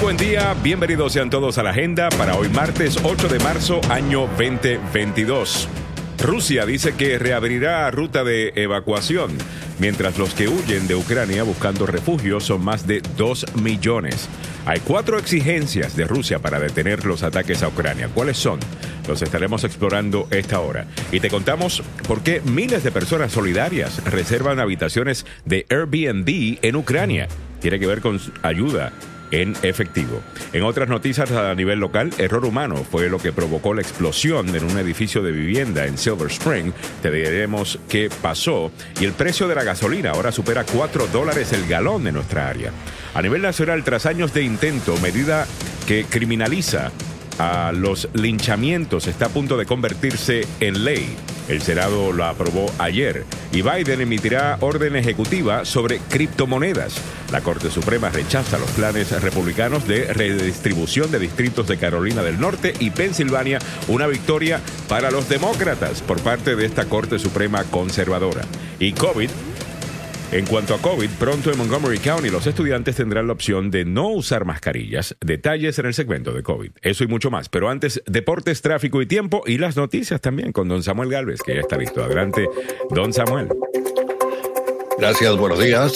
buen día, bienvenidos sean todos a la agenda para hoy martes 8 de marzo, año 2022. Rusia dice que reabrirá ruta de evacuación, mientras los que huyen de Ucrania buscando refugio son más de 2 millones. Hay 4 exigencias de Rusia para detener los ataques a Ucrania. ¿Cuáles son? Los estaremos explorando esta hora. Y te contamos por qué miles de personas solidarias reservan habitaciones de Airbnb en Ucrania. Tiene que ver con ayuda en efectivo. En otras noticias a nivel local, error humano fue lo que provocó la explosión en un edificio de vivienda en Silver Spring. Te diremos qué pasó. Y el precio de la gasolina ahora supera $4 el galón en nuestra área. A nivel nacional, tras años de intento, medida que criminaliza a los linchamientos está a punto de convertirse en ley. El Senado lo aprobó ayer y Biden emitirá orden ejecutiva sobre criptomonedas. La Corte Suprema rechaza los planes republicanos de redistribución de distritos de Carolina del Norte y Pensilvania, una victoria para los demócratas por parte de esta Corte Suprema conservadora. Y COVID. En cuanto a COVID, pronto en Montgomery County los estudiantes tendrán la opción de no usar mascarillas. Detalles en el segmento de COVID. Eso y mucho más. Pero antes, deportes, tráfico y tiempo y las noticias también con don Samuel Gálvez, que ya está listo. Adelante, don Samuel. Gracias, buenos días.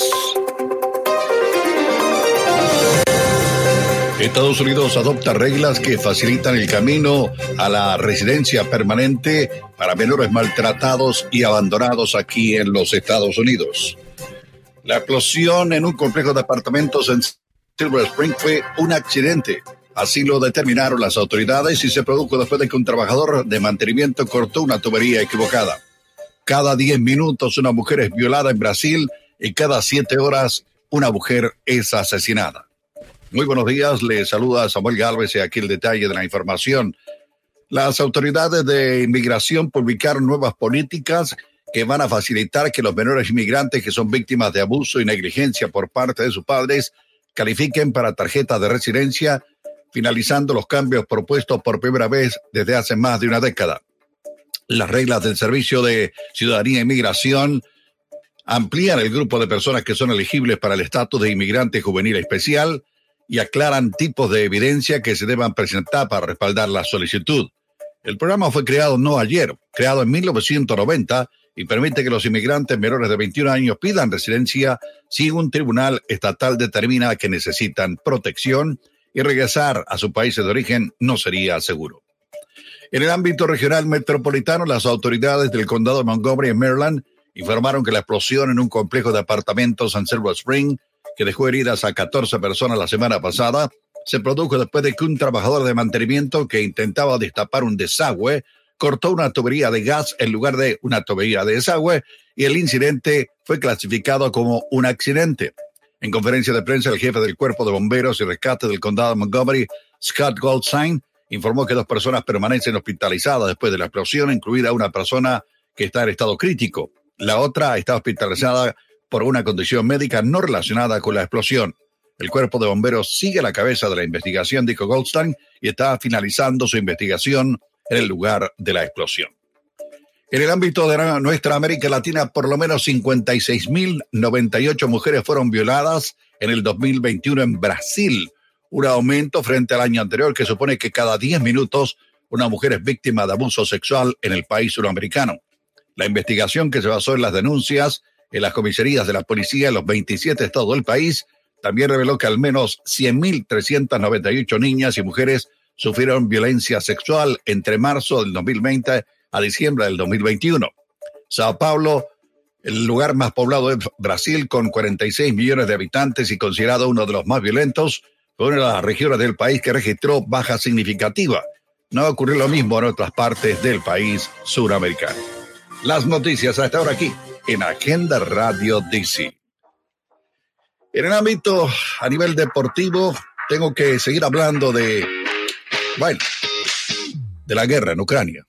Estados Unidos adopta reglas que facilitan el camino a la residencia permanente para menores maltratados y abandonados aquí en los Estados Unidos. La explosión en un complejo de apartamentos en Silver Spring fue un accidente. Así lo determinaron las autoridades y se produjo después de que un trabajador de mantenimiento cortó una tubería equivocada. Cada 10 minutos una mujer es violada en Brasil y cada 7 horas una mujer es asesinada. Muy buenos días, le saluda Samuel Gálvez y aquí el detalle de la información. Las autoridades de inmigración publicaron nuevas políticas que van a facilitar que los menores inmigrantes que son víctimas de abuso y negligencia por parte de sus padres califiquen para tarjetas de residencia, finalizando los cambios propuestos por primera vez desde hace más de una década. Las reglas del Servicio de Ciudadanía e Inmigración amplían el grupo de personas que son elegibles para el estatus de inmigrante juvenil especial y aclaran tipos de evidencia que se deban presentar para respaldar la solicitud. El programa fue creado no ayer, creado en 1990 y permite que los inmigrantes menores de 21 años pidan residencia si un tribunal estatal determina que necesitan protección y regresar a sus países de origen no sería seguro. En el ámbito regional metropolitano, las autoridades del condado de Montgomery en Maryland informaron que la explosión en un complejo de apartamentos en Silver Spring, que dejó heridas a 14 personas la semana pasada, se produjo después de que un trabajador de mantenimiento que intentaba destapar un desagüe cortó una tubería de gas en lugar de una tubería de desagüe y el incidente fue clasificado como un accidente. En conferencia de prensa, el jefe del Cuerpo de Bomberos y Rescate del Condado de Montgomery, Scott Goldstein, informó que 2 personas permanecen hospitalizadas después de la explosión, incluida una persona que está en estado crítico. La otra está hospitalizada por una condición médica no relacionada con la explosión. El Cuerpo de Bomberos sigue a la cabeza de la investigación, dijo Goldstein, y está finalizando su investigación en el lugar de la explosión. En el ámbito de nuestra América Latina, por lo menos 56.098 mujeres fueron violadas en el 2021 en Brasil, un aumento frente al año anterior que supone que cada 10 minutos una mujer es víctima de abuso sexual en el país suramericano. La investigación, que se basó en las denuncias en las comisarías de la policía en los 27 estados del país, también reveló que al menos 100.398 niñas y mujeres sufrieron violencia sexual entre marzo del 2020 a diciembre del 2021. Sao Paulo, el lugar más poblado de Brasil, con 46 millones de habitantes y considerado uno de los más violentos, fue una de las regiones del país que registró baja significativa. No ocurrió lo mismo en otras partes del país suramericano. Las noticias hasta ahora aquí en Agenda Radio DC. En el ámbito a nivel deportivo, tengo que seguir hablando de la guerra en Ucrania.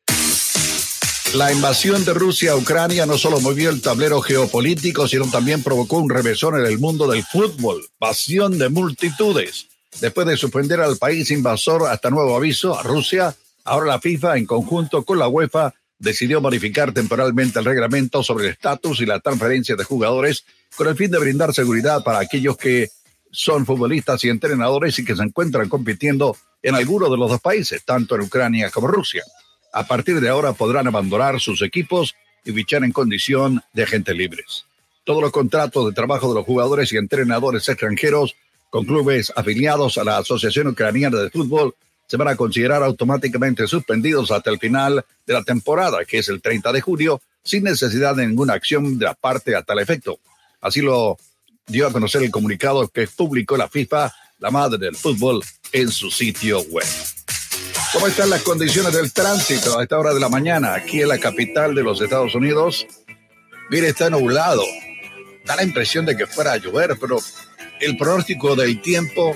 La invasión de Rusia a Ucrania no solo movió el tablero geopolítico, sino también provocó un revésón en el mundo del fútbol, pasión de multitudes. Después de suspender al país invasor hasta nuevo aviso a Rusia, ahora la FIFA, en conjunto con la UEFA, decidió modificar temporalmente el reglamento sobre el estatus y la transferencia de jugadores con el fin de brindar seguridad para aquellos que son futbolistas y entrenadores y que se encuentran compitiendo en alguno de los dos países, tanto en Ucrania como Rusia. A partir de ahora podrán abandonar sus equipos y fichar en condición de agentes libres. Todos los contratos de trabajo de los jugadores y entrenadores extranjeros con clubes afiliados a la Asociación Ucraniana de Fútbol se van a considerar automáticamente suspendidos hasta el final de la temporada, que es el 30 de julio, sin necesidad de ninguna acción de la parte a tal efecto. Así lo dio a conocer el comunicado que publicó la FIFA, la madre del fútbol, en su sitio web. ¿Cómo están las condiciones del tránsito a esta hora de la mañana aquí en la capital de los Estados Unidos? Mire, está nublado. Da la impresión de que fuera a llover, pero el pronóstico del tiempo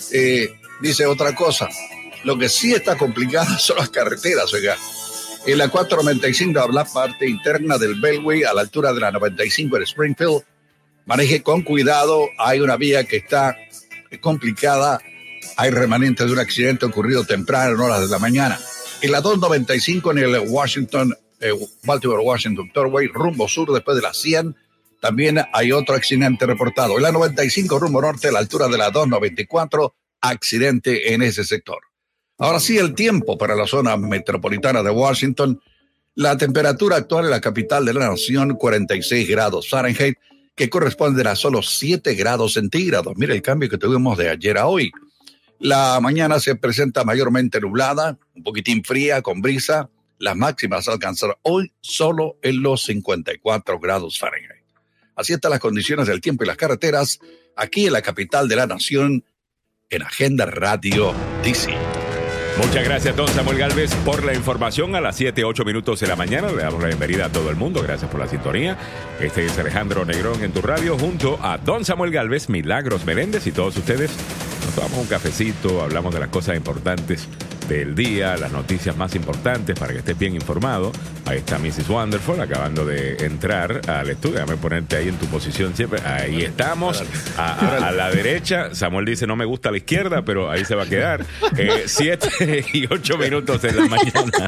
dice otra cosa. Lo que sí está complicado son las carreteras, oiga. En la 495, la parte interna del Beltway, a la altura de la 95 en Springfield, maneje con cuidado. Hay una vía que está complicada. Hay remanentes de un accidente ocurrido temprano en horas de la mañana. En la 295 en el Baltimore-Washington Tollway, rumbo sur después de las 100, también hay otro accidente reportado. En la 95 rumbo norte a la altura de la 294, accidente en ese sector. Ahora sí, el tiempo para la zona metropolitana de Washington. La temperatura actual en la capital de la nación, 46 grados Fahrenheit, que corresponden a solo 7 grados centígrados. Mire el cambio que tuvimos de ayer a hoy. La mañana se presenta mayormente nublada, un poquitín fría, con brisa. Las máximas alcanzarán hoy solo en los 54 grados Fahrenheit. Así están las condiciones del tiempo y las carreteras aquí en la capital de la nación, en Agenda Radio DC. Muchas gracias, don Samuel Gálvez, por la información a las 7:08 de la mañana. Le damos la bienvenida a todo el mundo. Gracias por la sintonía. Este es Alejandro Negrón en tu radio, junto a don Samuel Gálvez, Milagros Meléndez y todos ustedes. Nos tomamos un cafecito, hablamos de las cosas importantes del día, las noticias más importantes para que estés bien informado. Ahí está Mrs. Wonderful acabando de entrar al estudio. Déjame ponerte ahí en tu posición siempre. Ahí estamos, a la derecha. Samuel dice, no me gusta a la izquierda, pero ahí se va a quedar. 7:08 de la mañana.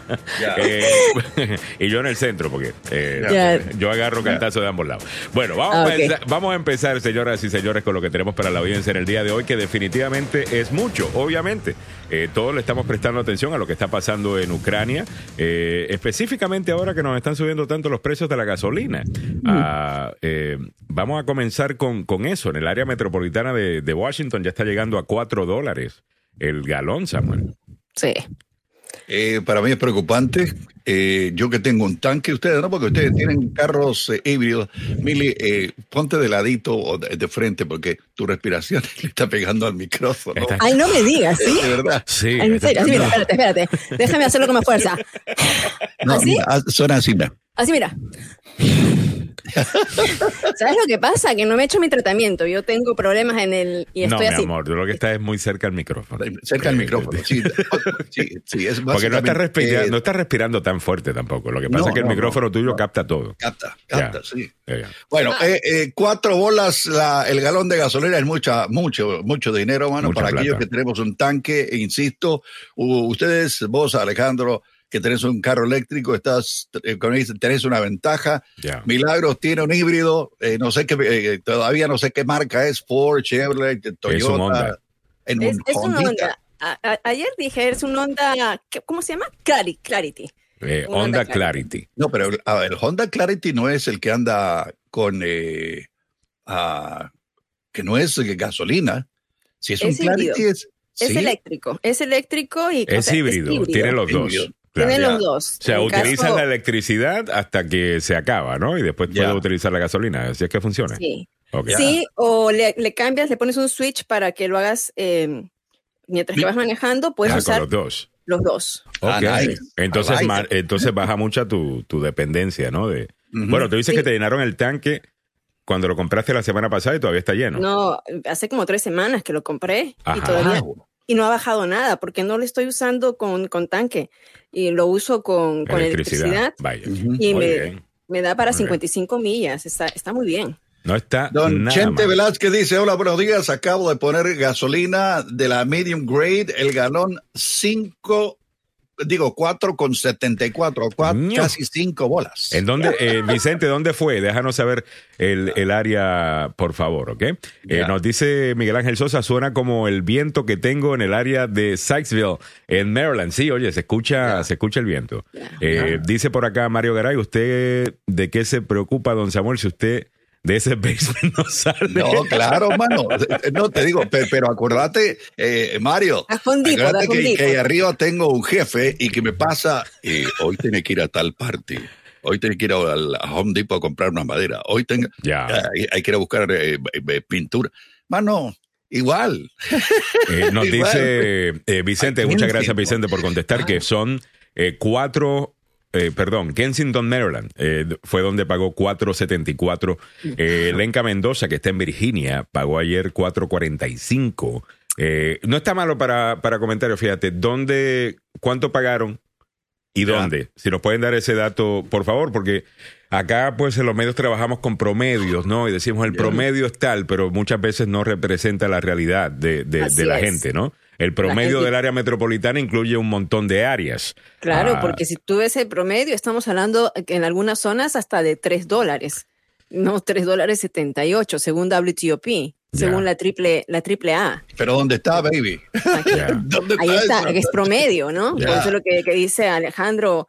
Y yo en el centro, porque yo agarro cantazo de ambos lados. Bueno, vamos a empezar, señoras y señores, con lo que tenemos para la audiencia en el día de hoy, que definitivamente es mucho, obviamente. Todos le estamos prestando atención a lo que está pasando en Ucrania, específicamente ahora que nos están subiendo tanto los precios de la gasolina. Vamos a comenzar con eso. En el área metropolitana de Washington ya está llegando a $4 el galón, Samuel. Sí. Para mí es preocupante. Yo que tengo un tanque, ustedes no, porque ustedes tienen carros híbridos. Mili, ponte de ladito o de frente, porque tu respiración le está pegando al micrófono. Ay, no me digas, ¿sí? ¿De verdad? Sí. Ay, en serio, así, mira, espérate. Déjame hacerlo con más fuerza. No, ¿Así? Suena así, mira. Así, mira. ¿Sabes lo que pasa? Que no me he hecho mi tratamiento. Yo tengo problemas en el... Y estoy así. No, mi amor, tú lo que estás es muy cerca al micrófono. Cerca del micrófono, sí. Sí, es porque no estás respirando tan fuerte tampoco. Lo que pasa es que el micrófono tuyo capta todo. Capta, sí. Ya. Bueno, $4 el galón de gasolina es mucho dinero, mano, Mucha para plata. aquellos que tenemos un tanque. E insisto, vos, Alejandro, que tenés un carro eléctrico, tenés una ventaja. Ya. Milagros tiene un híbrido, no sé qué, todavía no sé qué marca es, Ford, Chevrolet, Toyota. Es un Honda. Es un Honda. Ayer dije, es un Honda, ¿cómo se llama? Clarity. Honda Clarity. No, pero el Honda Clarity no es el que anda con, que no es gasolina. Si es un Clarity es eléctrico y es híbrido. Tiene los dos. Claro. Tiene los dos. O sea, utilizas la electricidad hasta que se acaba, ¿no? Y después puedes utilizar la gasolina. Así es que funciona. Sí. Okay. Sí, o le cambias, le pones un switch para que lo hagas mientras que vas manejando, puedes usar con los dos. Okay. Nice. Entonces baja mucho tu dependencia, ¿no? Bueno, tú dices que te llenaron el tanque cuando lo compraste la semana pasada y todavía está lleno. No, hace como 3 semanas que lo compré. Ajá. Y todavía... Y no ha bajado nada, porque no lo estoy usando con tanque. Y lo uso con electricidad. Vaya. Y me da para 55 millas. Está muy bien. No está Don nada Chente mal. Velázquez dice, hola, buenos días, acabo de poner gasolina de la medium grade, el galón $5 4,74, casi 5 bolas. ¿En dónde, Vicente, dónde fue? Déjanos saber el área, por favor, ¿ok? Nos dice Miguel Ángel Sosa, suena como el viento que tengo en el área de Sykesville, en Maryland. Sí, oye, se escucha el viento. Dice por acá Mario Garay, ¿usted de qué se preocupa, don Samuel, si usted de ese basement no sale? No, claro, mano. No, te digo, pero acuérdate, Mario, acuérdate que arriba tengo un jefe y que me pasa, hoy tiene que ir a tal party. Hoy tengo que ir a Home Depot a comprar una madera. Hoy hay que ir a buscar pintura. Mano, igual. Nos dice Vicente, muchas gracias Vicente por contestar, que son 4... Kensington, Maryland, fue donde pagó $4.74. Lenca Mendoza, que está en Virginia, pagó ayer $4.45. No está malo para comentarios, fíjate. ¿Cuánto pagaron y dónde? Si nos pueden dar ese dato, por favor, porque acá pues en los medios trabajamos con promedios, ¿no? Y decimos el promedio es tal, pero muchas veces no representa la realidad de la gente, ¿no? El promedio del área metropolitana incluye un montón de áreas. Claro, porque si tú ves el promedio, estamos hablando en algunas zonas hasta de $3. No, $3.78, según WTOP, según la triple A. Pero ¿dónde está, baby? ¿Dónde ahí está, es promedio, ¿no? Por eso lo que dice Alejandro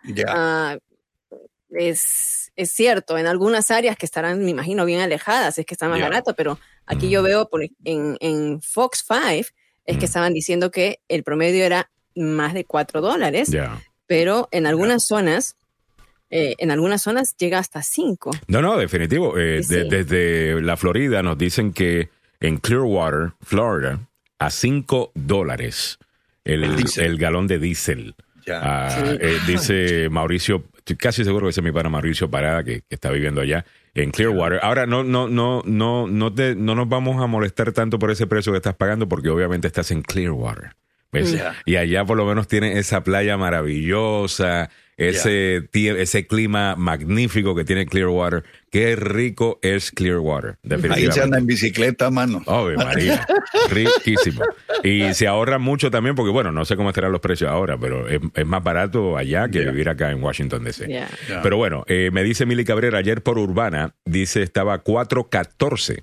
es cierto. En algunas áreas que estarán, me imagino, bien alejadas, es que está más barato, pero aquí yo veo en Fox 5, es que estaban diciendo que el promedio era más de $4, pero en algunas zonas llega hasta 5. No, definitivo. Desde la Florida nos dicen que en Clearwater, Florida, a $5 el galón de diésel. Dice Mauricio, estoy casi seguro que ese es mi pana Mauricio Parada, que está viviendo allá en Clearwater. Ahora no nos vamos a molestar tanto por ese precio que estás pagando, porque obviamente estás en Clearwater, ¿ves? Y allá por lo menos tiene esa playa maravillosa, ese clima magnífico que tiene Clearwater. Qué rico es Clearwater, definitivamente. Ahí se anda en bicicleta, mano. Oh, María, riquísimo. Y se ahorra mucho también, porque bueno, no sé cómo estarán los precios ahora, pero es más barato allá que vivir acá en Washington DC. Pero bueno, me dice Mili Cabrera, ayer por Urbana, dice estaba $4.14.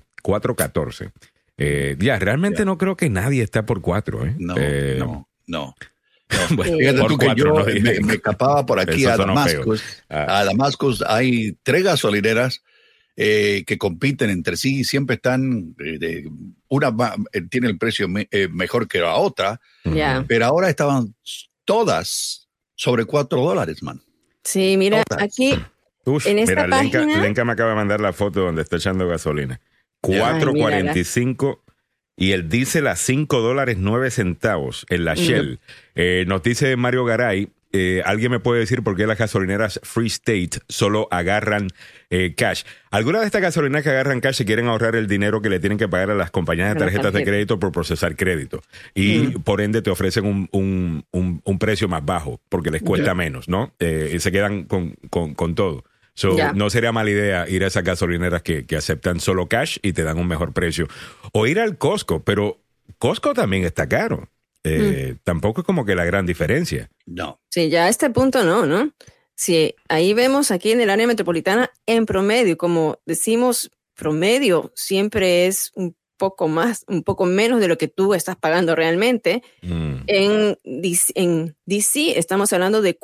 Realmente no creo que nadie está por 4, ¿eh? No. Bueno, fíjate tú que yo me escapaba por aquí a Damascus. A Damascus hay 3 gasolineras que compiten entre sí y siempre están, una tiene el precio mejor que la otra, pero ahora estaban todas sobre $4, man. Sí, mira, todas. Aquí en esta página... Lenka me acaba de mandar la foto donde está echando gasolina. $4.45 y el diésel a $5.09 en la Shell. Nos dice Mario Garay, ¿alguien me puede decir por qué las gasolineras Free State solo agarran cash? Algunas de estas gasolineras que agarran cash se quieren ahorrar el dinero que le tienen que pagar a las compañías de tarjetas de crédito por procesar crédito. Y por ende te ofrecen un precio más bajo porque les cuesta menos, ¿no? Y se quedan con todo. No sería mala idea ir a esas gasolineras que aceptan solo cash y te dan un mejor precio. O ir al Costco, pero Costco también está caro. Tampoco es como que la gran diferencia. No. Sí, ya a este punto no. Sí, ahí vemos aquí en el área metropolitana en promedio, como decimos, promedio siempre es un poco menos de lo que tú estás pagando realmente. En DC estamos hablando de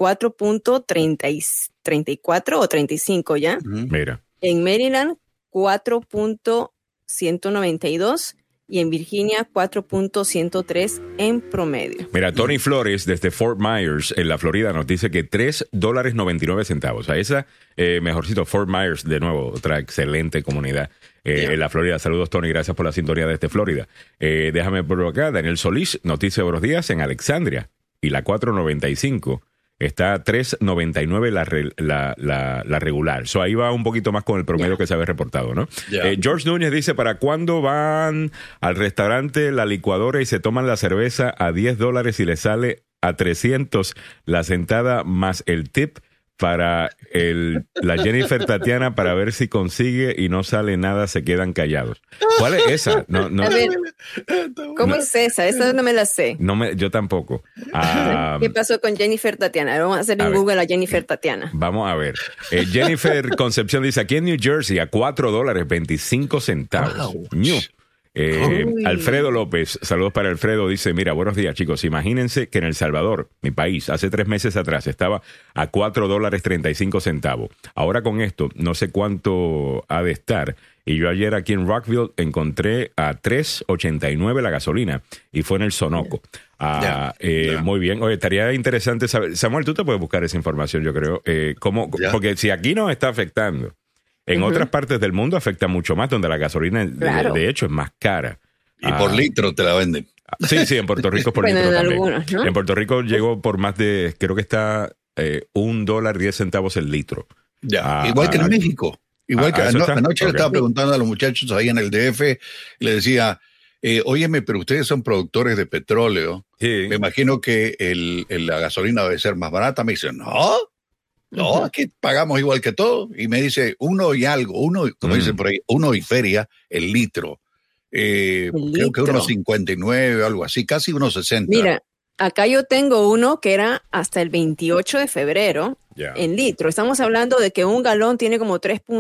4.34 o 35 ya. Mira. En Maryland 4.192 y en Virginia 4.103 en promedio. Mira, Tony Flores desde Fort Myers en la Florida nos dice que $3.99. A esa, mejorcito, Fort Myers, de nuevo, otra excelente comunidad en la Florida. Saludos, Tony, gracias por la sintonía desde Florida. Déjame por acá, Daniel Solís nos dice buenos días en Alexandria y la 4.95. Está $3.99 la regular. Ahí va un poquito más con el promedio que se había reportado, ¿no? George Núñez dice, ¿para cuándo van al restaurante la licuadora y se toman la cerveza a $10 y le sale a $300 la sentada más el tip para la Jennifer Tatiana para ver si consigue y no sale nada, se quedan callados. ¿Cuál es esa? No, A ver, ¿cómo es esa? Esa no me la sé. Yo tampoco. ¿Qué pasó con Jennifer Tatiana? Vamos a hacer en Google a Jennifer Tatiana. Vamos a ver. Jennifer Concepción dice, aquí en New Jersey a $4.25. Wow. Alfredo López, saludos para Alfredo, dice, mira, buenos días chicos, imagínense que en El Salvador, mi país, hace 3 meses atrás estaba a $4.35. Ahora con esto, no sé cuánto ha de estar. Y yo ayer aquí en Rockville encontré a $3.89 la gasolina y fue en el Sonoco. Muy bien. Oye, estaría interesante saber. Samuel, tú te puedes buscar esa información, yo creo. Porque si aquí nos está afectando, en otras partes del mundo afecta mucho más, donde la gasolina, de hecho, es más cara. Y por litro te la venden. Sí, en Puerto Rico es por litro también. Algunos, ¿no? En Puerto Rico llegó por más de, creo que está $1.10 el litro. Igual que en México. Igual que anoche le estaba preguntando a los muchachos ahí en el DF, y le decía, óyeme, pero ustedes son productores de petróleo. Sí. Me imagino que la gasolina debe ser más barata. Me dice, no, aquí pagamos igual que todo. Y me dice, como dicen por ahí, uno y feria el litro. Creo que 1.59 o algo así, casi 1.60. Mira, acá yo tengo uno que era hasta el 28 de febrero en litro. Estamos hablando de que un galón tiene como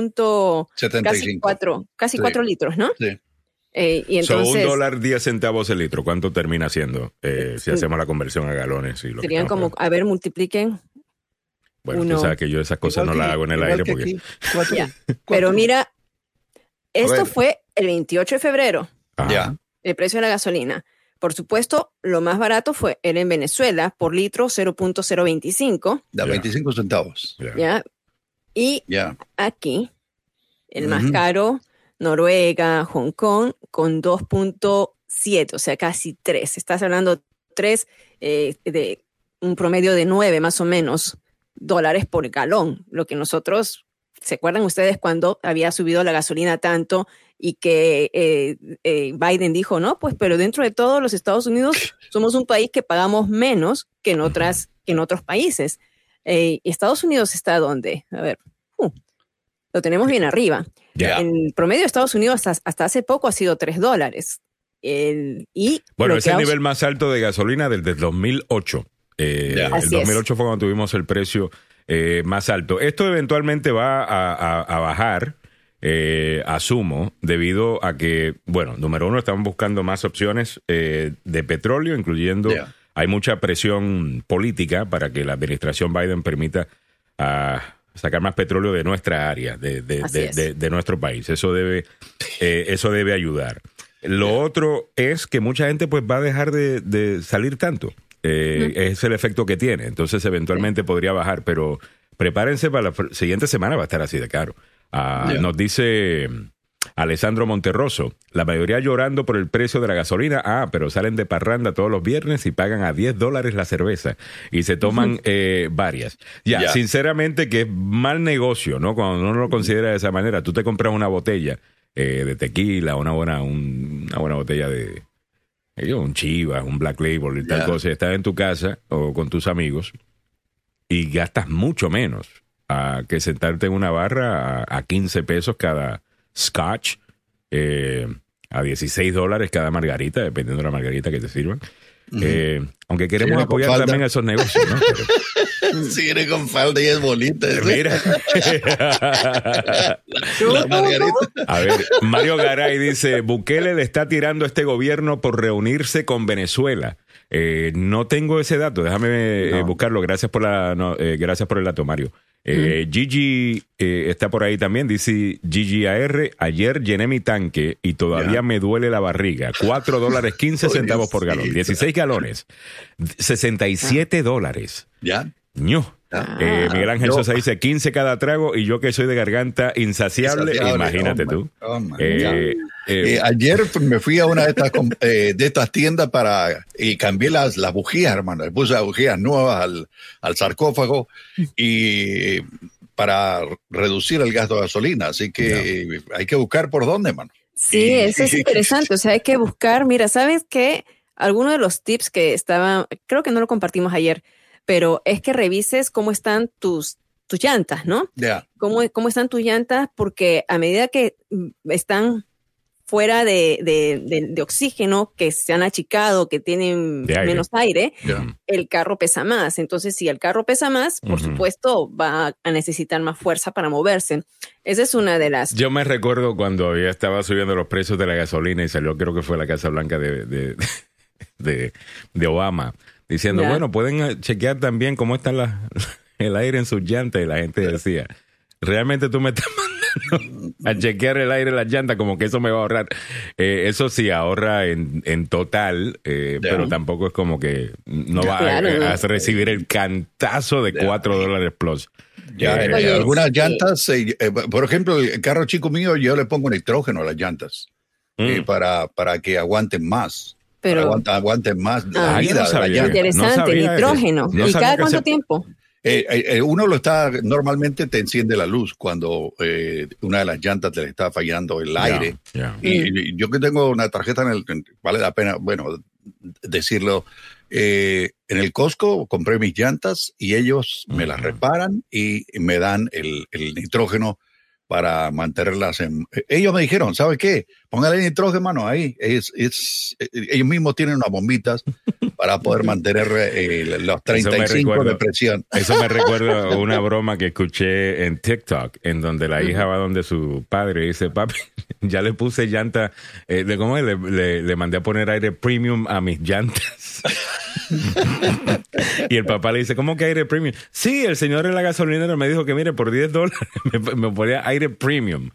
3.75. Casi 4 litros, ¿no? Sí. Y entonces, $1.10 el litro. ¿Cuánto termina siendo si hacemos la conversión a galones? Y serían como, a ver, multipliquen. Bueno, tú sabes que yo esas cosas no las hago en el aire porque... Pero mira, esto fue el 28 de febrero. Ya. El precio de la gasolina. Por supuesto, lo más barato era en Venezuela, por litro 0.025. Da 25 centavos. ¿Ya? Y aquí, el más caro, Noruega, Hong Kong, con 2.7, o sea, casi 3. Estás hablando 3 de un promedio de 9 más o menos dólares por galón. Lo que nosotros, ¿se acuerdan ustedes cuando había subido la gasolina tanto y que Biden dijo, no, pues, pero dentro de todo los Estados Unidos somos un país que pagamos menos que en otros países? Estados Unidos está ¿dónde? A ver, lo tenemos bien arriba. El promedio de Estados Unidos hasta hace poco ha sido $3. Bueno, es el nivel más alto de gasolina desde 2008. El 2008 fue cuando tuvimos el precio más alto. Esto eventualmente va a bajar, asumo, debido a que, bueno, número uno, estamos buscando más opciones de petróleo, incluyendo, hay mucha presión política para que la administración Biden permita sacar más petróleo de nuestra área, de nuestro país. Eso debe ayudar. Lo otro es que mucha gente pues va a dejar de salir tanto. Es el efecto que tiene. Entonces eventualmente podría bajar, pero prepárense para la siguiente semana, va a estar así de caro. Nos dice Alessandro Monterroso, la mayoría llorando por el precio de la gasolina, pero salen de parranda todos los viernes y pagan a $10 la cerveza y se toman varias. Sinceramente que es mal negocio, ¿no? Cuando uno lo considera de esa manera, tú te compras una botella de tequila, una buena botella de un Chivas, un Black Label y tal cosa, estás en tu casa o con tus amigos y gastas mucho menos que sentarte en una barra a 15 pesos cada scotch, a $16 cada margarita, dependiendo de la margarita que te sirvan. Aunque queremos apoyar también a esos negocios, ¿no? Si viene con falda y es bonita. Mira. La margarita. A ver, Mario Garay dice, Bukele le está tirando a este gobierno por reunirse con Venezuela. No tengo ese dato, déjame buscarlo. Gracias por el dato, Mario. Gigi está por ahí también, dice Gigi AR, ayer llené mi tanque y todavía me duele la barriga. $4.15 por galón, 16 galones, $67. Miguel Ángel Sosa dice 15 cada trago y yo que soy de garganta insaciable, imagínate tú. Ayer me fui a una de estas tiendas y cambié las bujías, hermano. Le puse las bujías nuevas al sarcófago y para reducir el gasto de gasolina. Así que hay que buscar por dónde, hermano. Sí, eso es interesante. O sea, hay que buscar. Mira, ¿sabes qué? Algunos de los tips que creo que no lo compartimos ayer, pero es que revises cómo están tus tus llantas, ¿no? Yeah. ¿Cómo están tus llantas? Porque a medida que están fuera de oxígeno, que se han achicado, que tienen menos aire, el carro pesa más. Entonces, si el carro pesa más, por supuesto, va a necesitar más fuerza para moverse. Esa es una de las... Yo me recuerdo cuando ya estaba subiendo los precios de la gasolina y salió, creo que fue la Casa Blanca de Obama, diciendo, bueno, pueden chequear también cómo está el aire en sus llantas. Y la gente decía, realmente tú me estás mandando a chequear el aire en las llantas, como que eso me va a ahorrar. Eso sí ahorra en total, pero tampoco es como que no va a recibir el cantazo de $4 plus. Algunas llantas, por ejemplo, el carro chico mío, yo le pongo nitrógeno a las llantas para que aguanten más. Pero aguanten más la vida de la llanta. Interesante, nitrógeno. ¿Y cada cuánto tiempo? Uno normalmente te enciende la luz cuando una de las llantas te está fallando el aire. Y yo que tengo una tarjeta vale la pena, decirlo, en el Costco compré mis llantas y ellos me las reparan y me dan el nitrógeno para mantenerlas ellos me dijeron, ¿sabe qué? Póngale nitrógeno, mano, ahí. Ellos mismos tienen unas bombitas para poder mantener los 35 de presión. Eso me recuerda una broma que escuché en TikTok, en donde la hija va donde su padre y dice, papi, ya le puse llanta, le mandé a poner aire premium a mis llantas. Y el papá le dice, ¿cómo que aire premium? Sí, el señor en la gasolinera me dijo que mire, por $10 me ponía aire premium.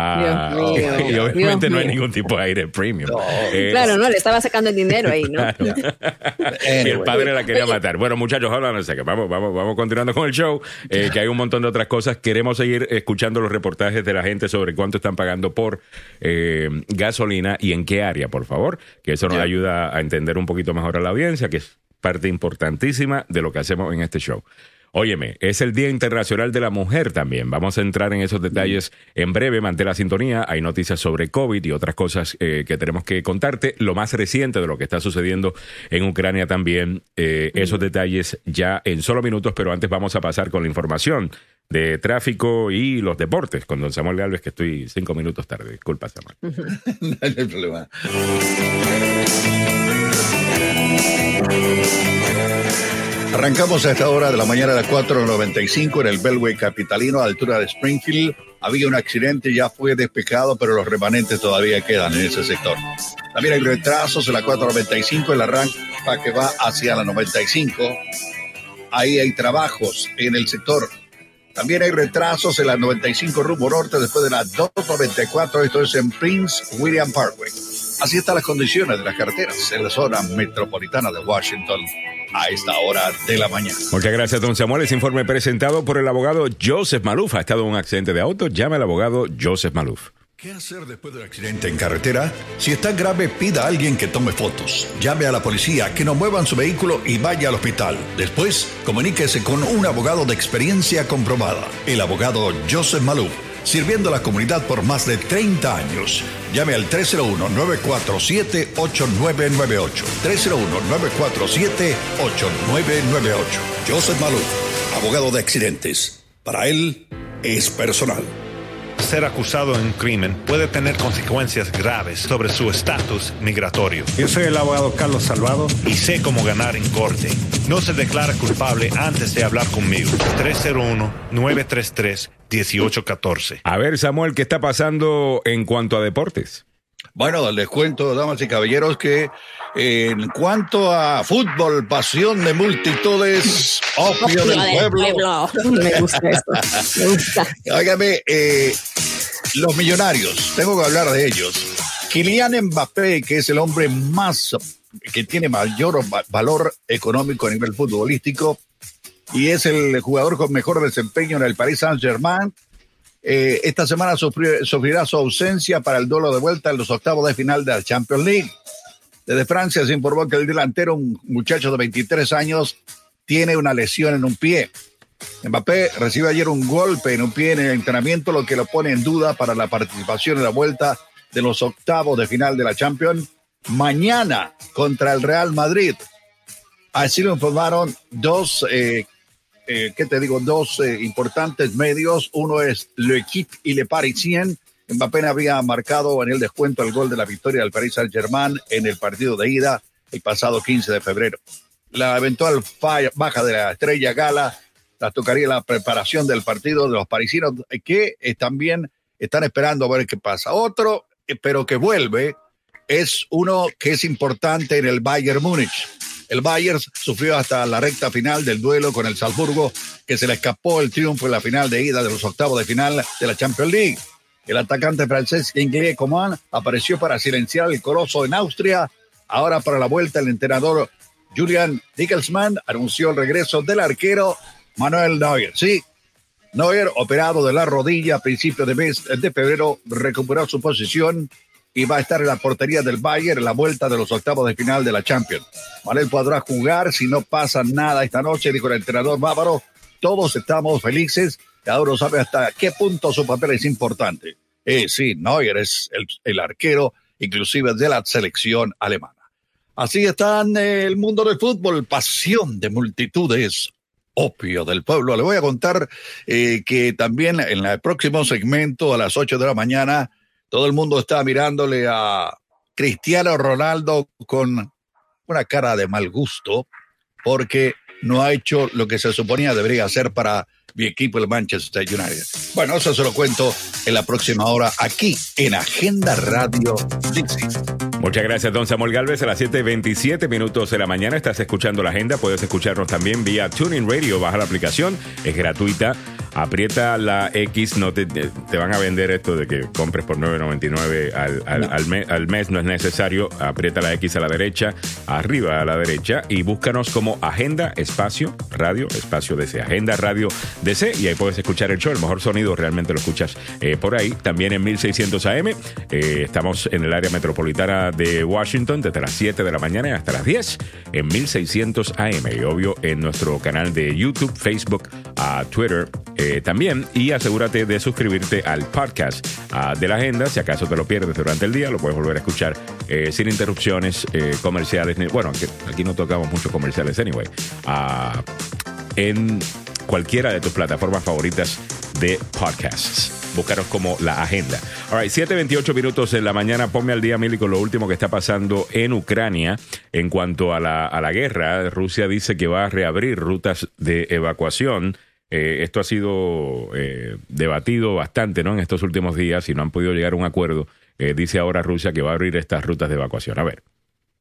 Y obviamente no hay ningún tipo de aire premium. Claro, no, le estaba sacando el dinero ahí, ¿no? Claro. Y el padre la quería matar. Bueno, muchachos, vamos continuando con el show, que hay un montón de otras cosas. Queremos seguir escuchando los reportajes de la gente sobre cuánto están pagando por gasolina y en qué área, por favor, que eso nos ayuda a entender un poquito mejor a la audiencia, que es parte importantísima de lo que hacemos en este show. Óyeme, es el Día Internacional de la Mujer también. Vamos a entrar en esos detalles en breve. Mantén la sintonía. Hay noticias sobre COVID y otras cosas que tenemos que contarte. Lo más reciente de lo que está sucediendo en Ucrania también. Esos detalles ya en solo minutos, pero antes vamos a pasar con la información de tráfico y los deportes con don Samuel Galvez, que estoy 5 minutos tarde. Disculpa, Samuel. No hay problema. Arrancamos a esta hora de la mañana a las 4:95 en el Beltway capitalino a la altura de Springfield. Había un accidente, ya fue despejado, pero los remanentes todavía quedan en ese sector. También hay retrasos en la 4:95, el arranque que va hacia la 95. Ahí hay trabajos en el sector. También hay retrasos en la 95 rumbo norte después de la 2:94, esto es en Prince William Parkway. Así están las condiciones de las carreteras en la zona metropolitana de Washington a esta hora de la mañana. Muchas gracias, don Samuel. Ese informe presentado por el abogado Joseph Maluf. ¿Ha estado en un accidente de auto? Llame al abogado Joseph Maluf. ¿Qué hacer después del accidente en carretera? Si está grave, pida a alguien que tome fotos. Llame a la policía, que no muevan su vehículo y vaya al hospital. Después, comuníquese con un abogado de experiencia comprobada. El abogado Joseph Maluf, sirviendo a la comunidad por más de 30 años. Llame al 301-947-8998. 301-947-8998. Joseph Maluf, abogado de accidentes. Para él, es personal. Ser acusado de un crimen puede tener consecuencias graves sobre su estatus migratorio. Yo soy el abogado Carlos Salvado y sé cómo ganar en corte. No se declara culpable antes de hablar conmigo. 301-933-1814. A ver, Samuel, ¿qué está pasando en cuanto a deportes? Bueno, les cuento, damas y caballeros, que en cuanto a fútbol, pasión de multitudes, opio del pueblo. Me gusta esto, me gusta. Óigame, los millonarios, tengo que hablar de ellos. Kylian Mbappé, que es el hombre que tiene mayor valor económico a nivel futbolístico y es el jugador con mejor desempeño en el Paris Saint-Germain. Esta semana sufrirá su ausencia para el duelo de vuelta en los octavos de final de la Champions League. Desde Francia se informó que el delantero, un muchacho de 23 años, tiene una lesión en un pie. Mbappé recibe ayer un golpe en un pie en el entrenamiento, lo que lo pone en duda para la participación en la vuelta de los octavos de final de la Champions mañana contra el Real Madrid. Así lo informaron dos ¿qué te digo? Dos importantes medios. Uno es L'Équipe y Le Parisien. Mbappé había marcado en el descuento el gol de la victoria del Paris Saint-Germain en el partido de ida el pasado 15 de febrero. La eventual baja de la estrella Gala la tocaría la preparación del partido de los parisinos, que también están esperando a ver qué pasa. Otro, pero que vuelve, es uno que es importante en el Bayern Múnich. El Bayern sufrió hasta la recta final del duelo con el Salzburgo, que se le escapó el triunfo en la final de ida de los octavos de final de la Champions League. El atacante francés Kingsley Coman apareció para silenciar el coloso en Austria. Ahora para la vuelta el entrenador Julian Nagelsmann anunció el regreso del arquero Manuel Neuer. Sí, Neuer, operado de la rodilla a principios de mes de febrero, recuperó su posición y va a estar en la portería del Bayern en la vuelta de los octavos de final de la Champions. Manuel podrá jugar si no pasa nada esta noche, dijo el entrenador bávaro. Todos estamos felices, cada uno sabe hasta qué punto su papel es importante. Sí, Neuer es el arquero, inclusive de la selección alemana. Así está en el mundo del fútbol, pasión de multitudes, opio del pueblo. Le voy a contar que también en el próximo segmento a las 8 de la mañana, todo el mundo está mirándole a Cristiano Ronaldo con una cara de mal gusto porque no ha hecho lo que se suponía debería hacer para mi equipo, el Manchester United. Bueno, eso se lo cuento en la próxima hora aquí en Agenda Radio DC. Muchas gracias, don Samuel Gálvez. A las 7:27 de la mañana estás escuchando la agenda. Puedes escucharnos también vía TuneIn Radio. Baja la aplicación, es gratuita. Aprieta la X, no te van a vender esto de que compres por $9.99 al mes, no es necesario. Aprieta la X a la derecha, arriba a la derecha y búscanos como Agenda Espacio Radio, Espacio DC, Agenda Radio DC, y ahí puedes escuchar el show. El mejor sonido realmente lo escuchas por ahí. También en 1600 AM, estamos en el área metropolitana de Washington desde las 7 de la mañana hasta las 10 en 1600 AM, y obvio en nuestro canal de YouTube, Facebook, Twitter también, y asegúrate de suscribirte al podcast de la agenda. Si acaso te lo pierdes durante el día, lo puedes volver a escuchar sin interrupciones comerciales. Bueno, aquí no tocamos mucho comerciales anyway. En cualquiera de tus plataformas favoritas de podcasts. Búscanos como La Agenda. All right, 7:28 de la mañana. Ponme al día, Mili, con lo último que está pasando en Ucrania en cuanto a la guerra. Rusia dice que va a reabrir rutas de evacuación. Esto ha sido debatido bastante, ¿no?, en estos últimos días y no han podido llegar a un acuerdo. Dice ahora Rusia que va a abrir estas rutas de evacuación. A ver.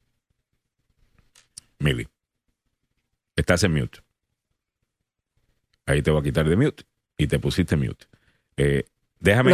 Mili, estás en mute. Ahí te voy a quitar de mute y te pusiste mute. Déjame.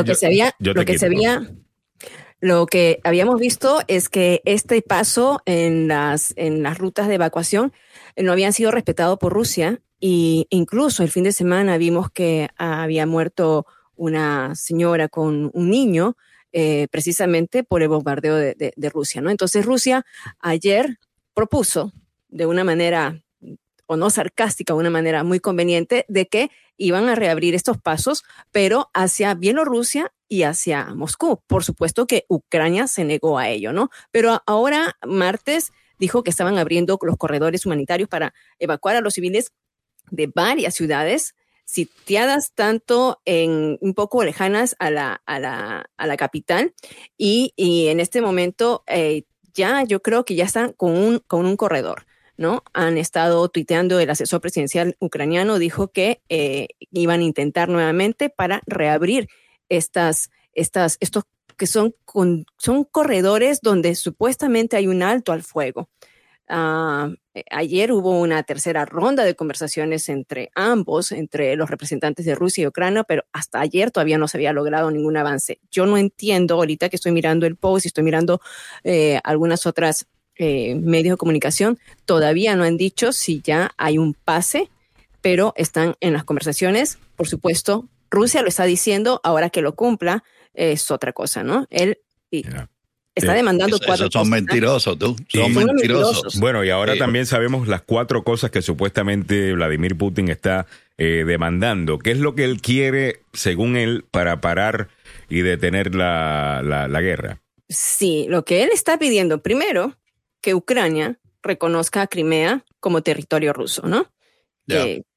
Lo que habíamos visto es que este paso en las rutas de evacuación no habían sido respetados por Rusia, y incluso el fin de semana vimos que había muerto una señora con un niño precisamente por el bombardeo de Rusia, ¿no? Entonces Rusia ayer propuso de una manera, o no sarcástica, una manera muy conveniente, de que iban a reabrir estos pasos, pero hacia Bielorrusia y hacia Moscú. Por supuesto que Ucrania se negó a ello, ¿no? Pero ahora, martes, dijo que estaban abriendo los corredores humanitarios para evacuar a los civiles de varias ciudades sitiadas, tanto en un poco lejanas a la capital, y en este momento ya yo creo que ya están con un corredor, ¿no? Han estado tuiteando, el asesor presidencial ucraniano dijo que iban a intentar nuevamente para reabrir estos que son corredores donde supuestamente hay un alto al fuego. Ayer hubo una tercera ronda de conversaciones entre los representantes de Rusia y Ucrania, pero hasta ayer todavía no se había logrado ningún avance. Yo no entiendo, ahorita que estoy mirando el post y estoy mirando algunas otras medios de comunicación, todavía no han dicho si ya hay un pase, pero están en las conversaciones. Por supuesto, Rusia lo está diciendo, ahora que lo cumpla es otra cosa, ¿no? Él está demandando cuatro cosas. Son mentirosos, tú. Son mentirosos. Bueno, y ahora también sabemos las 4 cosas que supuestamente Vladimir Putin está demandando. ¿Qué es lo que él quiere, según él, para parar y detener la guerra? Sí, lo que él está pidiendo, primero, que Ucrania reconozca a Crimea como territorio ruso, ¿no? Yeah.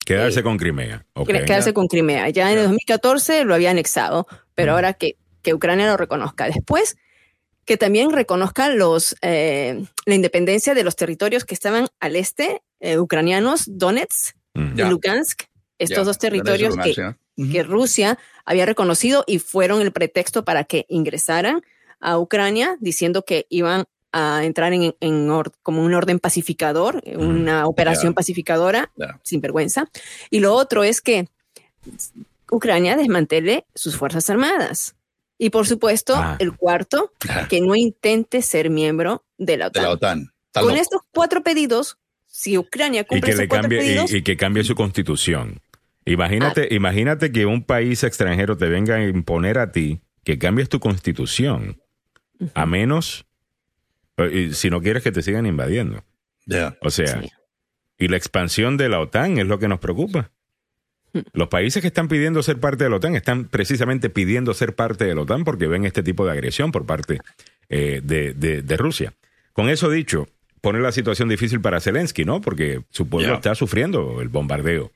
Quedarse con Crimea. Okay. Quedarse con Crimea. Ya en el 2014 lo había anexado, pero ahora que Ucrania lo reconozca. Después, que también reconozca la independencia de los territorios que estaban al este, ucranianos, Donetsk y Lugansk, estos dos territorios que Rusia había reconocido y fueron el pretexto para que ingresaran a Ucrania, diciendo que iban a entrar como un orden pacificador, una operación pacificadora, sin vergüenza. Y lo otro es que Ucrania desmantele sus fuerzas armadas. Y por supuesto, el cuarto, que no intente ser miembro de la OTAN. Con estos 4 pedidos, si Ucrania cumple esos 4 pedidos... Y que cambie su constitución. Imagínate que un país extranjero te venga a imponer a ti que cambies tu constitución, a menos... si no quieres que te sigan invadiendo. O sea, y la expansión de la OTAN es lo que nos preocupa. Los países que están pidiendo ser parte de la OTAN están precisamente pidiendo ser parte de la OTAN porque ven este tipo de agresión por parte de Rusia. Con eso dicho, pone la situación difícil para Zelensky, ¿no? Porque su pueblo está sufriendo el bombardeo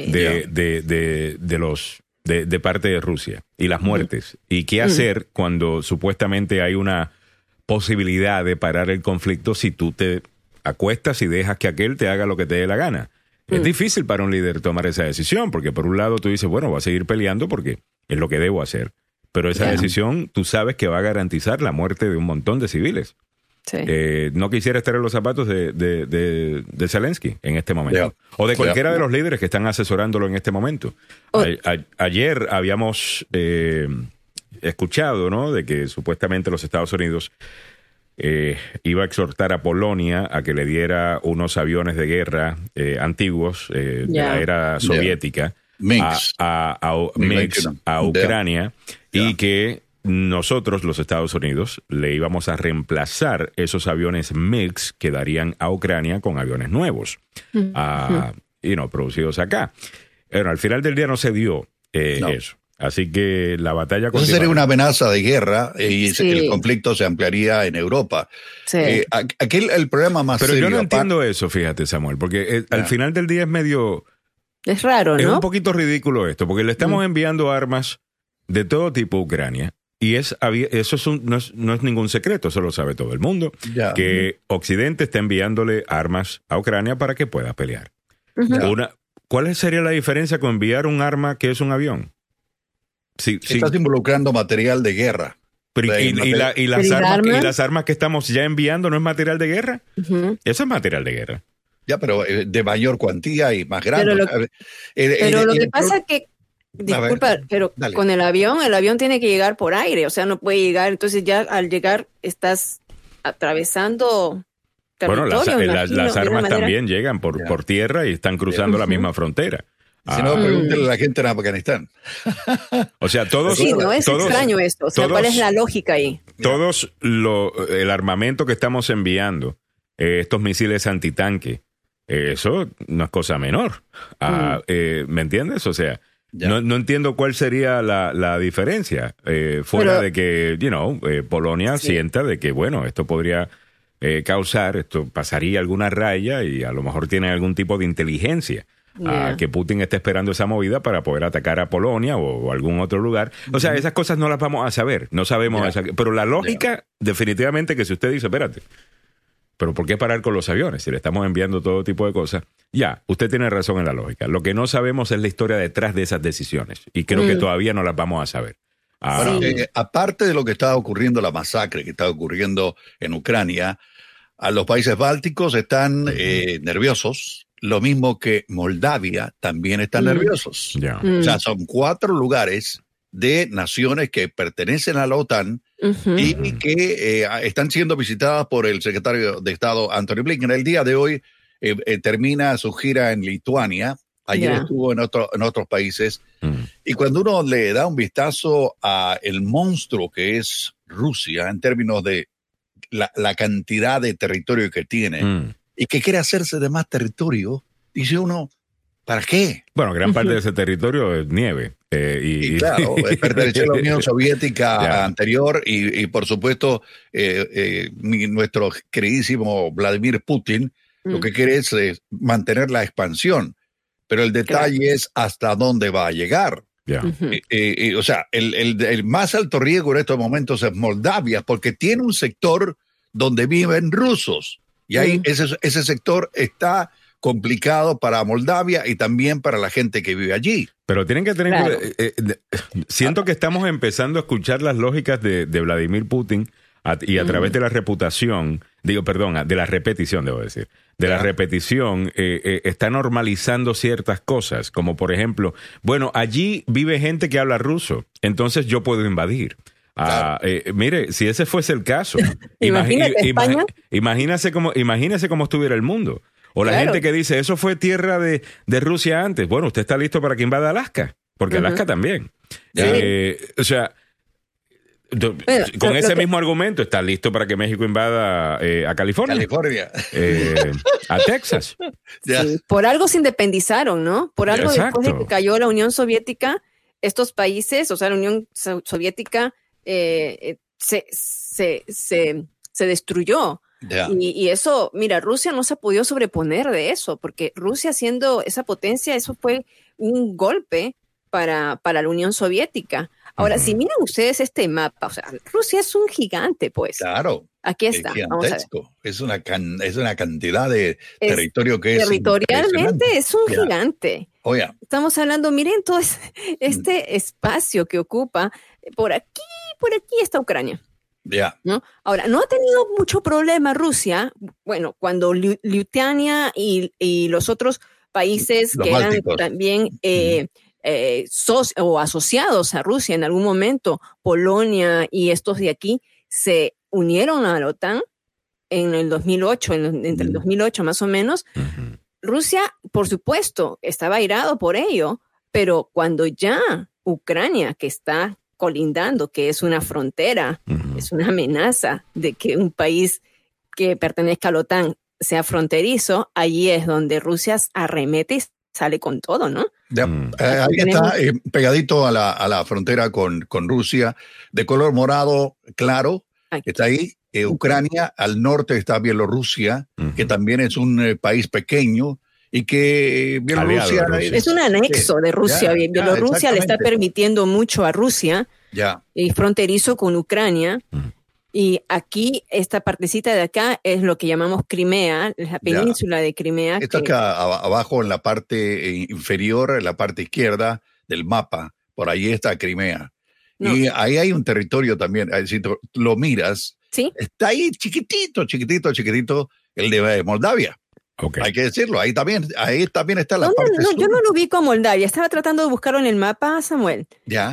de parte de Rusia y las muertes. ¿Y qué hacer cuando supuestamente hay una posibilidad de parar el conflicto si tú te acuestas y dejas que aquel te haga lo que te dé la gana? Es difícil para un líder tomar esa decisión, porque por un lado tú dices, bueno, voy a seguir peleando porque es lo que debo hacer. Pero esa decisión tú sabes que va a garantizar la muerte de un montón de civiles. Sí. No quisiera estar en los zapatos de Zelensky en este momento. O de cualquiera de los líderes que están asesorándolo en este momento. Ayer habíamos escuchado, ¿no?, de que supuestamente los Estados Unidos iba a exhortar a Polonia a que le diera unos aviones de guerra antiguos de la era soviética a Ucrania y que nosotros, los Estados Unidos, le íbamos a reemplazar esos aviones MiGs que darían a Ucrania con aviones nuevos, producidos acá. Bueno, al final del día no se dio eso. Así que la batalla continúa. Eso sería una amenaza de guerra y el conflicto se ampliaría en Europa. Sí. Aquí el problema más Pero serio... yo no entiendo eso, fíjate, Samuel, porque al final del día es medio... Es raro, ¿no? Es un poquito ridículo esto, porque le estamos enviando armas de todo tipo a Ucrania y eso no es ningún secreto, eso lo sabe todo el mundo, que Occidente está enviándole armas a Ucrania para que pueda pelear. ¿Cuál sería la diferencia con enviar un arma que es un avión? Estás involucrando material de guerra. Pero ¿y las armas que estamos ya enviando no es material de guerra? Eso es material de guerra. Ya, pero de mayor cuantía y más grande. Pero lo que pasa es que, disculpa, pero dale. Con el avión tiene que llegar por aire, o sea, no puede llegar, entonces ya al llegar estás atravesando territorio. Bueno, las armas también llegan por tierra y están cruzando la misma frontera. Si no, pregúntale a la gente en Afganistán. O sea, todos... Sí, no es extraño esto. O sea, ¿cuál es la lógica ahí? El armamento que estamos enviando, estos misiles antitanque, eso no es cosa menor. ¿Me entiendes? O sea, no entiendo cuál sería la diferencia. Fuera de que, Polonia sienta de que, bueno, esto podría pasaría alguna raya y a lo mejor tiene algún tipo de inteligencia. Que Putin esté esperando esa movida para poder atacar a Polonia o algún otro lugar. O sea, esas cosas no las vamos a saber, no sabemos pero la lógica, definitivamente que si usted dice, espérate, pero ¿por qué parar con los aviones? Si le estamos enviando todo tipo de cosas. Usted tiene razón en la lógica. Lo que no sabemos es la historia detrás de esas decisiones y creo que todavía no las vamos a saber. Aparte de lo que está ocurriendo, la masacre que está ocurriendo en Ucrania, a los países bálticos están nerviosos. Lo mismo que Moldavia también están nerviosos. O sea, son 4 lugares de naciones que pertenecen a la OTAN y que están siendo visitadas por el secretario de Estado Antony Blinken. El día de hoy termina su gira en Lituania. Ayer estuvo en otros países. Y cuando uno le da un vistazo a el monstruo que es Rusia en términos de la cantidad de territorio que tiene, y que quiere hacerse de más territorio, dice uno, ¿para qué? Bueno, gran parte de ese territorio es nieve. Y claro, perteneció a la Unión Soviética anterior y por supuesto, nuestro queridísimo Vladimir Putin lo que quiere es mantener la expansión. pero el detalle es hasta dónde va a llegar. Yeah. O sea, el más alto riesgo en estos momentos es Moldavia, porque tiene un sector donde viven rusos, y ahí ese sector está complicado para Moldavia y también para la gente que vive allí. Pero tienen que tener... siento que estamos empezando a escuchar las lógicas de Vladimir Putin y a través de la reputación, de la repetición, debo decir. De la repetición, está normalizando ciertas cosas, como por ejemplo, bueno, allí vive gente que habla ruso, entonces yo puedo invadir. Mire, si ese fuese el caso, imagínese cómo estuviera el mundo. O la gente que dice, eso fue tierra de Rusia antes. Bueno, usted está listo para que invada Alaska, porque Alaska también. O sea, con ese mismo argumento, está listo para que México invada a California. A Texas. Sí, por algo se independizaron, ¿no? Por algo después de que cayó la Unión Soviética, estos países, o sea, la Unión Soviética se destruyó. Y eso, mira, Rusia no se ha podido sobreponer de eso, porque Rusia siendo esa potencia, eso fue un golpe para la Unión Soviética. Ahora, si miran ustedes este mapa, o sea, Rusia es un gigante, pues. Claro. Aquí está. Vamos a ver. Es una cantidad de territorio que territorialmente es un gigante. Estamos hablando, miren todo este espacio que ocupa. Por aquí está Ucrania. ¿No? Ahora, no ha tenido mucho problema Rusia, bueno, cuando Lituania y los otros países que eran también o asociados a Rusia en algún momento, Polonia y estos de aquí, se unieron a la OTAN en el 2008, entre el 2008 más o menos. Rusia, por supuesto, estaba airado por ello, pero cuando ya Ucrania, que está colindando, que es una frontera, es una amenaza de que un país que pertenezca a la OTAN sea fronterizo, allí es donde Rusia arremete y sale con todo, ¿no? Ahí está pegadito a la frontera con Rusia, de color morado claro, está ahí. Ucrania, al norte está Bielorrusia, que también es un país pequeño, y que Bielorrusia es un anexo de Rusia. Bielorrusia le está permitiendo mucho a Rusia y fronterizo con Ucrania. Y aquí, esta partecita de acá es lo que llamamos Crimea, la península de Crimea. Está acá abajo en la parte inferior, en la parte izquierda del mapa. Por ahí está Crimea. Y ahí hay un territorio también. Si lo miras, está ahí chiquitito, el de Moldavia. Hay que decirlo, ahí también está la parte sur. Yo no lo ubico a Moldavia, estaba tratando de buscarlo en el mapa, Samuel.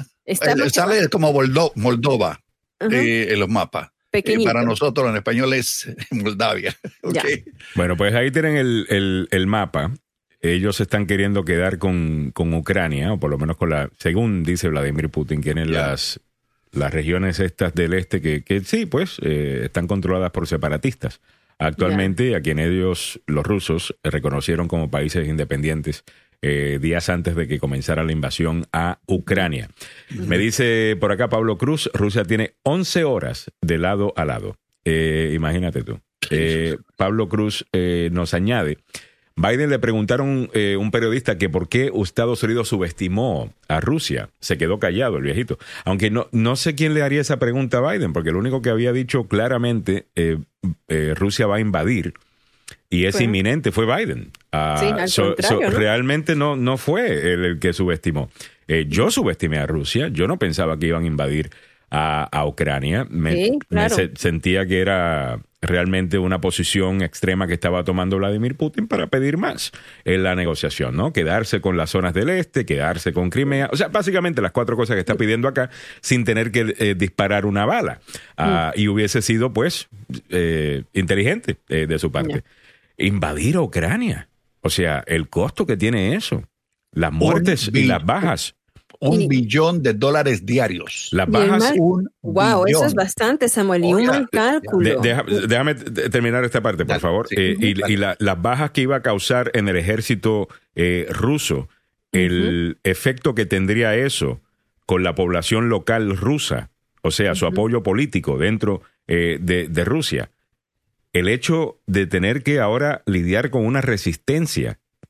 Sale como Moldova en los mapas. Para nosotros en español es Moldavia. Bueno, pues ahí tienen el mapa. Ellos están queriendo quedar con Ucrania, o por lo menos según dice Vladimir Putin, tienen las regiones estas del este que sí, pues, están controladas por separatistas. Actualmente, a quienes ellos, los rusos, reconocieron como países independientes días antes de que comenzara la invasión a Ucrania. Me dice por acá Pablo Cruz, Rusia tiene 11 horas de lado a lado. Imagínate tú. Pablo Cruz nos añade, Biden le preguntaron un periodista que por qué Estados Unidos subestimó a Rusia. Se quedó callado el viejito. Aunque no sé quién le haría esa pregunta a Biden, porque lo único que había dicho claramente, Rusia va a invadir y es inminente, fue Biden. ¿no? Realmente no fue el que subestimó. Yo subestimé a Rusia. Yo no pensaba que iban a invadir a Ucrania. Me sentía que era realmente una posición extrema que estaba tomando Vladimir Putin para pedir más en la negociación, ¿no? Quedarse con las zonas del este, quedarse con Crimea. O sea, básicamente las 4 cosas que está pidiendo acá sin tener que disparar una bala. Y hubiese sido, pues, inteligente de su parte. Invadir a Ucrania. O sea, el costo que tiene eso. Las muertes y las bajas. $1 billón diarios. Las bajas. Wow, eso es bastante, Samuel. Y un mal cálculo. Déjame terminar esta parte, por favor. Y las bajas que iba a causar en el ejército ruso, el efecto que tendría eso con la población local rusa, o sea, su apoyo político dentro de Rusia. El hecho de tener que ahora lidiar con una resistencia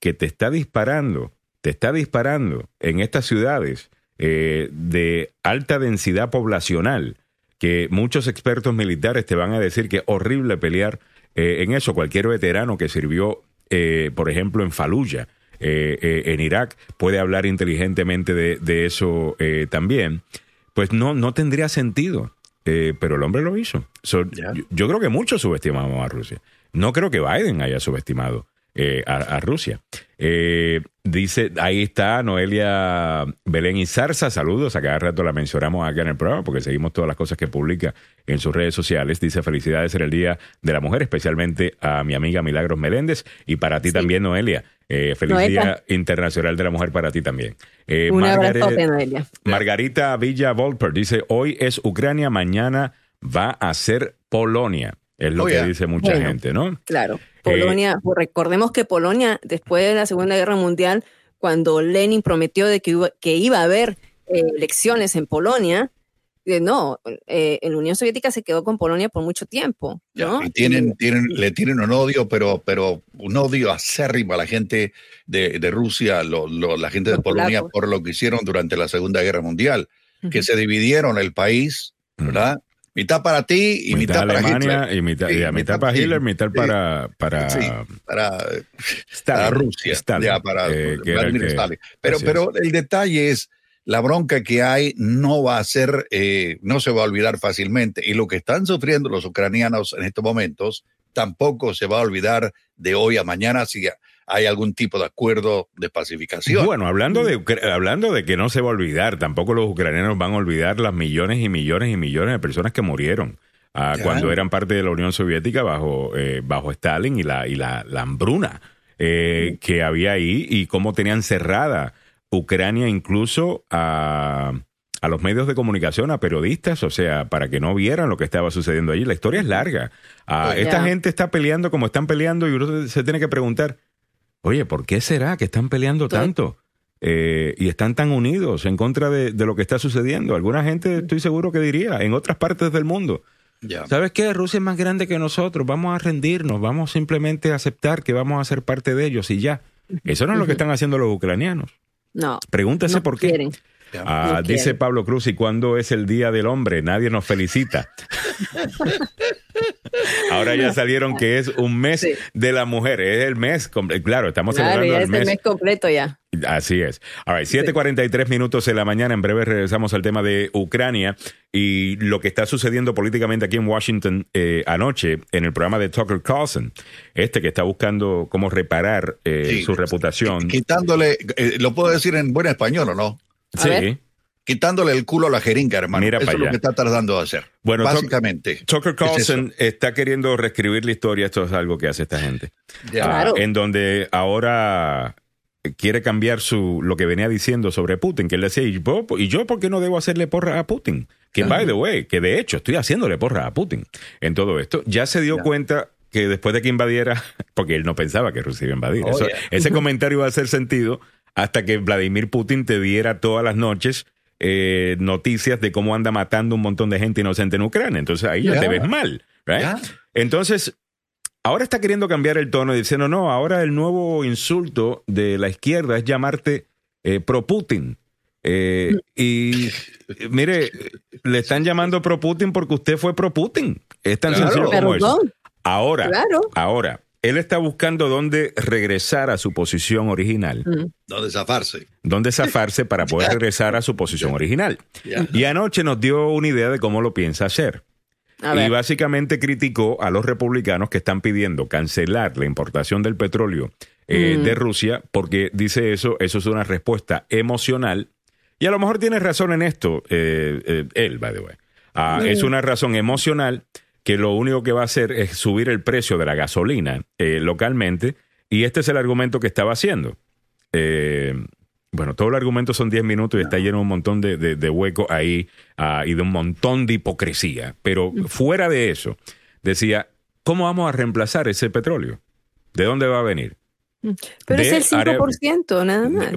que te está disparando en estas ciudades de alta densidad poblacional, que muchos expertos militares te van a decir que es horrible pelear en eso. Cualquier veterano que sirvió, por ejemplo, en Fallujah, en Irak, puede hablar inteligentemente de eso también. Pues no tendría sentido. Pero el hombre lo hizo. Yo creo que muchos subestimamos a Rusia. No creo que Biden haya subestimado a Rusia. Dice, ahí está Noelia Belén Izarza, saludos, a cada rato la mencionamos acá en el programa porque seguimos todas las cosas que publica en sus redes sociales. Dice, felicidades en el Día de la Mujer, especialmente a mi amiga Milagros Meléndez y para ti también, Noelia. Feliz Día Internacional de la Mujer para ti también. Un abrazote, Noelia. Margarita Villa Volper dice, hoy es Ucrania, mañana va a ser Polonia. Es lo que dice mucha gente, ¿no? Claro. Polonia, recordemos que Polonia, después de la Segunda Guerra Mundial, cuando Lenin prometió de que iba a haber elecciones en Polonia, la Unión Soviética se quedó con Polonia por mucho tiempo, ¿no? Y le tienen un odio, pero un odio acérrimo a la gente de Rusia, la gente de Polonia, por lo que hicieron durante la Segunda Guerra Mundial, que se dividieron el país, ¿verdad? Mitad para ti y mitad para Alemania Hitler. Mitad para Hitler, mitad para Rusia, para Vladimir Stalin. Pero el detalle es, la bronca que hay no va a ser, no se va a olvidar fácilmente. Y lo que están sufriendo los ucranianos en estos momentos tampoco se va a olvidar de hoy a mañana si hay algún tipo de acuerdo de pacificación. Bueno, hablando de que no se va a olvidar, tampoco los ucranianos van a olvidar las millones y millones y millones de personas que murieron cuando eran parte de la Unión Soviética bajo Stalin y la hambruna que había ahí, y cómo tenían cerrada Ucrania incluso a los medios de comunicación, a periodistas, o sea, para que no vieran lo que estaba sucediendo allí. La historia es larga. Esta gente está peleando como están peleando y uno se tiene que preguntar, oye, ¿por qué será que están peleando tanto? Y están tan unidos en contra de lo que está sucediendo. Alguna gente, estoy seguro que diría, en otras partes del mundo, ¿sabes qué? Rusia es más grande que nosotros, vamos a rendirnos, vamos simplemente a aceptar que vamos a ser parte de ellos y ya. Eso no es lo que están haciendo los ucranianos. No. Pregúntese por qué. Quieren. Dice Pablo Cruz, ¿y cuándo es el Día del Hombre? Nadie nos felicita. Ahora ya salieron que es un mes de la mujer. Es el mes, claro, estamos celebrando el mes. Es el mes completo ya. Así es. All right, 7:43 minutos de la mañana. En breve regresamos al tema de Ucrania y lo que está sucediendo políticamente aquí en Washington anoche en el programa de Tucker Carlson, que está buscando cómo reparar su reputación. Quitándole, lo puedo decir en buen español, ¿o no? Sí. Quitándole el culo a la jeringa, hermano. Mira, eso es lo que está tratando de hacer. Bueno, básicamente. Tucker Carlson está queriendo reescribir la historia. Esto es algo que hace esta gente. Claro. En donde ahora quiere cambiar lo que venía diciendo sobre Putin, que él decía, ¿y yo por qué no debo hacerle porra a Putin? Que, by the way, que de hecho estoy haciéndole porra a Putin en todo esto. Ya se dio cuenta que después de que invadiera, porque él no pensaba que Rusia iba a invadir. Ese comentario iba a hacer sentido hasta que Vladimir Putin te diera todas las noches noticias de cómo anda matando un montón de gente inocente en Ucrania. Entonces ahí ya te ves mal, right? Entonces, ahora está queriendo cambiar el tono y diciendo, no, ahora el nuevo insulto de la izquierda es llamarte pro-Putin. Y mire, le están llamando pro-Putin porque usted fue pro-Putin. Es tan sencillo como eso. Ahora, él está buscando dónde regresar a su posición original. Dónde zafarse para poder regresar a su posición original. Y anoche nos dio una idea de cómo lo piensa hacer. Y básicamente criticó a los republicanos que están pidiendo cancelar la importación del petróleo de Rusia, porque dice eso es una respuesta emocional. Y a lo mejor tiene razón en esto, él, by the way. Es una razón emocional que lo único que va a hacer es subir el precio de la gasolina localmente, y este es el argumento que estaba haciendo. Bueno, todo el argumento son 10 minutos y está lleno de un montón de huecos ahí y de un montón de hipocresía. Pero fuera de eso, decía, ¿cómo vamos a reemplazar ese petróleo? ¿De dónde va a venir? Pero es el 5%, nada más.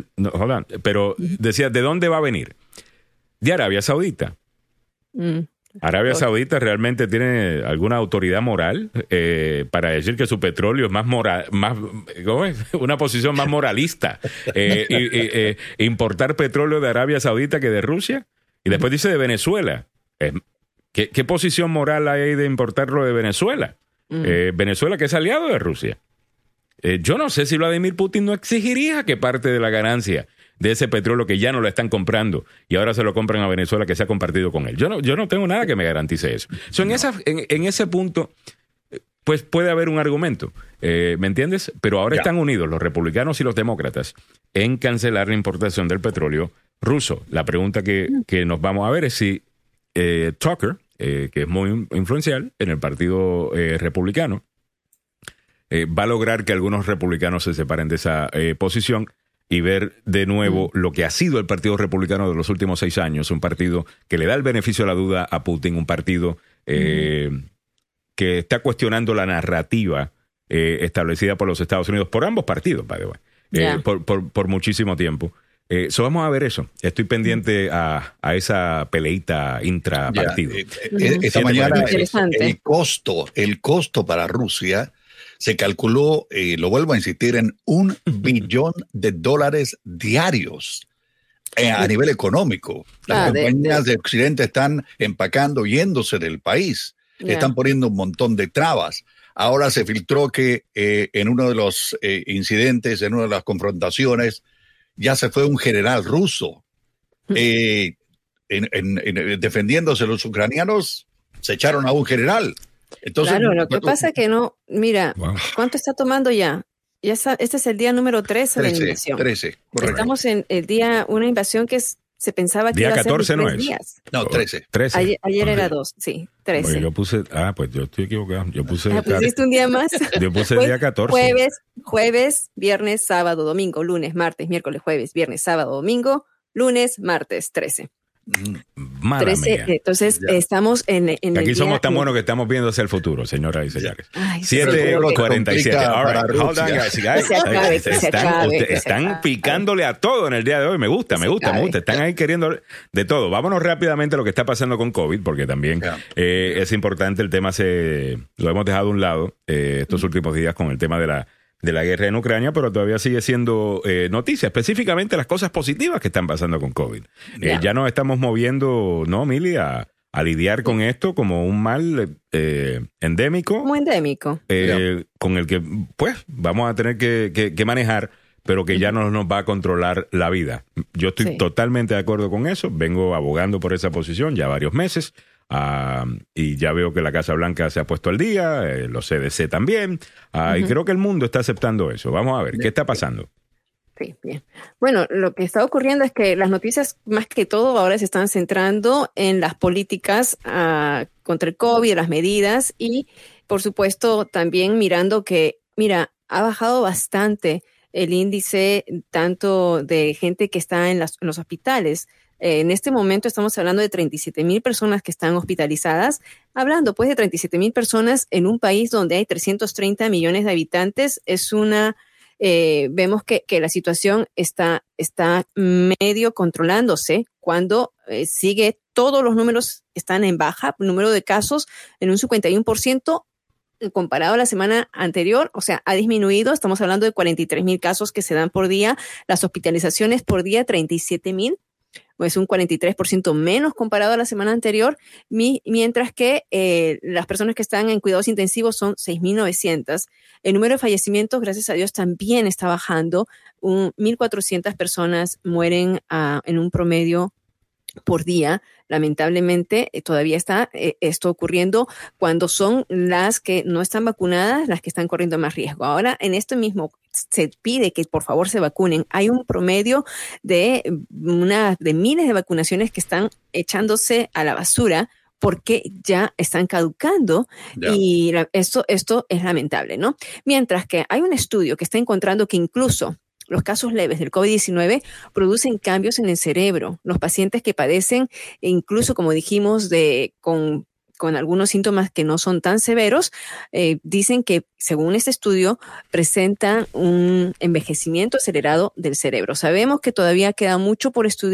Pero decía, ¿de dónde va a venir? De Arabia Saudita. ¿Arabia Saudita realmente tiene alguna autoridad moral para decir que su petróleo es más moral, ¿cómo es? Una posición más moralista? Importar petróleo de Arabia Saudita que de Rusia. Y después dice de Venezuela. ¿Qué posición moral hay de importarlo de Venezuela? Venezuela, que es aliado de Rusia. Yo no sé si Vladimir Putin no exigiría que parte de la ganancia de ese petróleo que ya no lo están comprando y ahora se lo compran a Venezuela, que se ha compartido con él. Yo no tengo nada que me garantice eso. En ese punto, pues puede haber un argumento, ¿me entiendes? Pero ahora están unidos los republicanos y los demócratas en cancelar la importación del petróleo ruso. La pregunta que nos vamos a ver es si Tucker, que es muy influencial en el partido republicano, va a lograr que algunos republicanos se separen de esa posición y ver de nuevo lo que ha sido el Partido Republicano de los últimos 6 años, un partido que le da el beneficio de la duda a Putin, un partido que está cuestionando la narrativa establecida por los Estados Unidos, por ambos partidos, by the way, por muchísimo tiempo. Vamos a ver eso. Estoy pendiente a esa peleita intrapartido. Esta mañana el costo para Rusia se calculó, lo vuelvo a insistir, en $1 billón diarios a nivel económico. Las compañías de Occidente están empacando, yéndose del país. Están poniendo un montón de trabas. Ahora se filtró que en uno de los incidentes, en una de las confrontaciones, ya se fue un general ruso. Defendiéndose los ucranianos, se echaron a un general. Entonces, claro, lo que pasa es que no, mira, ¿cuánto está tomando ya? Este es el día número 13 de la invasión. 13, correcto. Estamos en el día, una invasión que se pensaba que día iba a 14 ser no 3 es. días. No, 13. Ayer era 2, sí, 13. Oye, yo puse, pues yo estoy equivocado. Yo puse. ¿Pusiste un día más? Yo puse el día 14. Jueves, viernes, sábado, domingo, lunes, martes, miércoles, jueves, viernes, sábado, domingo, lunes, martes, 13. Mala 13, mía. Entonces estamos en el aquí somos tan buenos que estamos viendo hacia el futuro, señoras y señores. 7:47. Hold on, guys. Están picándole a todo en el día de hoy. Me gusta. Están ahí queriendo de todo. Vámonos rápidamente a lo que está pasando con COVID, porque también es importante. El tema lo hemos dejado a un lado estos últimos días con el tema de la guerra en Ucrania, pero todavía sigue siendo noticia, específicamente las cosas positivas que están pasando con COVID. Ya nos estamos moviendo, ¿no, Mili? A lidiar con esto como un mal endémico. Como endémico. Con el que, pues, vamos a tener que manejar, pero que ya no nos va a controlar la vida. Yo estoy totalmente de acuerdo con eso. Vengo abogando por esa posición ya varios meses. Y ya veo que la Casa Blanca se ha puesto al día, los CDC también, y creo que el mundo está aceptando eso. Vamos a ver, ¿qué está pasando? Sí, bien. Bueno, lo que está ocurriendo es que las noticias, más que todo, ahora se están centrando en las políticas contra el COVID, las medidas, y por supuesto también mirando que, ha bajado bastante el índice tanto de gente que está en los hospitales. En este momento estamos hablando de 37,000 personas que están hospitalizadas, hablando pues de 37,000 personas en un país donde hay 330 millones de habitantes. Vemos que la situación está medio controlándose cuando todos los números están en baja, el número de casos en un 51%, comparado a la semana anterior, o sea, ha disminuido. Estamos hablando de 43,000 casos que se dan por día, las hospitalizaciones por día 37,000. Es un 43% menos comparado a la semana anterior, mientras que las personas que están en cuidados intensivos son 6,900. El número de fallecimientos, gracias a Dios, también está bajando. 1,400 personas mueren en un promedio por día. Lamentablemente, todavía está esto ocurriendo cuando son las que no están vacunadas, las que están corriendo más riesgo. Ahora, en esto mismo, se pide que por favor se vacunen. Hay un promedio de miles de vacunaciones que están echándose a la basura porque ya están caducando y esto es lamentable, ¿no? Mientras que hay un estudio que está encontrando que incluso los casos leves del COVID-19 producen cambios en el cerebro. Los pacientes que padecen, incluso como dijimos, con algunos síntomas que no son tan severos, dicen que, según este estudio, presentan un envejecimiento acelerado del cerebro. Sabemos que todavía queda mucho por estudiar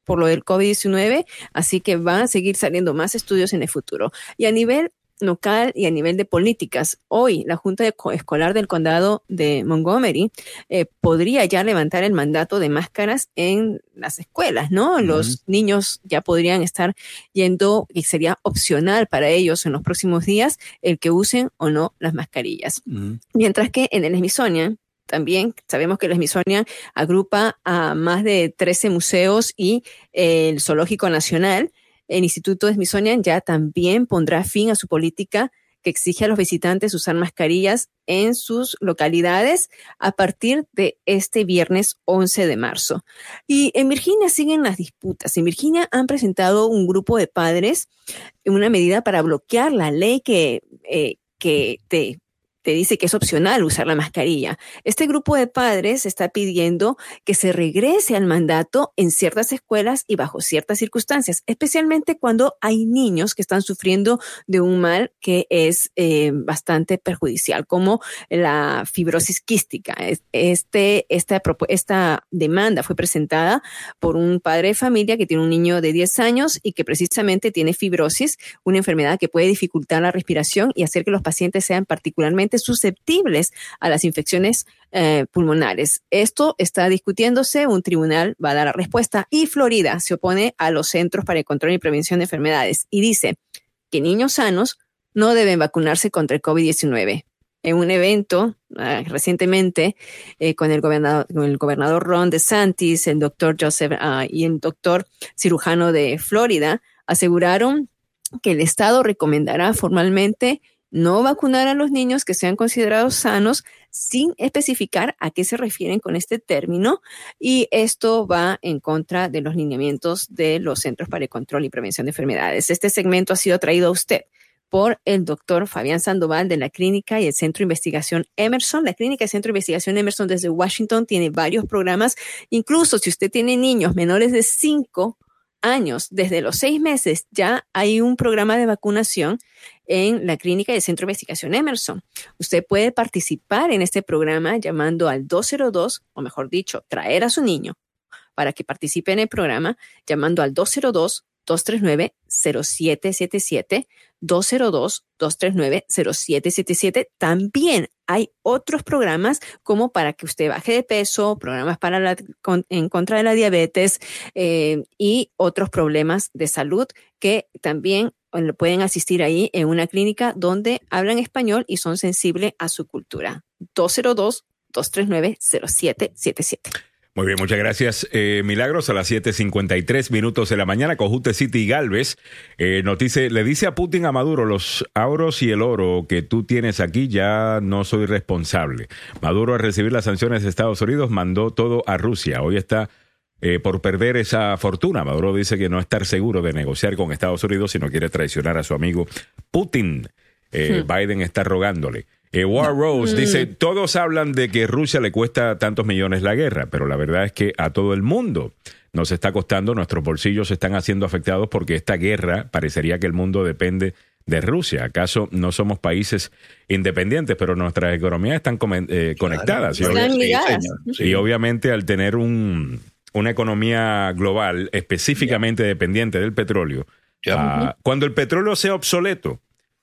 por lo del COVID-19, así que van a seguir saliendo más estudios en el futuro. Y a nivel local y a nivel de políticas, hoy la Junta Escolar del Condado de Montgomery podría ya levantar el mandato de máscaras en las escuelas, ¿no? Los niños ya podrían estar yendo, y sería opcional para ellos en los próximos días el que usen o no las mascarillas. Mientras que en el Smithsonian, también sabemos que el Smithsonian agrupa a más de 13 museos y el Zoológico Nacional. El Instituto Smithsonian ya también pondrá fin a su política que exige a los visitantes usar mascarillas en sus localidades a partir de este viernes 11 de marzo. Y en Virginia siguen las disputas. En Virginia han presentado un grupo de padres una medida para bloquear la ley que te dice que es opcional usar la mascarilla. Este grupo de padres está pidiendo que se regrese al mandato en ciertas escuelas y bajo ciertas circunstancias, especialmente cuando hay niños que están sufriendo de un mal que es bastante perjudicial, como la fibrosis quística. Esta demanda fue presentada por un padre de familia que tiene un niño de 10 años y que precisamente tiene fibrosis, una enfermedad que puede dificultar la respiración y hacer que los pacientes sean particularmente susceptibles a las infecciones pulmonares. Esto está discutiéndose, un tribunal va a dar la respuesta y Florida se opone a los Centros para el Control y Prevención de Enfermedades y dice que niños sanos no deben vacunarse contra el COVID-19. En un evento recientemente con el gobernador Ron DeSantis, el doctor Joseph y el doctor cirujano de Florida aseguraron que el estado recomendará formalmente no vacunar a los niños que sean considerados sanos sin especificar a qué se refieren con este término y esto va en contra de los lineamientos de los Centros para el Control y Prevención de Enfermedades. Este segmento ha sido traído a usted por el doctor Fabián Sandoval de la Clínica y el Centro de Investigación Emerson. La Clínica y el Centro de Investigación Emerson desde Washington tiene varios programas. Incluso si usted tiene niños menores de 5 años, desde los 6 meses ya hay un programa de vacunación en la Clínica del Centro de Investigación Emerson. Usted puede participar en este programa llamando al 202, o mejor dicho, traer a su niño para que participe en el programa, llamando al 202-239-0777, 202-239-0777. También hay otros programas como para que usted baje de peso, programas para en contra de la diabetes y otros problemas de salud que también pueden asistir ahí en una clínica donde hablan español y son sensibles a su cultura. 202-239-0777. Muy bien, muchas gracias. Milagros, a las 7:53 de la mañana, Cojute City y Galvez le dice a Putin, a Maduro, los auros y el oro que tú tienes aquí ya no soy responsable. Maduro, al recibir las sanciones de Estados Unidos, mandó todo a Rusia. Hoy está por perder esa fortuna. Maduro dice que no estar seguro de negociar con Estados Unidos si no quiere traicionar a su amigo Putin. Biden está rogándole. War Rose dice, todos hablan de que Rusia le cuesta tantos millones la guerra, pero la verdad es que a todo el mundo nos está costando, nuestros bolsillos se están haciendo afectados porque esta guerra parecería que el mundo depende de Rusia. ¿Acaso no somos países independientes, pero nuestras economías están conectadas? Están ligadas. Y obviamente al tener una economía global específicamente dependiente del petróleo, cuando el petróleo sea obsoleto,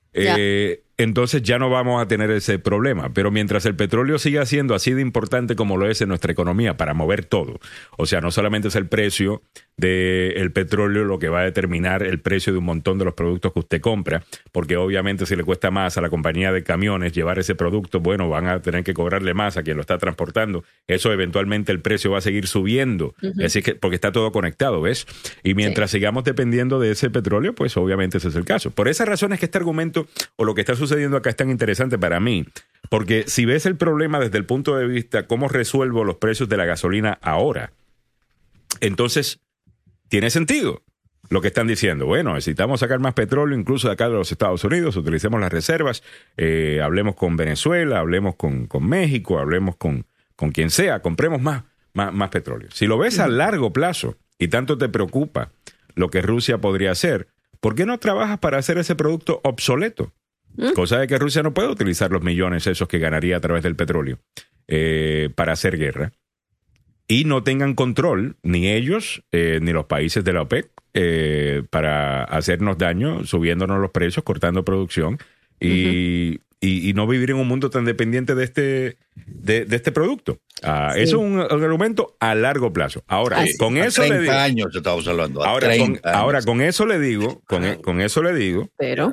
entonces ya no vamos a tener ese problema. Pero mientras el petróleo siga siendo así de importante como lo es en nuestra economía para mover todo, o sea, no solamente es el precio del petróleo lo que va a determinar el precio de un montón de los productos que usted compra, porque obviamente si le cuesta más a la compañía de camiones llevar ese producto, bueno, van a tener que cobrarle más a quien lo está transportando. Eso eventualmente el precio va a seguir subiendo, así que porque está todo conectado, ¿ves? Y mientras sigamos dependiendo de ese petróleo, pues obviamente ese es el caso. Por esa razón es que este argumento o lo que está sucediendo acá es tan interesante para mí, porque si ves el problema desde el punto de vista cómo resuelvo los precios de la gasolina ahora, entonces tiene sentido lo que están diciendo. Bueno, necesitamos sacar más petróleo incluso de acá de los Estados Unidos, utilicemos las reservas, hablemos con Venezuela, hablemos con México, hablemos con quien sea, compremos más petróleo. Si lo ves a largo plazo y tanto te preocupa lo que Rusia podría hacer, ¿por qué no trabajas para hacer ese producto obsoleto? Cosa de que Rusia no puede utilizar los millones esos que ganaría a través del petróleo para hacer guerra. y no tengan control, ni ellos, ni los países de la OPEC, para hacernos daño, subiéndonos los precios, cortando producción y no vivir en un mundo tan dependiente de este producto. Sí. Eso es un argumento a largo plazo. Ahora, con eso le digo... 30 años estamos hablando. Ahora, con eso le digo, con eso le digo...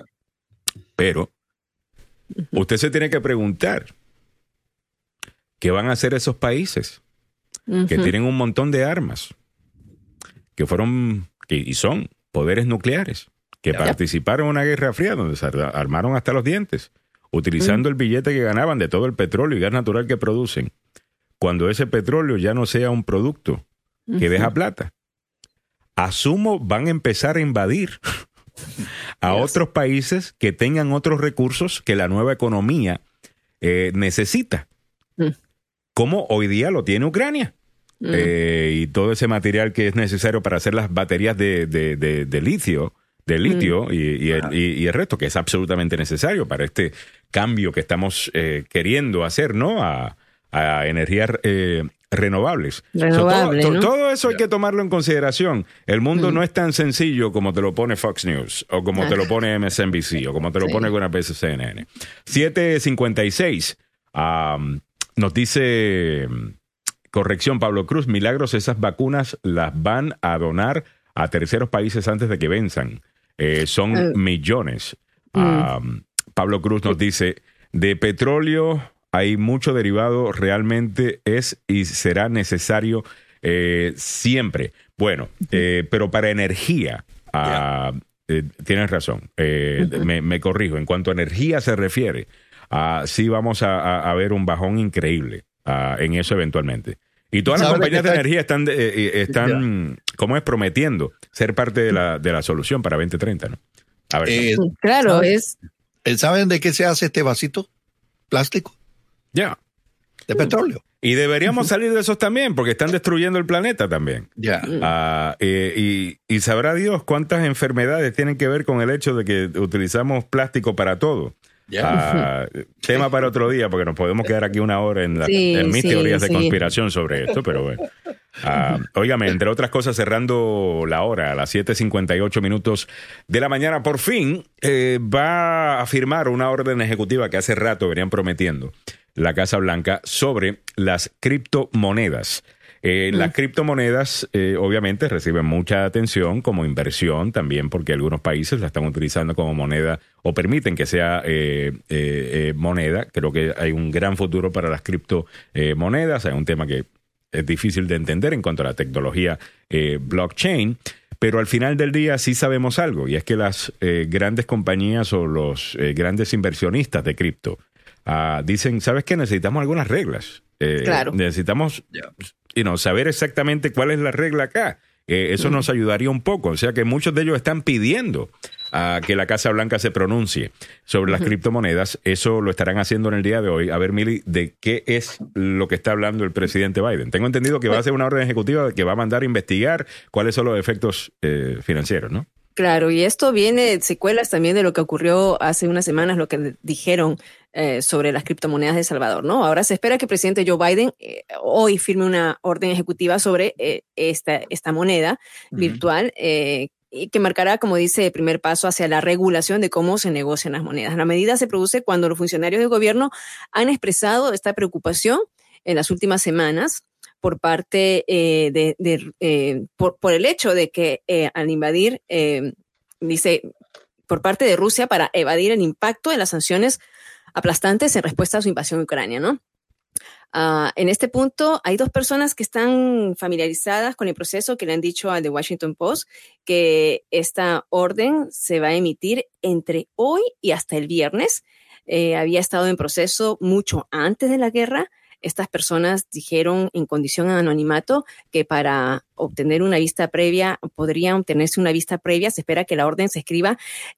Pero usted se tiene que preguntar, ¿qué van a hacer esos países que tienen un montón de armas, que fueron y son poderes nucleares, que participaron en una guerra fría donde se armaron hasta los dientes, utilizando el billete que ganaban de todo el petróleo y gas natural que producen, cuando ese petróleo ya no sea un producto que deja plata? Asumo van a empezar a invadir a otros países que tengan otros recursos que la nueva economía necesita, como hoy día lo tiene Ucrania. Y todo ese material que es necesario para hacer las baterías de litio, y el resto, que es absolutamente necesario para este cambio que estamos queriendo hacer, ¿no? A energías renovables. Todo eso hay que tomarlo en consideración. El mundo no es tan sencillo como te lo pone Fox News, o como te lo pone MSNBC, o como te lo pone algunas veces CNN. 7:56. Nos dice... Corrección, Pablo Cruz, milagros, esas vacunas las van a donar a terceros países antes de que venzan. Son millones. Pablo Cruz nos dice, de petróleo hay mucho derivado, realmente es y será necesario siempre. Bueno, pero para energía, tienes razón, me corrijo, en cuanto a energía se refiere, sí vamos a ver un bajón increíble. En eso eventualmente. Y todas las compañías de energía están ¿cómo es? Prometiendo ser parte de la solución para 2030, ¿no? A ver. Claro, ¿saben de qué se hace este vasito? Plástico. Ya. De petróleo. Y deberíamos salir de esos también, porque están destruyendo el planeta también. Ya. Y sabrá Dios cuántas enfermedades tienen que ver con el hecho de que utilizamos plástico para todo. Tema para otro día, porque nos podemos quedar aquí una hora en mis teorías de conspiración sobre esto, pero bueno. Óigame, entre otras cosas, cerrando la hora a las 7:58 de la mañana, por fin va a firmar una orden ejecutiva que hace rato venían prometiendo la Casa Blanca sobre las criptomonedas. Las criptomonedas obviamente reciben mucha atención como inversión también, porque algunos países la están utilizando como moneda o permiten que sea moneda. Creo que hay un gran futuro para las criptomonedas. Hay un tema que es difícil de entender en cuanto a la tecnología blockchain, pero al final del día sí sabemos algo, y es que las grandes compañías o los grandes inversionistas de cripto dicen, ¿sabes qué? Necesitamos algunas reglas. Necesitamos saber exactamente cuál es la regla acá. Eso nos ayudaría un poco. O sea que muchos de ellos están pidiendo que la Casa Blanca se pronuncie sobre las criptomonedas. Eso lo estarán haciendo en el día de hoy. A ver, Mili, ¿de qué es lo que está hablando el presidente Biden? Tengo entendido que va a hacer una orden ejecutiva que va a mandar a investigar cuáles son los efectos financieros, ¿no? Claro, y esto viene secuelas también de lo que ocurrió hace unas semanas, lo que dijeron sobre las criptomonedas de El Salvador, ¿no? Ahora se espera que el presidente Joe Biden hoy firme una orden ejecutiva sobre esta moneda virtual y que marcará, como dice, el primer paso hacia la regulación de cómo se negocian las monedas. La medida se produce cuando los funcionarios del gobierno han expresado esta preocupación en las últimas semanas por parte por el hecho de que al invadir, dice, por parte de Rusia para evadir el impacto de las sanciones aplastantes en respuesta a su invasión a Ucrania, ¿no? En este punto hay dos personas que están familiarizadas con el proceso que le han dicho al The Washington Post que esta orden se va a emitir entre hoy y hasta el viernes. Había estado en proceso mucho antes de la guerra. Estas personas dijeron en condición de anonimato que para obtener una vista previa, podría obtenerse una vista previa. Se espera que la orden se escriba,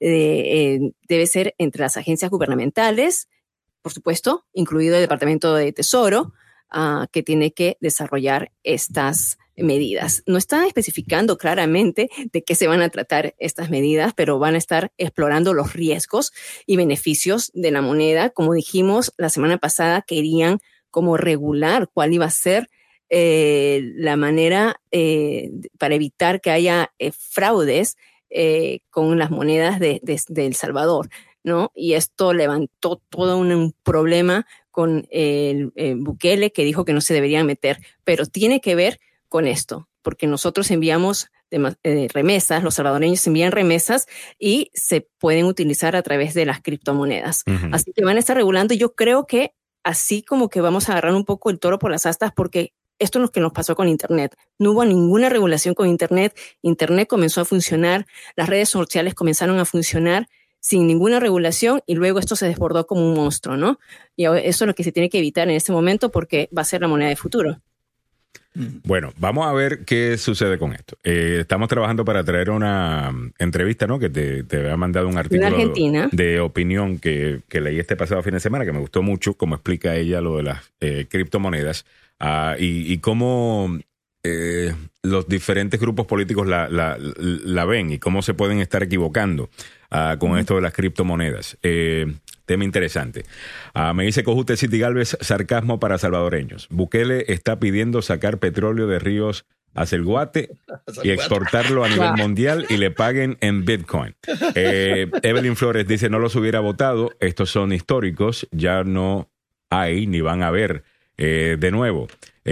debe ser entre las agencias gubernamentales, por supuesto, incluido el Departamento de Tesoro, que tiene que desarrollar estas medidas. No están especificando claramente de qué se van a tratar estas medidas, pero van a estar explorando los riesgos y beneficios de la moneda. Como dijimos la semana pasada, querían como regular cuál iba a ser la manera para evitar que haya fraudes con las monedas de El Salvador, ¿no? Y esto levantó todo un problema con el Bukele, que dijo que no se deberían meter, pero tiene que ver con esto, porque nosotros enviamos remesas, los salvadoreños envían remesas y se pueden utilizar a través de las criptomonedas. Uh-huh. Así que van a estar regulando. Yo creo que así como que vamos a agarrar un poco el toro por las astas, porque esto es lo que nos pasó con Internet. No hubo ninguna regulación con Internet. Internet comenzó a funcionar, las redes sociales comenzaron a funcionar sin ninguna regulación y luego esto se desbordó como un monstruo, ¿no? Y eso es lo que se tiene que evitar en este momento porque va a ser la moneda de futuro. Bueno, vamos a ver qué sucede con esto. Estamos trabajando para traer una entrevista, ¿no? Que te había mandado un artículo de opinión que leí este pasado fin de semana, que me gustó mucho, como explica ella lo de las criptomonedas y cómo los diferentes grupos políticos la ven y cómo se pueden estar equivocando con esto de las criptomonedas. Tema interesante. Me dice Cojute City Galvez, sarcasmo para salvadoreños. Bukele está pidiendo sacar petróleo de ríos hacia el Guate y exportarlo a nivel mundial y le paguen en Bitcoin. Evelyn Flores dice, no los hubiera votado, estos son históricos, ya no hay ni van a haber de nuevo.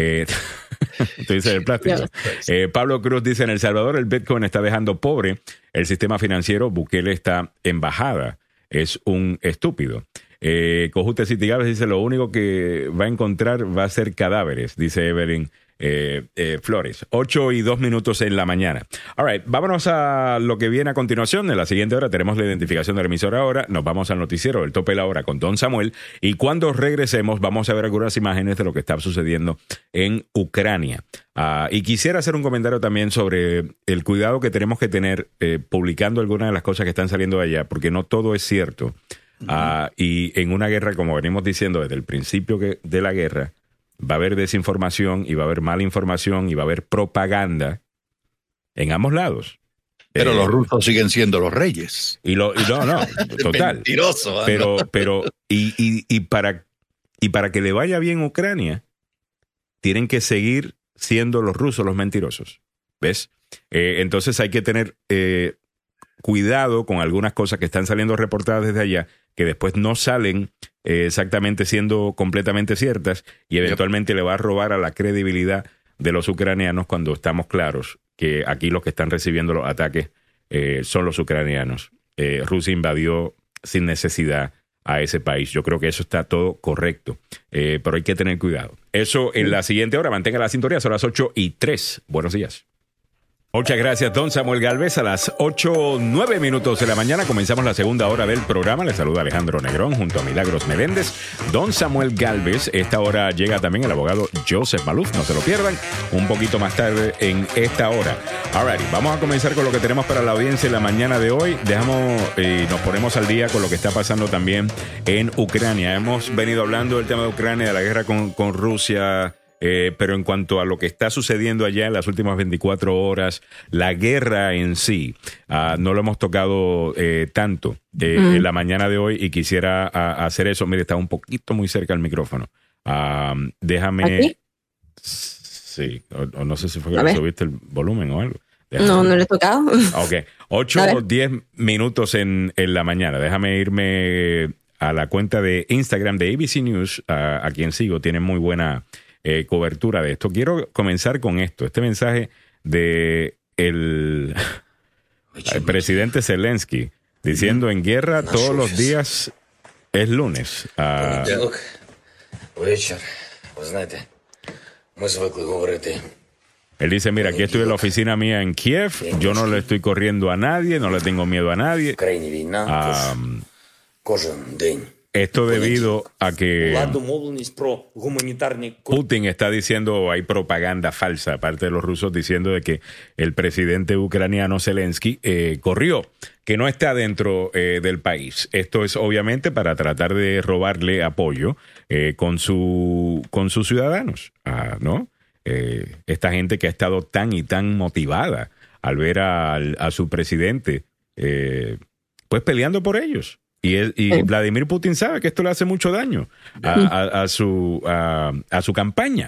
Tú dices el plástico. Pablo Cruz dice, en El Salvador el Bitcoin está dejando pobre el sistema financiero, Bukele está en bajada. Es un estúpido. Cojute City Galvez dice, lo único que va a encontrar va a ser cadáveres, dice Evelyn Flores. 8:02 en la mañana. All right, vámonos a lo que viene a continuación. En la siguiente hora tenemos la identificación de la emisora ahora. Nos vamos al noticiero, el tope de la hora con Don Samuel. Y cuando regresemos vamos a ver algunas imágenes de lo que está sucediendo en Ucrania. Y quisiera hacer un comentario también sobre el cuidado que tenemos que tener publicando algunas de las cosas que están saliendo de allá, porque no todo es cierto. Y en una guerra, como venimos diciendo desde el principio de la guerra, va a haber desinformación y va a haber mala información y va a haber propaganda en ambos lados. Pero los rusos siguen siendo los reyes. No, total. Mentiroso. Pero para que le vaya bien a Ucrania, tienen que seguir siendo los rusos los mentirosos. ¿Ves? Entonces hay que tener cuidado con algunas cosas que están saliendo reportadas desde allá, que después no salen exactamente siendo completamente ciertas y eventualmente le va a robar a la credibilidad de los ucranianos cuando estamos claros que aquí los que están recibiendo los ataques son los ucranianos. Rusia invadió sin necesidad a ese país. Yo creo que eso está todo correcto, pero hay que tener cuidado. Eso en la siguiente hora. Mantenga la sintonía, son las 8:03. Buenos días. Muchas gracias, Don Samuel Galvez. A las 8:09 de la mañana comenzamos la segunda hora del programa. Les saluda Alejandro Negrón junto a Milagros Meléndez. Don Samuel Galvez. Esta hora llega también el abogado Joseph Maluf. No se lo pierdan. Un poquito más tarde en esta hora. Alrighty, vamos a comenzar con lo que tenemos para la audiencia en la mañana de hoy. Nos ponemos al día con lo que está pasando también en Ucrania. Hemos venido hablando del tema de Ucrania, de la guerra con Rusia. Pero en cuanto a lo que está sucediendo allá en las últimas 24 horas, la guerra en sí, no lo hemos tocado tanto en la mañana de hoy y quisiera hacer eso. Mire, está un poquito muy cerca del micrófono. Déjame... ¿Aquí? Sí, o no sé si fue que le subiste el volumen o algo. No le he tocado. Ok, 8 o 10 minutos en la mañana. Déjame irme a la cuenta de Instagram de ABC News, a quien sigo, tiene muy buena... cobertura de esto. Quiero comenzar con esto. Este mensaje de el presidente Zelensky diciendo en guerra todos los días es lunes. Él dice, mira, aquí estoy en la oficina mía en Kiev, yo no le estoy corriendo a nadie, no le tengo miedo a nadie. Esto debido a que Putin está diciendo, hay propaganda falsa, aparte de los rusos, diciendo de que el presidente ucraniano Zelensky corrió, que no está dentro del país. Esto es obviamente para tratar de robarle apoyo con sus ciudadanos, ¿no? Esta gente que ha estado tan y tan motivada al ver a su presidente, pues peleando por ellos. Y Vladimir Putin sabe que esto le hace mucho daño a su campaña.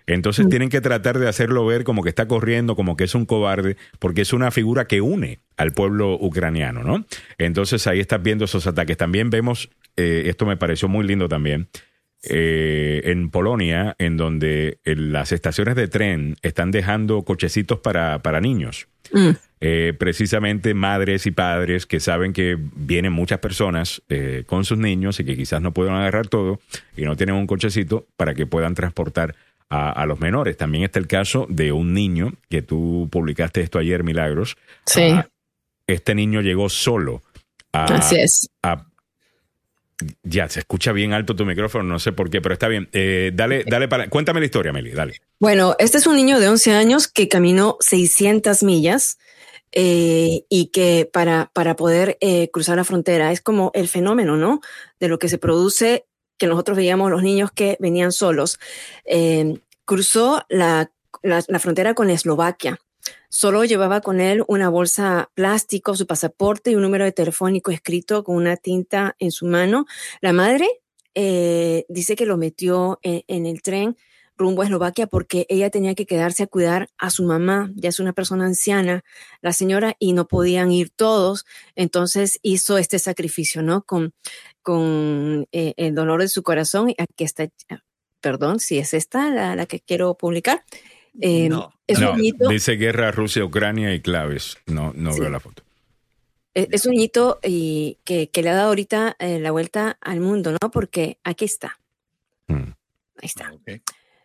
Entonces tienen que tratar de hacerlo ver como que está corriendo, como que es un cobarde, porque es una figura que une al pueblo ucraniano, ¿no? Entonces ahí estás viendo esos ataques. También vemos, esto me pareció muy lindo también, en Polonia, en donde las estaciones de tren están dejando cochecitos para niños. Precisamente madres y padres que saben que vienen muchas personas con sus niños y que quizás no pueden agarrar todo y no tienen un cochecito para que puedan transportar a los menores. También está el caso de un niño, que tú publicaste esto ayer, Milagros. Sí. Este niño llegó solo Así es. Ya, se escucha bien alto tu micrófono, no sé por qué, pero está bien. Dale cuéntame la historia, Meli, dale. Bueno, este es un niño de 11 años que caminó 600 millas y que para poder cruzar la frontera es como el fenómeno, ¿no? De lo que se produce, que nosotros veíamos los niños que venían solos. Cruzó la frontera con Eslovaquia. Solo llevaba con él una bolsa plástico, su pasaporte y un número de telefónico escrito con una tinta en su mano. La madre dice que lo metió en el tren rumbo a Eslovaquia porque ella tenía que quedarse a cuidar a su mamá, ya es una persona anciana, la señora, y no podían ir todos. Entonces hizo este sacrificio, ¿no? Con el dolor de su corazón. Aquí está, perdón, si es esta la que quiero publicar. No, un hito, dice guerra Rusia-Ucrania y claves. No sí. Veo la foto. Es un hito y que le ha dado ahorita la vuelta al mundo, ¿no? Porque aquí está. Ahí está. Okay.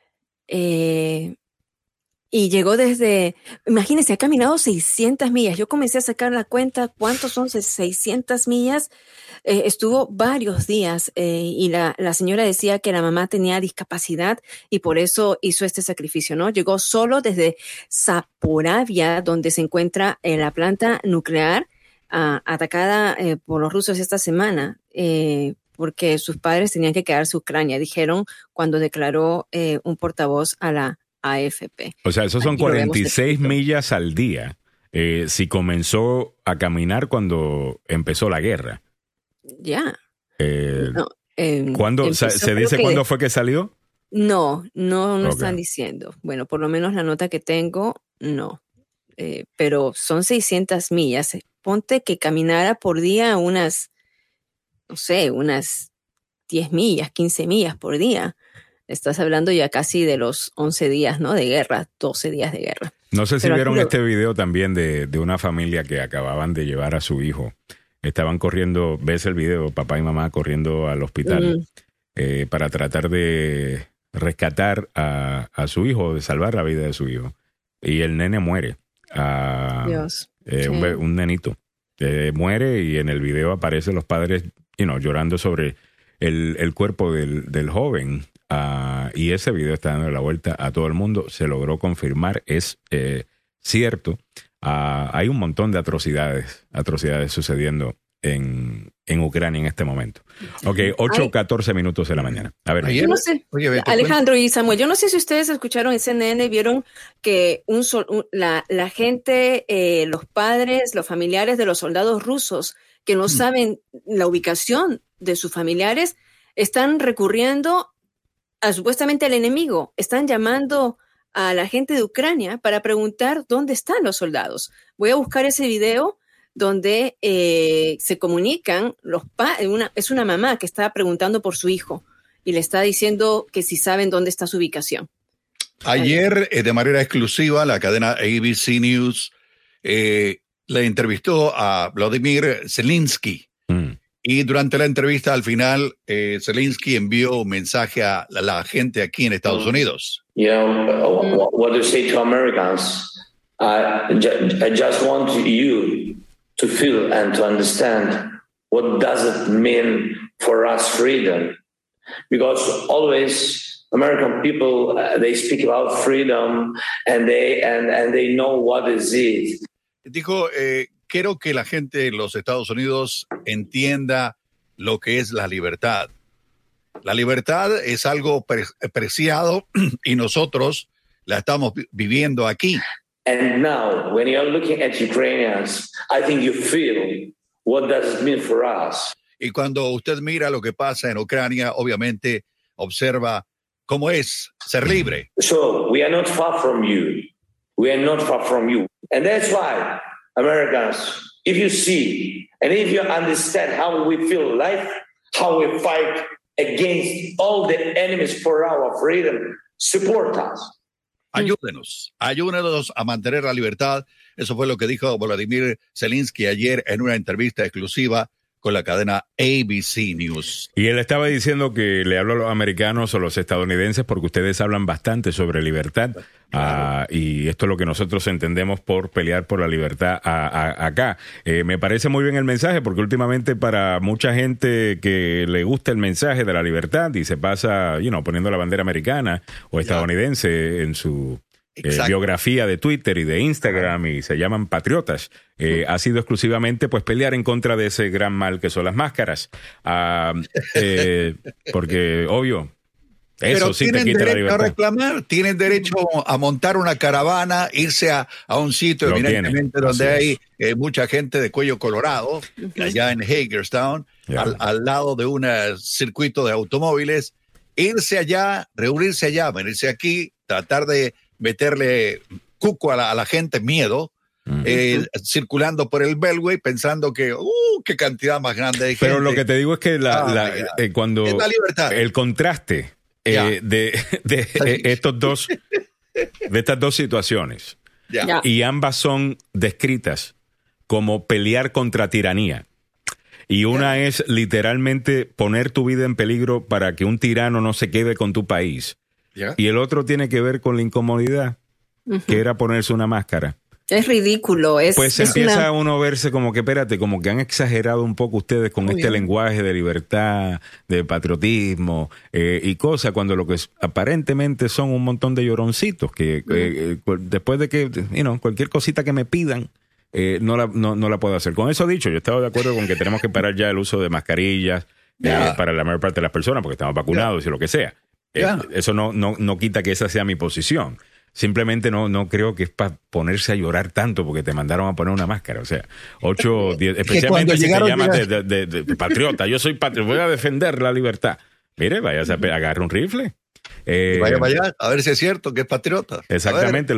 Y llegó desde, imagínense, ha caminado 600 millas. Yo comencé a sacar la cuenta, ¿cuántos son 600 millas? Estuvo varios días y la señora decía que la mamá tenía discapacidad y por eso hizo este sacrificio, ¿no? Llegó solo desde Zaporizhzhia, donde se encuentra la planta nuclear atacada por los rusos esta semana, porque sus padres tenían que quedarse en Ucrania, dijeron cuando declaró un portavoz a la AFP. O sea, esos son 46 millas al día. Si comenzó a caminar cuando empezó la guerra. Ya. ¿Cuándo se dice cuándo fue que salió? No okay. Están diciendo. Bueno, por lo menos la nota que tengo, no. Pero son 600 millas. Ponte que caminara por día unas 10 millas, 15 millas por día. Estás hablando ya casi de los 11 días, ¿no? De guerra, 12 días de guerra. No sé si vieron este video también de una familia que acababan de llevar a su hijo. Estaban corriendo, ves el video, papá y mamá corriendo al hospital para tratar de rescatar a su hijo, de salvar la vida de su hijo. Y el nene muere. Dios. Un nenito. Muere y en el video aparecen los padres llorando sobre el cuerpo del joven. Y ese video está dando la vuelta a todo el mundo. Se logró confirmar, es cierto. Hay un montón de atrocidades sucediendo en Ucrania en este momento. Ok, 8:14 minutos de la mañana. A ver, yo no sé, Alejandro y Samuel, yo no sé si ustedes escucharon en CNN, vieron que la gente, los padres, los familiares de los soldados rusos que no saben la ubicación de sus familiares, están recurriendo supuestamente al enemigo, están llamando a la gente de Ucrania para preguntar dónde están los soldados. Voy a buscar ese video donde se comunican es una mamá que está preguntando por su hijo y le está diciendo que si saben dónde está su ubicación. Ayer, de manera exclusiva, la cadena ABC News le entrevistó a Vladimir Zelensky. Y durante la entrevista, al final, Zelensky envió un mensaje a la gente aquí en Estados Unidos. What do you say to Americans? I just want you to feel and to understand what does it mean for us freedom. Because always American people, they speak about freedom and they know what is it. Dijo, quiero que la gente de los Estados Unidos entienda lo que es la libertad. La libertad es algo preciado y nosotros la estamos viviendo aquí. And now, when you're looking at Ukrainians, I think you feel what does it mean for us. Y cuando usted mira lo que pasa en Ucrania, obviamente observa como es ser libre. So we are not far from you. We are not far from you. And that's why, Americans, if you see and if you understand how we feel life, how we fight against all the enemies for our freedom, support us. Ayúdenos a mantener la libertad. Eso fue lo que dijo Volodymyr Zelensky ayer en una entrevista exclusiva con la cadena ABC News. Y él estaba diciendo que le habla a los americanos o los estadounidenses porque ustedes hablan bastante sobre libertad. Claro. Y esto es lo que nosotros entendemos por pelear por la libertad acá. Me parece muy bien el mensaje porque últimamente para mucha gente que le gusta el mensaje de la libertad y se pasa, poniendo la bandera americana o estadounidense en su biografía de Twitter y de Instagram y se llaman patriotas, ha sido exclusivamente pues pelear en contra de ese gran mal que son las máscaras, porque obvio eso sí te quita la libertad. Tienen derecho a reclamar, tienen derecho a montar una caravana, irse a un sitio eminentemente donde hay mucha gente de cuello colorado, allá en Hagerstown, al lado de un circuito de automóviles, irse allá, reunirse allá, venirse aquí, tratar de meterle cuco a la gente, miedo, circulando por el Beltway pensando que qué cantidad más grande de gente. Pero lo que te digo es que cuando es la libertad. El contraste de estas dos situaciones y ambas son descritas como pelear contra tiranía. Y una es literalmente poner tu vida en peligro para que un tirano no se quede con tu país. Y el otro tiene que ver con la incomodidad, que era ponerse una máscara. Es ridículo. Pues empieza uno a verse como que, espérate, como que han exagerado un poco ustedes con este lenguaje de libertad, de patriotismo y cosas, cuando lo que aparentemente son un montón de lloroncitos que después de que, cualquier cosita que me pidan, no la puedo hacer. Con eso dicho, yo estaba de acuerdo con que tenemos que parar ya el uso de mascarillas para la mayor parte de las personas porque estamos vacunados y lo que sea. Eso no quita que esa sea mi posición. Simplemente no creo que es para ponerse a llorar tanto porque te mandaron a poner una máscara. O sea, 8, 10, especialmente si te llamas de patriota. Yo soy patriota, voy a defender la libertad. Mire, vaya a agarrar un rifle. Vaya, a ver si es cierto que es patriota. Exactamente,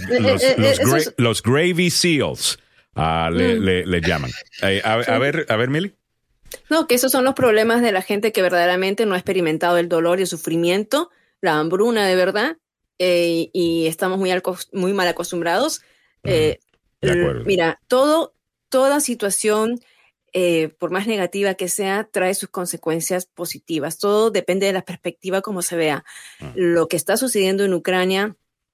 los Gravy Seals le llaman. A ver, Mili. No, que esos son los problemas de la gente que verdaderamente no ha experimentado el dolor y el sufrimiento, la hambruna de verdad, y estamos muy mal acostumbrados. Mira, toda situación, por más negativa que sea, trae sus consecuencias positivas. Todo depende de la perspectiva como se vea. Lo que está sucediendo en Ucrania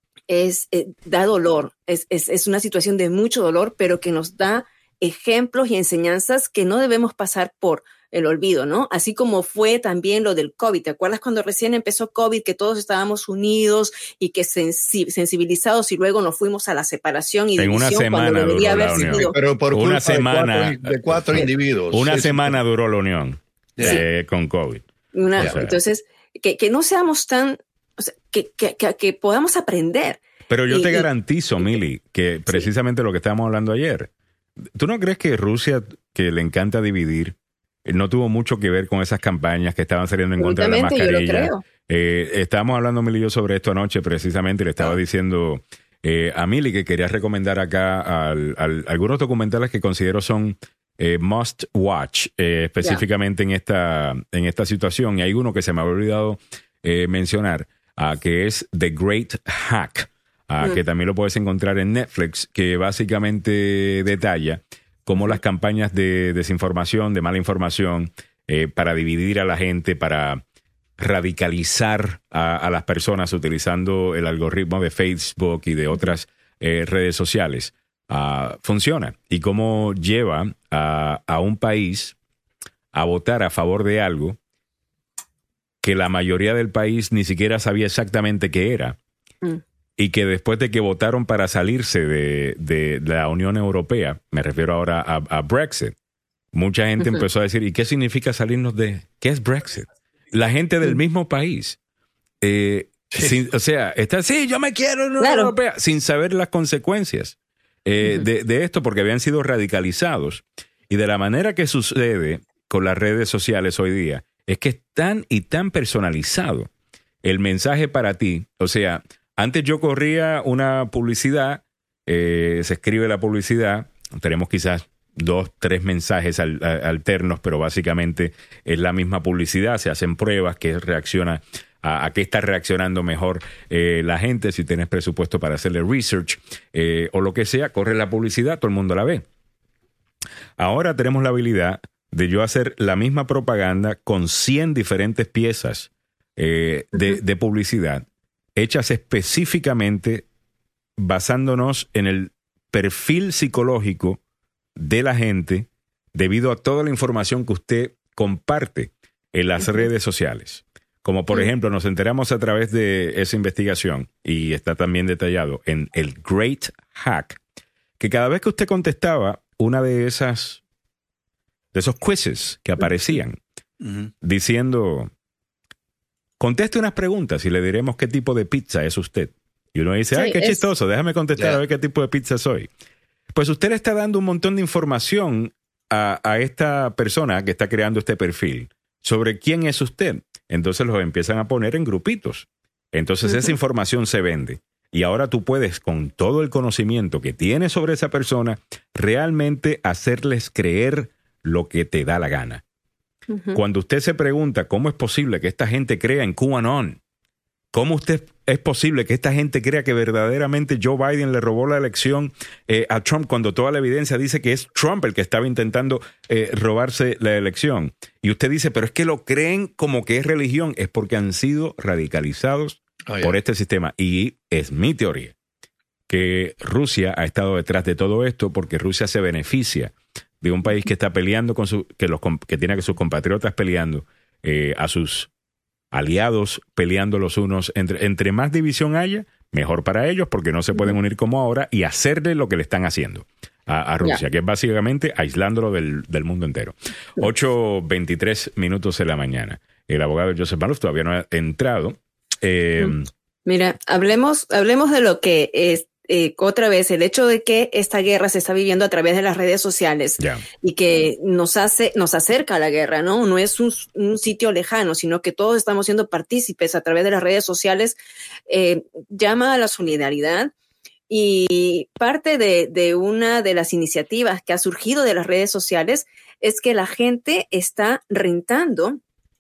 da dolor, es una situación de mucho dolor, pero que nos da ejemplos y enseñanzas que no debemos pasar por el olvido, ¿no? Así como fue también lo del COVID. ¿Te acuerdas cuando recién empezó COVID, que todos estábamos unidos y que sensibilizados y luego nos fuimos a la separación y división? En una semana duró la unión. Pero por una semana de cuatro individuos. Una semana duró la unión con COVID. Entonces, que no seamos tan... O sea, que podamos aprender. Pero yo te garantizo, Mili, que precisamente lo que estábamos hablando ayer, ¿tú no crees que Rusia, que le encanta dividir, no tuvo mucho que ver con esas campañas que estaban saliendo en contra de la mascarilla? Yo lo creo. Estábamos hablando, Mili y yo, sobre esto anoche precisamente, y le estaba diciendo a Mili que quería recomendar acá algunos documentales que considero son must watch, específicamente en esta situación. Y hay uno que se me había olvidado mencionar, que es The Great Hack. Que también lo puedes encontrar en Netflix, que básicamente detalla cómo las campañas de desinformación, de mala información, para dividir a la gente, para radicalizar a las personas utilizando el algoritmo de Facebook y de otras redes sociales, funciona. Y cómo lleva a un país a votar a favor de algo que la mayoría del país ni siquiera sabía exactamente qué era. Y que después de que votaron para salirse de la Unión Europea, me refiero ahora a Brexit, mucha gente empezó a decir, ¿y qué significa salirnos de...? ¿Qué es Brexit? La gente del mismo país, yo me quiero en la Unión Europea, sin saber las consecuencias de esto, porque habían sido radicalizados. Y de la manera que sucede con las redes sociales hoy día, es que es tan y tan personalizado. el mensaje para ti. O sea, antes yo corría una publicidad, se escribe la publicidad, tenemos quizás 2, 3 mensajes alternos, pero básicamente es la misma publicidad, se hacen pruebas que reacciona a qué está reaccionando mejor la gente, si tienes presupuesto para hacerle research o lo que sea, corre la publicidad, todo el mundo la ve. Ahora tenemos la habilidad de yo hacer la misma propaganda con 100 diferentes piezas de publicidad, hechas específicamente basándonos en el perfil psicológico de la gente debido a toda la información que usted comparte en las redes sociales. Como por ejemplo, nos enteramos a través de esa investigación, y está también detallado en el Great Hack, que cada vez que usted contestaba una de esos quizzes que aparecían, diciendo, conteste unas preguntas y le diremos qué tipo de pizza es usted. Y uno dice, ay, qué chistoso, déjame contestar a ver qué tipo de pizza soy. Pues usted le está dando un montón de información a esta persona que está creando este perfil sobre quién es usted. Entonces los empiezan a poner en grupitos. Entonces esa información se vende. Y ahora tú puedes, con todo el conocimiento que tienes sobre esa persona, realmente hacerles creer lo que te da la gana. Cuando usted se pregunta cómo es posible que esta gente crea en QAnon, ¿cómo es posible que esta gente crea que verdaderamente Joe Biden le robó la elección a Trump cuando toda la evidencia dice que es Trump el que estaba intentando robarse la elección? Y usted dice, pero es que lo creen como que es religión. Es porque han sido radicalizados por este sistema. Y es mi teoría que Rusia ha estado detrás de todo esto porque Rusia se beneficia de un país que está peleando que tiene a sus compatriotas peleando, a sus aliados peleando los unos. Entre más división haya, mejor para ellos, porque no se pueden unir como ahora y hacerle lo que le están haciendo a Rusia, que es básicamente aislándolo del mundo entero. 8:23 minutos de la mañana. El abogado Joseph Maloof todavía no ha entrado. Mira, hablemos de lo que es otra vez el hecho de que esta guerra se está viviendo a través de las redes sociales y que nos acerca a la guerra, ¿no? No es un sitio lejano, sino que todos estamos siendo partícipes a través de las redes sociales. Llama a la solidaridad, y parte de una de las iniciativas que ha surgido de las redes sociales es que la gente está rentando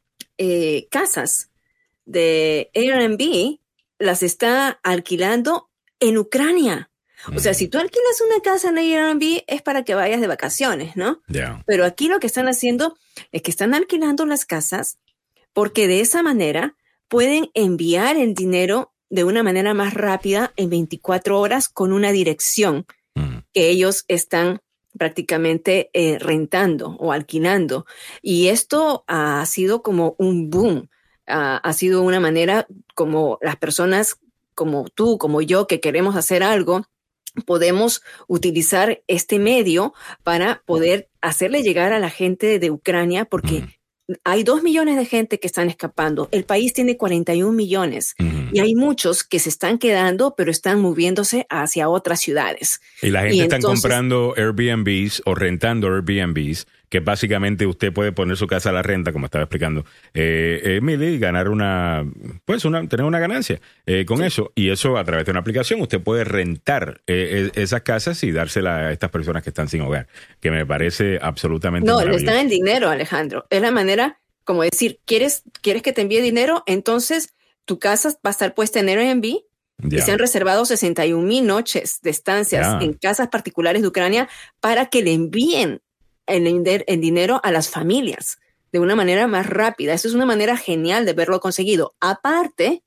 casas de Airbnb, las está alquilando en Ucrania. O sea, si tú alquilas una casa en Airbnb es para que vayas de vacaciones, ¿no? Pero aquí lo que están haciendo es que están alquilando las casas porque de esa manera pueden enviar el dinero de una manera más rápida en 24 horas con una dirección que ellos están prácticamente rentando o alquilando. Y esto ha sido como un boom. Ha sido una manera como las personas como tú, como yo, que queremos hacer algo, podemos utilizar este medio para poder hacerle llegar a la gente de Ucrania, porque hay 2 millones de gente que están escapando. El país tiene 41 millones y hay muchos que se están quedando, pero están moviéndose hacia otras ciudades. Y la gente está comprando Airbnbs o rentando Airbnbs, que básicamente usted puede poner su casa a la renta, como estaba explicando Emily, y ganar tener una ganancia con eso. Y eso a través de una aplicación usted puede rentar esas casas y dársela a estas personas que están sin hogar, que me parece absolutamente maravilloso. No, le dan dinero, Alejandro. Es la manera, como decir, ¿quieres que te envíe dinero? Entonces tu casa va a estar puesta en Airbnb. Y se han reservado 61,000 noches de estancias en casas particulares de Ucrania para que le envíen el dinero a las familias de una manera más rápida. Eso es una manera genial de verlo conseguido. Aparte,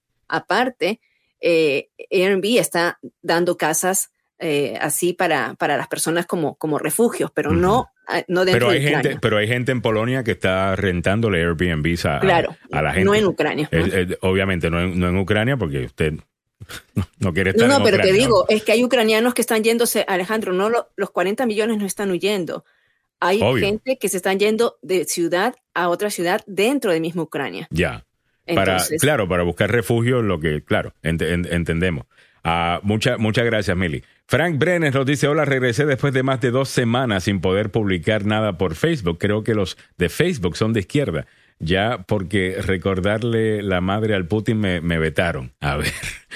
Airbnb está dando casas así para las personas como refugios, pero no dentro de Ucrania. Pero hay gente en Polonia que está rentándole Airbnbs a la gente. No en Ucrania. Obviamente no en Ucrania, porque usted no quiere estar en Ucrania. Pero te digo, es que hay ucranianos que están yéndose, Alejandro, los 40 millones no están huyendo. Hay gente que se están yendo de ciudad a otra ciudad dentro de misma Ucrania. Entonces, para buscar refugio, entendemos. Muchas gracias, Mili. Frank Brenner nos dice, hola, regresé después de más de 2 semanas sin poder publicar nada por Facebook. Creo que los de Facebook son de izquierda. ya porque recordarle la madre al Putin me vetaron. A ver,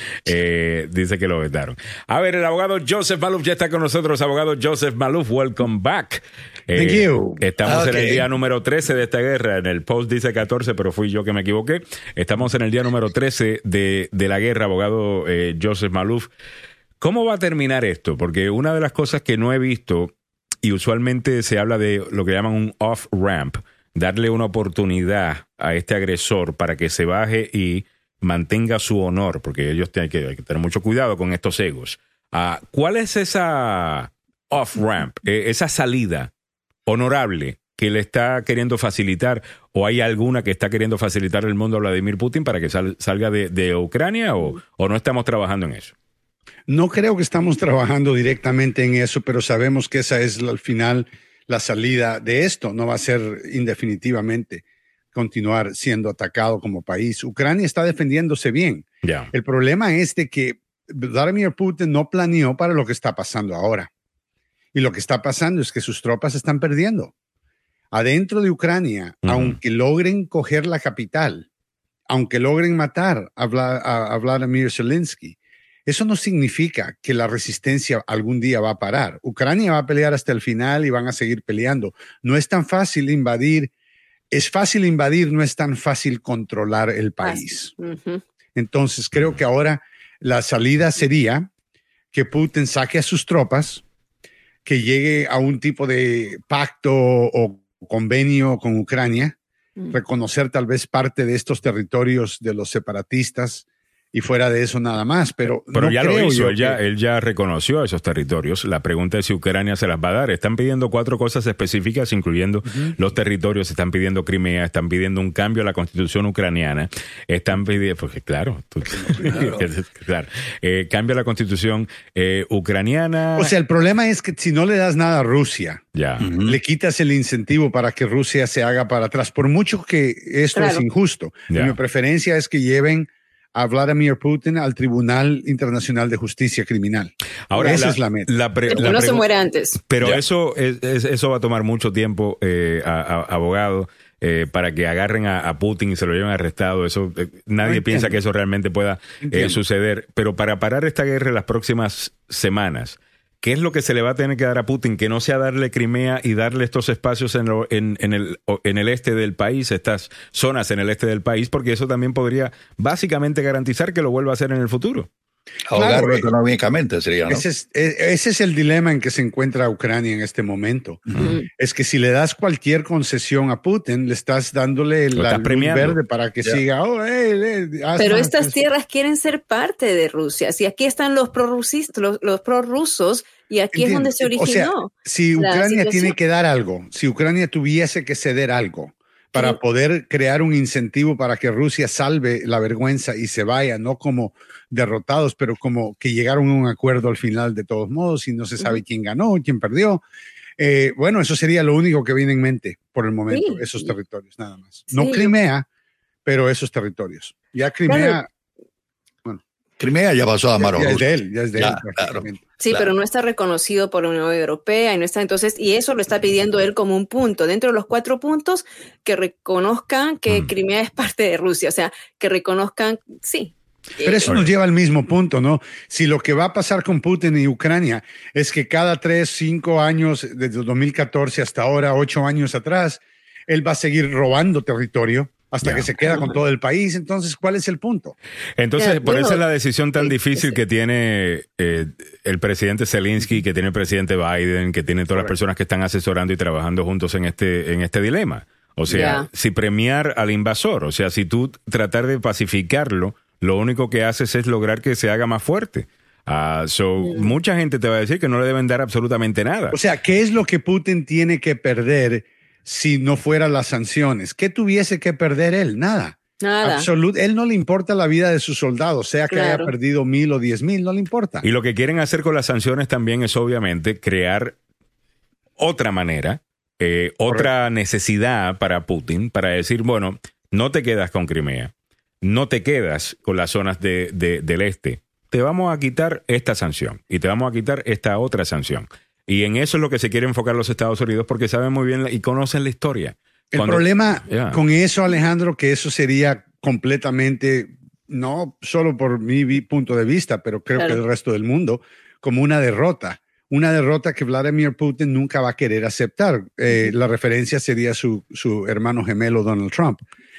dice que lo vetaron. A ver, el abogado Joseph Maloof ya está con nosotros. Abogado Joseph Maloof, welcome back. Thank you. Estamos en el día número 13 de esta guerra. En el post dice 14, pero fui yo que me equivoqué. Estamos en el día número 13 de la guerra, abogado Joseph Maloof. ¿Cómo va a terminar esto? Porque una de las cosas que no he visto, y usualmente se habla de lo que llaman un off-ramp, darle una oportunidad a este agresor para que se baje y mantenga su honor, porque ellos hay que tener mucho cuidado con estos egos. ¿Cuál es esa off-ramp, esa salida honorable que le está queriendo facilitar, o hay alguna que está queriendo facilitar el mundo a Vladimir Putin para que salga de Ucrania, o no estamos trabajando en eso? No creo que estamos trabajando directamente en eso, pero sabemos que esa es al final la salida de esto. No va a ser indefinitivamente continuar siendo atacado como país. Ucrania está defendiéndose bien. Yeah. El problema es de que Vladimir Putin no planeó para lo que está pasando ahora. Y lo que está pasando es que sus tropas están perdiendo. Adentro de Ucrania, aunque logren coger la capital, aunque logren matar a Vladimir Zelensky, eso no significa que la resistencia algún día va a parar. Ucrania va a pelear hasta el final y van a seguir peleando. No es tan fácil invadir. Es fácil invadir, no es tan fácil controlar el país. Entonces, creo que ahora la salida sería que Putin saque a sus tropas, que llegue a un tipo de pacto o convenio con Ucrania, reconocer tal vez parte de estos territorios de los separatistas, y fuera de eso nada más, pero no ya lo hizo, creo él ya reconoció esos territorios. La pregunta es si Ucrania se las va a dar. Están pidiendo 4 cosas específicas, incluyendo los territorios. Están pidiendo Crimea, están pidiendo un cambio a la constitución ucraniana, están pidiendo, porque claro, cambio a la constitución ucraniana. O sea, el problema es que si no le das nada a Rusia, le quitas el incentivo para que Rusia se haga para atrás, por mucho que esto es injusto. Mi preferencia es que lleven a Vladimir Putin al Tribunal Internacional de Justicia Criminal. Ahora, esa es la meta. Que no se muere antes. Pero eso va a tomar mucho tiempo, abogado, para que agarren a Putin y se lo lleven arrestado. Eso nadie piensa que eso realmente pueda suceder. Pero para parar esta guerra en las próximas semanas, ¿qué es lo que se le va a tener que dar a Putin? Que no sea darle Crimea y darle estos espacios en el este del país, estas zonas en el este del país, porque eso también podría básicamente garantizar que lo vuelva a hacer en el futuro. Ahogarlo económicamente sería, ¿no? Ese es el dilema en que se encuentra Ucrania en este momento. Es que si le das cualquier concesión a Putin, le estás dándole la luz verde para que siga. Pero estas tierras quieren ser parte de Rusia. Si aquí están los prorrusos, y aquí es donde se originó. O sea, si Ucrania tiene que dar algo, si Ucrania tuviese que ceder algo para poder crear un incentivo para que Rusia salve la vergüenza y se vaya, no como derrotados, pero como que llegaron a un acuerdo al final de todos modos y no se sabe quién ganó, quién perdió. Bueno, eso sería lo único que viene en mente por el momento, esos territorios, nada más. No Crimea, pero esos territorios. Ya Crimea... Crimea ya pasó a manos rusas. Ya es de él. Claro. Sí, pero no está reconocido por la Unión Europea y no está entonces, y eso lo está pidiendo él como un punto. Dentro de los 4 puntos, que reconozcan que Crimea es parte de Rusia, o sea, que reconozcan, sí. Pero eso nos lleva al mismo punto, ¿no? Si lo que va a pasar con Putin y Ucrania es que cada 3, 5 años, desde 2014 hasta ahora, 8 años atrás, él va a seguir robando territorio hasta que se queda con todo el país. Entonces, ¿cuál es el punto? Entonces, por eso es la decisión tan difícil que tiene el presidente Zelensky, que tiene el presidente Biden, que tiene todas las personas que están asesorando y trabajando juntos en este dilema. O sea, si premiar al invasor, o sea, si tú tratar de pacificarlo, lo único que haces es lograr que se haga más fuerte. Mucha gente te va a decir que no le deben dar absolutamente nada. O sea, ¿qué es lo que Putin tiene que perder si no fueran las sanciones? ¿Qué tuviese que perder él? Nada. Él no le importa la vida de sus soldados, sea que haya perdido 1,000 o 10,000, no le importa. Y lo que quieren hacer con las sanciones también es obviamente crear otra manera, otra necesidad para Putin, para decir, bueno, no te quedas con Crimea, no te quedas con las zonas del este, te vamos a quitar esta sanción y te vamos a quitar esta otra sanción. Y en eso es lo que se quiere enfocar los Estados Unidos, porque saben muy bien y conocen la historia. El problema con eso, Alejandro, que eso sería completamente, no solo por mi punto de vista, pero creo que el resto del mundo, como una derrota que Vladimir Putin nunca va a querer aceptar. La referencia sería su hermano gemelo Donald Trump.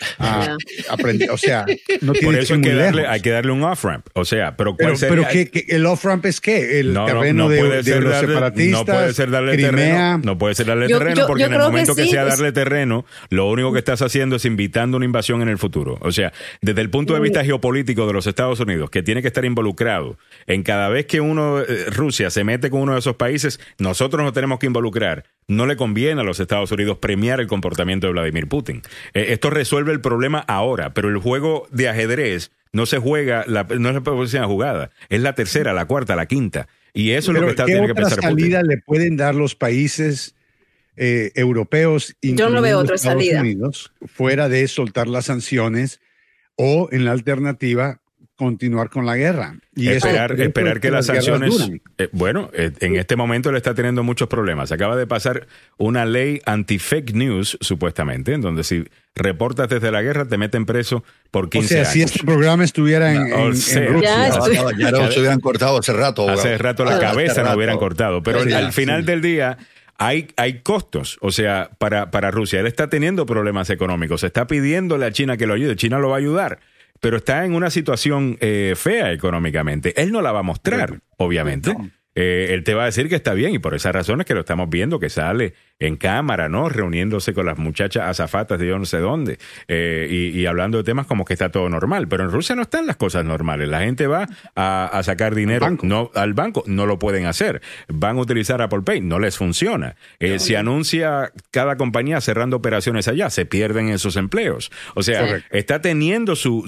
O sea, no tiene. Por eso hay que darle un off-ramp. O sea, pero ¿el off-ramp es qué? El terreno de los separatistas. No puede ser darle terreno. No puede ser darle terreno porque en el momento que sea darle terreno, lo único que estás haciendo es invitando una invasión en el futuro. O sea, desde el punto de vista geopolítico de los Estados Unidos, que tiene que estar involucrado en cada vez que Rusia se mete con uno de esos países, nosotros nos tenemos que involucrar. No le conviene a los Estados Unidos premiar el comportamiento de Vladimir Putin. Esto resuelve el problema ahora, pero el juego de ajedrez no se juega, no es la próxima jugada, es la tercera, la cuarta, la quinta. Y eso es lo que tiene que pensar Putin. ¿Qué otra salida le pueden dar los países europeos, yo no veo otra Estados salida Unidos, fuera de soltar las sanciones o, en la alternativa, continuar con la guerra? Y esperar que las sanciones en este momento le está teniendo muchos problemas. Acaba de pasar una ley anti-fake news, supuestamente, en donde si reportas desde la guerra te meten preso por 15 años. Si este programa estuviera en Rusia, ya no se hubieran cortado hace rato. Hace rato la cabeza no hubieran cortado. Pero al final del día hay costos, o sea, para Rusia. Él está teniendo problemas económicos, está pidiéndole a China que lo ayude. China lo va a ayudar, pero está en una situación fea económicamente. Él no la va a mostrar, obviamente. No. Él te va a decir que está bien y por esas razones que lo estamos viendo, que sale en cámara, ¿no? Reuniéndose con las muchachas azafatas de yo no sé dónde y hablando de temas como que está todo normal. Pero en Rusia no están las cosas normales. La gente va a sacar dinero al banco, no lo pueden hacer. Van a utilizar Apple Pay, no les funciona. Se anuncia cada compañía cerrando operaciones allá, se pierden esos empleos. O sea, está teniendo su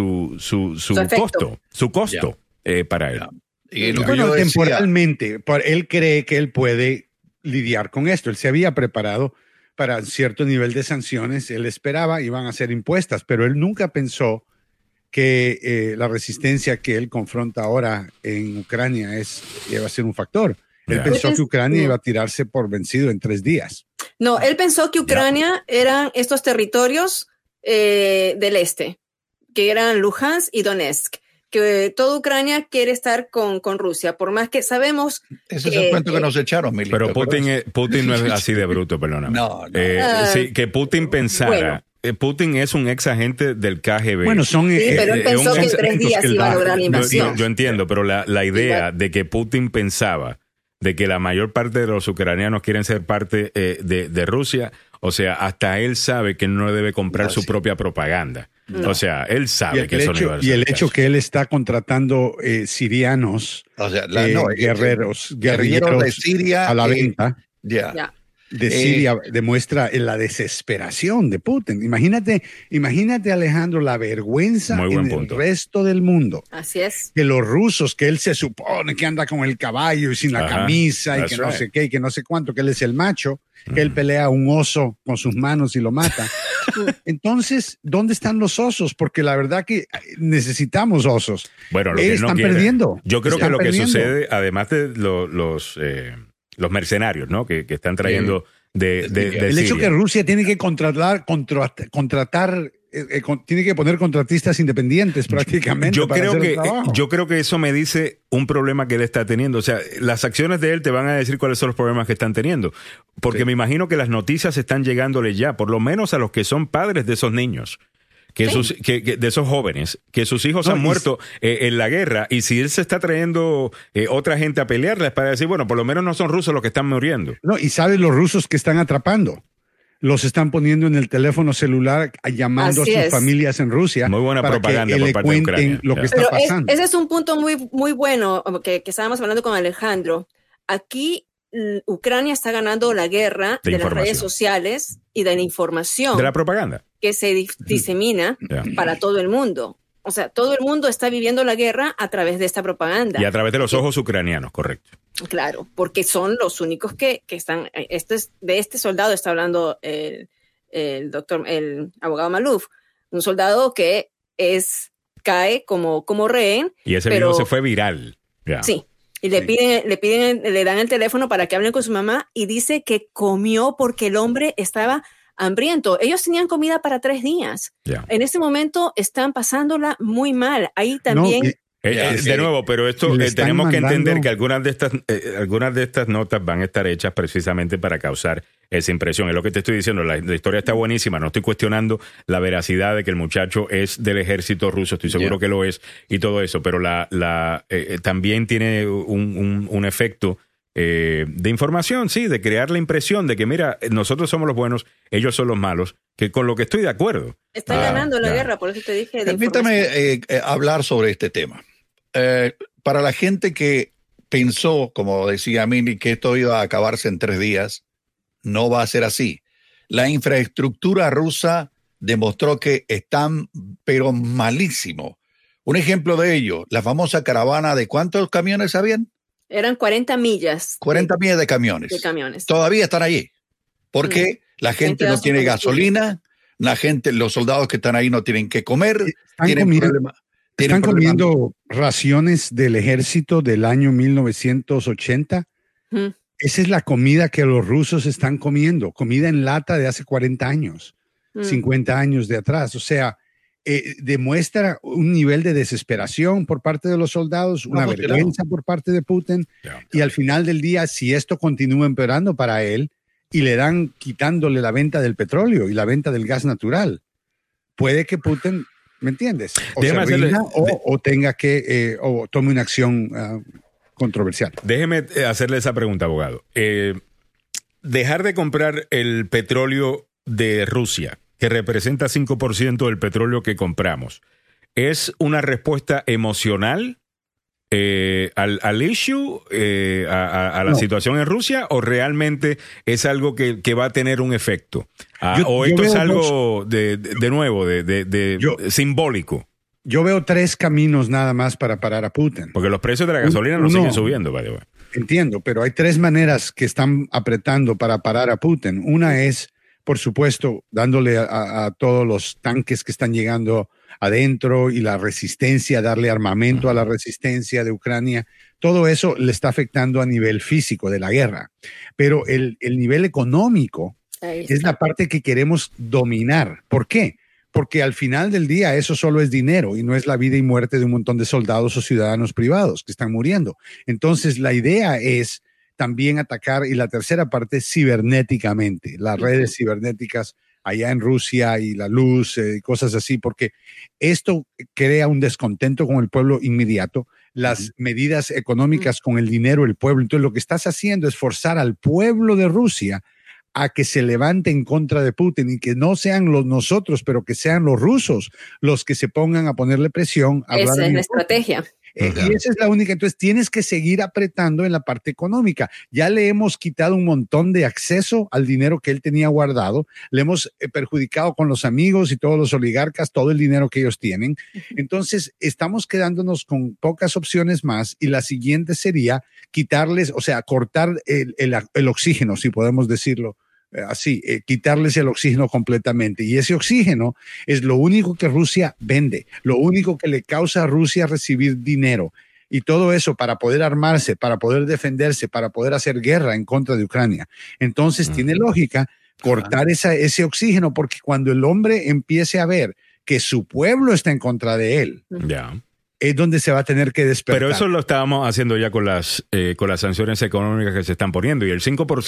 costo para él. Temporalmente, él cree que él puede lidiar con esto. Él se había preparado para cierto nivel de sanciones. Él esperaba iban a ser impuestas, pero él nunca pensó que la resistencia que él confronta ahora en Ucrania iba a ser un factor. Él pensó que Ucrania iba a tirarse por vencido en 3 días. No, él pensó que Ucrania eran estos territorios del este, que eran Luhansk y Donetsk. Que toda Ucrania quiere estar con Rusia, por más que sabemos... Ese es el cuento que nos echaron, Milito. Pero Putin no es así de bruto, perdóname. No. Sí, que Putin pensara... Putin es un ex agente del KGB. Bueno, pero él pensó que en 3 días iba a lograr la invasión. Yo entiendo, pero la idea de que Putin pensaba de que la mayor parte de los ucranianos quieren ser parte de Rusia, o sea, hasta él sabe que no debe comprar su propia propaganda. No. O sea, él sabe que eso no iba a ser. Y el hecho que él está contratando sirianos, guerreros de Siria a la venta de Siria demuestra la desesperación de Putin. Imagínate, Alejandro, la vergüenza en el resto del mundo. Así es. Que los rusos, que él se supone que anda con el caballo y sin la camisa y que no sé qué y que no sé cuánto, que él es el macho, que él pelea a un oso con sus manos y lo mata. Entonces, ¿dónde están los osos? Porque la verdad que necesitamos osos. Bueno, lo que están perdiendo. Yo creo que lo que sucede, además de los mercenarios, ¿no? Que están trayendo de el Siria. Hecho que Rusia tiene que contratar tiene que poner contratistas independientes prácticamente. Yo creo que eso me dice un problema que él está teniendo. O sea, las acciones de él te van a decir cuáles son los problemas que están teniendo. Porque me imagino que las noticias están llegándole ya, por lo menos a los que son padres de esos niños. Que de esos jóvenes, que sus hijos han muerto en la guerra, y si él se está trayendo otra gente a pelearles para decir, bueno, por lo menos no son rusos los que están muriendo. No, y sabes los rusos que están atrapando. Los están poniendo en el teléfono celular llamando a sus familias en Rusia. Muy buena propaganda por parte de Ucrania. Lo que está pasando. Ese es un punto muy, muy bueno que estábamos hablando con Alejandro. Aquí Ucrania está ganando la guerra de las redes sociales y de la información. De la propaganda. Que se disemina para todo el mundo. O sea, todo el mundo está viviendo la guerra a través de esta propaganda. Y a través de los ojos ucranianos, correcto. Claro, porque son los únicos que están... De este soldado está hablando el abogado Maluf. Un soldado que cae como rehén. Y ese video se fue viral. Sí. Y le dan el teléfono para que hablen con su mamá y dice que comió porque el hombre estaba hambriento. Ellos tenían comida para 3 días. Yeah. En ese momento están pasándola muy mal. Ahí también... De nuevo, pero esto tenemos que entender que algunas de estas notas van a estar hechas precisamente para causar esa impresión. Es lo que te estoy diciendo, la historia está buenísima, no estoy cuestionando la veracidad de que el muchacho es del ejército ruso, estoy seguro que lo es y todo eso, pero también tiene un efecto de información, sí, de crear la impresión de que mira, nosotros somos los buenos, ellos son los malos, que con lo que estoy de acuerdo. Está ganando la guerra, por eso te dije. Permítame hablar sobre este tema. Para la gente que pensó, como decía Mini, que esto iba a acabarse en 3 días, no va a ser así. La infraestructura rusa demostró que están, pero malísimo. Un ejemplo de ello, la famosa caravana de ¿cuántos camiones habían? Eran 40 millas. 40 millas de camiones. Todavía están allí. Porque la gente no tiene gasolina, los soldados que están ahí no tienen que comer, tienen problemas. Están comiendo raciones del ejército del año 1980. Esa es la comida que los rusos están comiendo, comida en lata de hace 40 años, 50 años de atrás. O sea, demuestra un nivel de desesperación por parte de los soldados, una vergüenza por parte de Putin. Y al final del día, si esto continúa empeorando para él y le dan quitándole la venta del petróleo y la venta del gas natural, puede que Putin... ¿Me entiendes? O se rinda, o tenga que, o tome una acción controversial. Déjeme hacerle esa pregunta, abogado. Dejar de comprar el petróleo de Rusia, que representa 5% del petróleo que compramos, ¿es una respuesta emocional al issue, a la situación en Rusia, o realmente es algo que va a tener un efecto? ¿O esto es algo de nuevo, simbólico? Yo veo 3 caminos nada más para parar a Putin. Porque los precios de la gasolina no siguen subiendo. Entiendo, pero hay 3 maneras que están apretando para parar a Putin. Una es, por supuesto, dándole a todos los tanques que están llegando adentro y la resistencia, darle armamento a la resistencia de Ucrania. Todo eso le está afectando a nivel físico de la guerra. Pero el nivel económico es la parte que queremos dominar. ¿Por qué? Porque al final del día eso solo es dinero y no es la vida y muerte de un montón de soldados o ciudadanos privados que están muriendo. Entonces la idea es también atacar, y la tercera parte, cibernéticamente, las redes cibernéticas allá en Rusia y la luz, cosas así, porque esto crea un descontento con el pueblo inmediato, las medidas económicas con el dinero del pueblo. Entonces lo que estás haciendo es forzar al pueblo de Rusia a que se levante en contra de Putin y que no sean nosotros, pero que sean los rusos los que se pongan a ponerle presión. Esa es la estrategia. Y esa es la única. Entonces tienes que seguir apretando en la parte económica. Ya le hemos quitado un montón de acceso al dinero que él tenía guardado. Le hemos perjudicado con los amigos y todos los oligarcas todo el dinero que ellos tienen. Entonces estamos quedándonos con pocas opciones más, y la siguiente sería quitarles, o sea, cortar el oxígeno, si podemos decirlo así, quitarles el oxígeno completamente. Y ese oxígeno es lo único que Rusia vende, lo único que le causa a Rusia recibir dinero. Y todo eso para poder armarse, para poder defenderse, para poder hacer guerra en contra de Ucrania. Entonces tiene lógica cortar ese oxígeno, porque cuando el hombre empiece a ver que su pueblo está en contra de él, es donde se va a tener que despertar. Pero eso lo estábamos haciendo ya con las sanciones económicas que se están poniendo, y el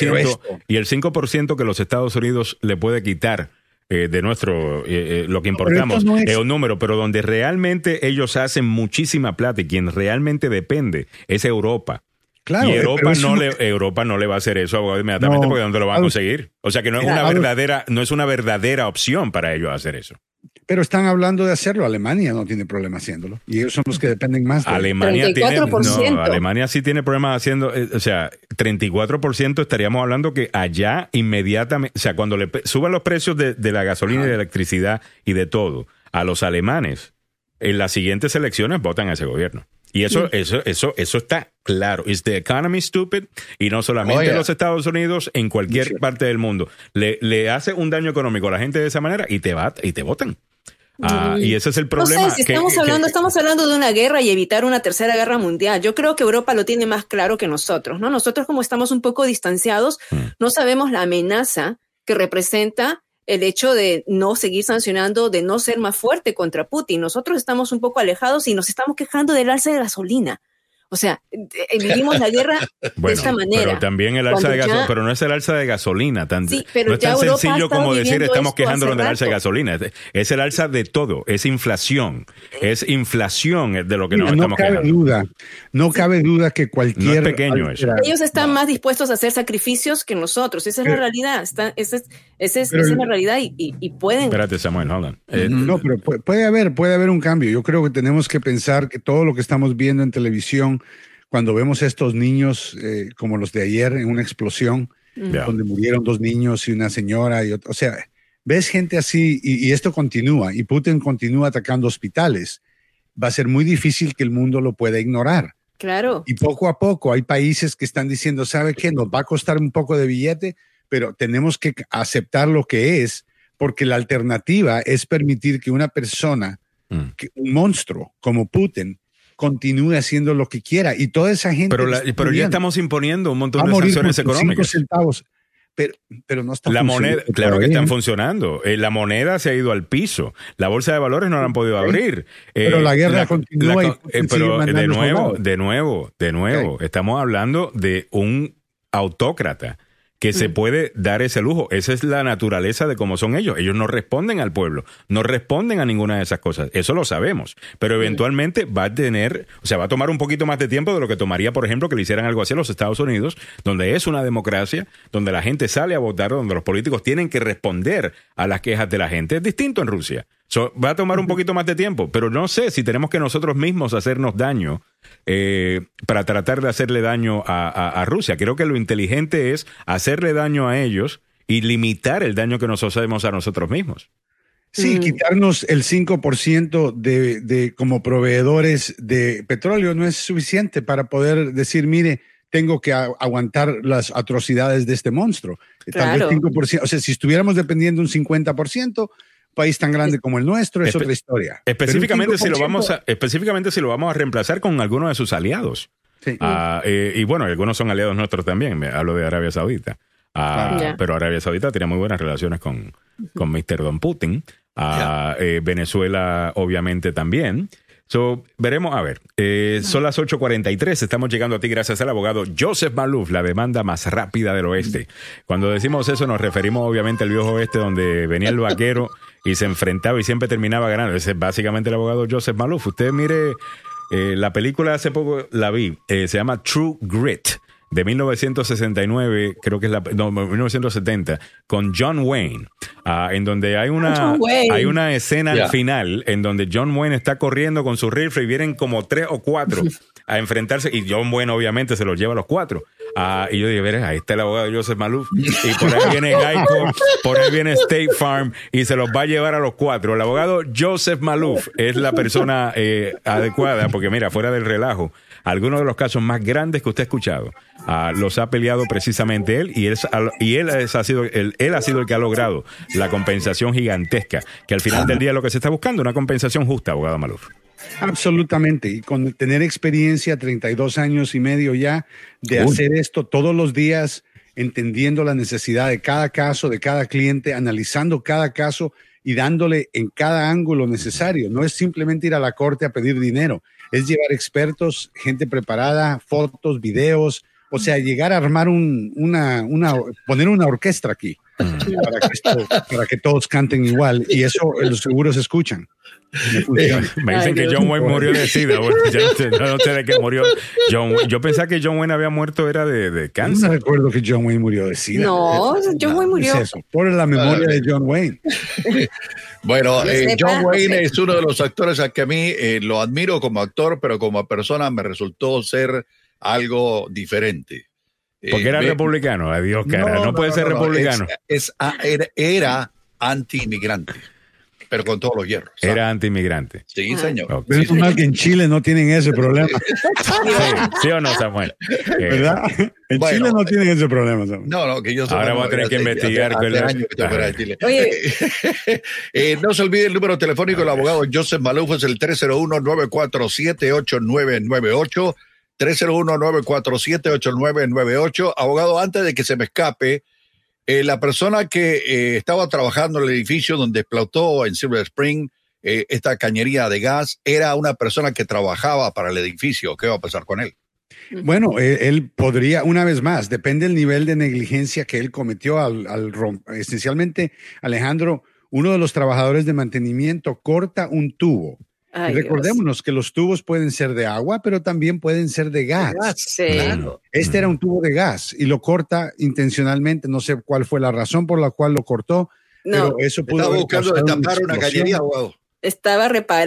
5% que los Estados Unidos le puede quitar de nuestro lo que importamos es un número, pero donde realmente ellos hacen muchísima plata y quien realmente depende es Europa. Claro, y Europa no le va a hacer eso inmediatamente, porque ¿dónde lo van a conseguir? O sea que no es una verdadera opción para ellos hacer eso. Pero están hablando de hacerlo. Alemania no tiene problema haciéndolo. Y ellos son los que dependen más de Alemania 34%. Alemania sí tiene problemas haciendo, o sea, 34% estaríamos hablando que allá inmediatamente, o sea, cuando le suban los precios de la gasolina y de la electricidad y de todo a los alemanes, en las siguientes elecciones votan a ese gobierno. Y eso está claro. Is the economy stupid? Y no solamente en los Estados Unidos, en cualquier parte del mundo. Le hace un daño económico a la gente de esa manera y te votan. Y ese es el problema. No sé, si estamos hablando de una guerra y evitar una tercera guerra mundial. Yo creo que Europa lo tiene más claro que nosotros, ¿no? Nosotros, como estamos un poco distanciados, no sabemos la amenaza que representa el hecho de no seguir sancionando, de no ser más fuerte contra Putin. Nosotros estamos un poco alejados y nos estamos quejando del alza de gasolina. O sea, vivimos la guerra de esta manera. Pero también el alza de gasolina, pero no es el alza de gasolina. Sí, pero no es tan sencillo como decir estamos quejándonos del alza de rato. gasolina. Es el alza de todo, es inflación. Es inflación de lo que nos estamos quejando. No cabe duda que cualquier... No es pequeño eso. Ellos están más dispuestos a hacer sacrificios que nosotros. Esa es la realidad. Esa es la realidad y pueden... Espérate, Samuel, hold on. No, pero puede haber un cambio. Yo creo que tenemos que pensar que todo lo que estamos viendo en televisión, cuando vemos a estos niños como los de ayer en una explosión, donde murieron 2 niños y una señora, o sea, ves gente así y esto continúa y Putin continúa atacando hospitales. Va a ser muy difícil que el mundo lo pueda ignorar. Claro. Y poco a poco hay países que están diciendo, ¿sabe qué? Nos va a costar un poco de billete, pero tenemos que aceptar lo que es, porque la alternativa es permitir que una persona, que un monstruo como Putin, continúe haciendo lo que quiera. Y toda esa gente... Pero ya estamos imponiendo un montón de sanciones económicas. 5 centavos. Pero no está la funcionando. Moneda, claro que están funcionando. La moneda se ha ido al piso. La bolsa de valores no la han podido abrir. Pero la guerra continúa. Pero de nuevo, estamos hablando de un autócrata que se puede dar ese lujo. Esa es la naturaleza de cómo son ellos. Ellos no responden al pueblo, no responden a ninguna de esas cosas. Eso lo sabemos. Pero eventualmente va a tomar un poquito más de tiempo de lo que tomaría, por ejemplo, que le hicieran algo así a los Estados Unidos, donde es una democracia, donde la gente sale a votar, donde los políticos tienen que responder a las quejas de la gente. Es distinto en Rusia. Va a tomar un poquito más de tiempo, pero no sé si tenemos que nosotros mismos hacernos daño para tratar de hacerle daño a Rusia. Creo que lo inteligente es hacerle daño a ellos y limitar el daño que nos hacemos a nosotros mismos. Sí, quitarnos el 5% de como proveedores de petróleo no es suficiente para poder decir, mire, tengo que aguantar las atrocidades de este monstruo. Claro. Tal vez 5%, o sea, si estuviéramos dependiendo un 50%, país tan grande como el nuestro es otra historia. Específicamente si lo vamos a reemplazar con alguno de sus aliados. Sí. Y bueno, algunos son aliados nuestros también. Me hablo de Arabia Saudita. Pero Arabia Saudita tiene muy buenas relaciones con Mr. Don Putin. Venezuela obviamente también. Veremos, a ver, son las 8:43, estamos llegando a ti gracias al abogado Joseph Maloof, la demanda más rápida del oeste. Cuando decimos eso nos referimos obviamente al viejo oeste donde venía el vaquero y se enfrentaba y siempre terminaba ganando. Ese es básicamente el abogado Joseph Maloof. Usted mire, la película hace poco la vi, se llama True Grit, de 1969, creo que es 1970, con John Wayne, en donde hay una escena al final en donde John Wayne está corriendo con su rifle y vienen como 3 o 4 a enfrentarse, y John Wayne obviamente se los lleva a los 4. Y yo dije, ahí está el abogado Joseph Maloof, y por ahí viene Geico, por ahí viene State Farm, y se los va a llevar a los 4. El abogado Joseph Maloof es la persona adecuada, porque mira, fuera del relajo, algunos de los casos más grandes que usted ha escuchado los ha peleado precisamente él, y él ha sido el que ha logrado la compensación gigantesca, que al final del día lo que se está buscando, una compensación justa, abogado Maloof. Absolutamente, y con tener experiencia, 32 años y medio ya, de hacer esto todos los días, entendiendo la necesidad de cada caso, de cada cliente, analizando cada caso y dándole en cada ángulo necesario. No es simplemente ir a la corte a pedir dinero, es llevar expertos, gente preparada, fotos, videos, o sea, llegar a armar poner una orquesta aquí para que todos canten igual, y eso los seguros escuchan. Me dicen que John Wayne murió de SIDA. Bueno, no sé de qué murió John Wayne. Yo pensaba que John Wayne había muerto era de cáncer. No recuerdo que John Wayne murió de SIDA. No, John Wayne murió. Es eso, por la memoria de John Wayne. Bueno, John Wayne es uno de los actores a que a mí lo admiro como actor, pero como persona me resultó ser algo diferente. Porque era republicano, adiós, cara. No puede ser republicano. Era anti-inmigrante, pero con todos los hierros. ¿Sabes? Era anti-inmigrante. Sí, señor. Okay. Pero es mal que en Chile no tienen ese problema. ¿Sí o no, Samuel? ¿Verdad? En Chile no tienen ese problema, Samuel. No, que yo ahora voy a tener que investigar. No se olvide el número telefónico del abogado Joseph Maloof, es el 301-947-8998. 301-947-8998. Abogado, antes de que se me escape, La persona que estaba trabajando en el edificio donde explotó en Silver Spring esta cañería de gas era una persona que trabajaba para el edificio. ¿Qué va a pasar con él? Bueno, él podría, una vez más, depende del nivel de negligencia que él cometió esencialmente, Alejandro, uno de los trabajadores de mantenimiento corta un tubo. Ay, y recordémonos que los tubos pueden ser de agua, pero también pueden ser de gas. Sí. Claro. Este era un tubo de gas y lo corta intencionalmente. No sé cuál fue la razón por la cual lo cortó, pero eso pudo Estaba haber buscando causado destapar una explosión. cañería, wow. Estaba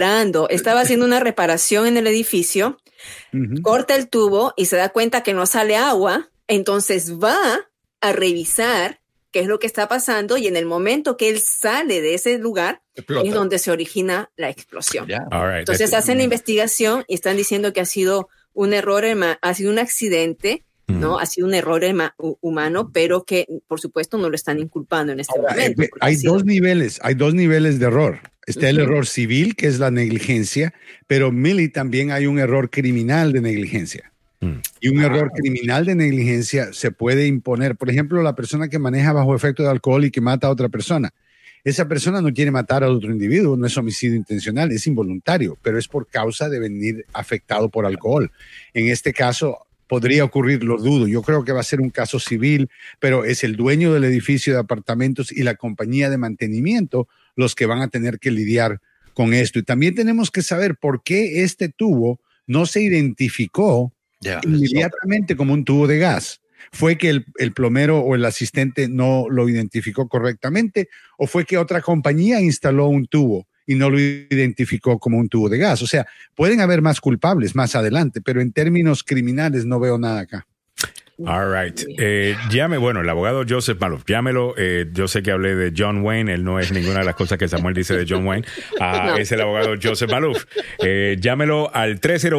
haciendo una reparación en el edificio, corta el tubo y se da cuenta que no sale agua, entonces va a revisar qué es lo que está pasando y en el momento que él sale de ese lugar Explota. es donde se origina la explosión. Yeah. All right. Entonces hacen la investigación y están diciendo que ha sido un error, ha sido un accidente, ¿no? Ha sido un error humano, pero que por supuesto no lo están inculpando en este momento. Hay dos niveles de error. Está el error civil, que es la negligencia, pero Millie también hay un error criminal de negligencia. Y un error criminal de negligencia se puede imponer. Por ejemplo, la persona que maneja bajo efecto de alcohol y que mata a otra persona. Esa persona no quiere matar a otro individuo, no es homicidio intencional, es involuntario, pero es por causa de venir afectado por alcohol. En este caso, podría ocurrir, lo dudo. Yo creo que va a ser un caso civil, pero es el dueño del edificio de apartamentos y la compañía de mantenimiento los que van a tener que lidiar con esto. Y también tenemos que saber por qué este tubo no se identificó inmediatamente como un tubo de gas. ¿Fue que el plomero o el asistente no lo identificó correctamente o fue que otra compañía instaló un tubo y no lo identificó como un tubo de gas? O sea, pueden haber más culpables más adelante, pero en términos criminales no veo nada acá. All right. Bueno, el abogado Joseph Maloof, llámelo. Yo sé que hablé de John Wayne, él no es ninguna de las cosas que Samuel dice de John Wayne. No. Es el abogado Joseph Maloof. Llámelo al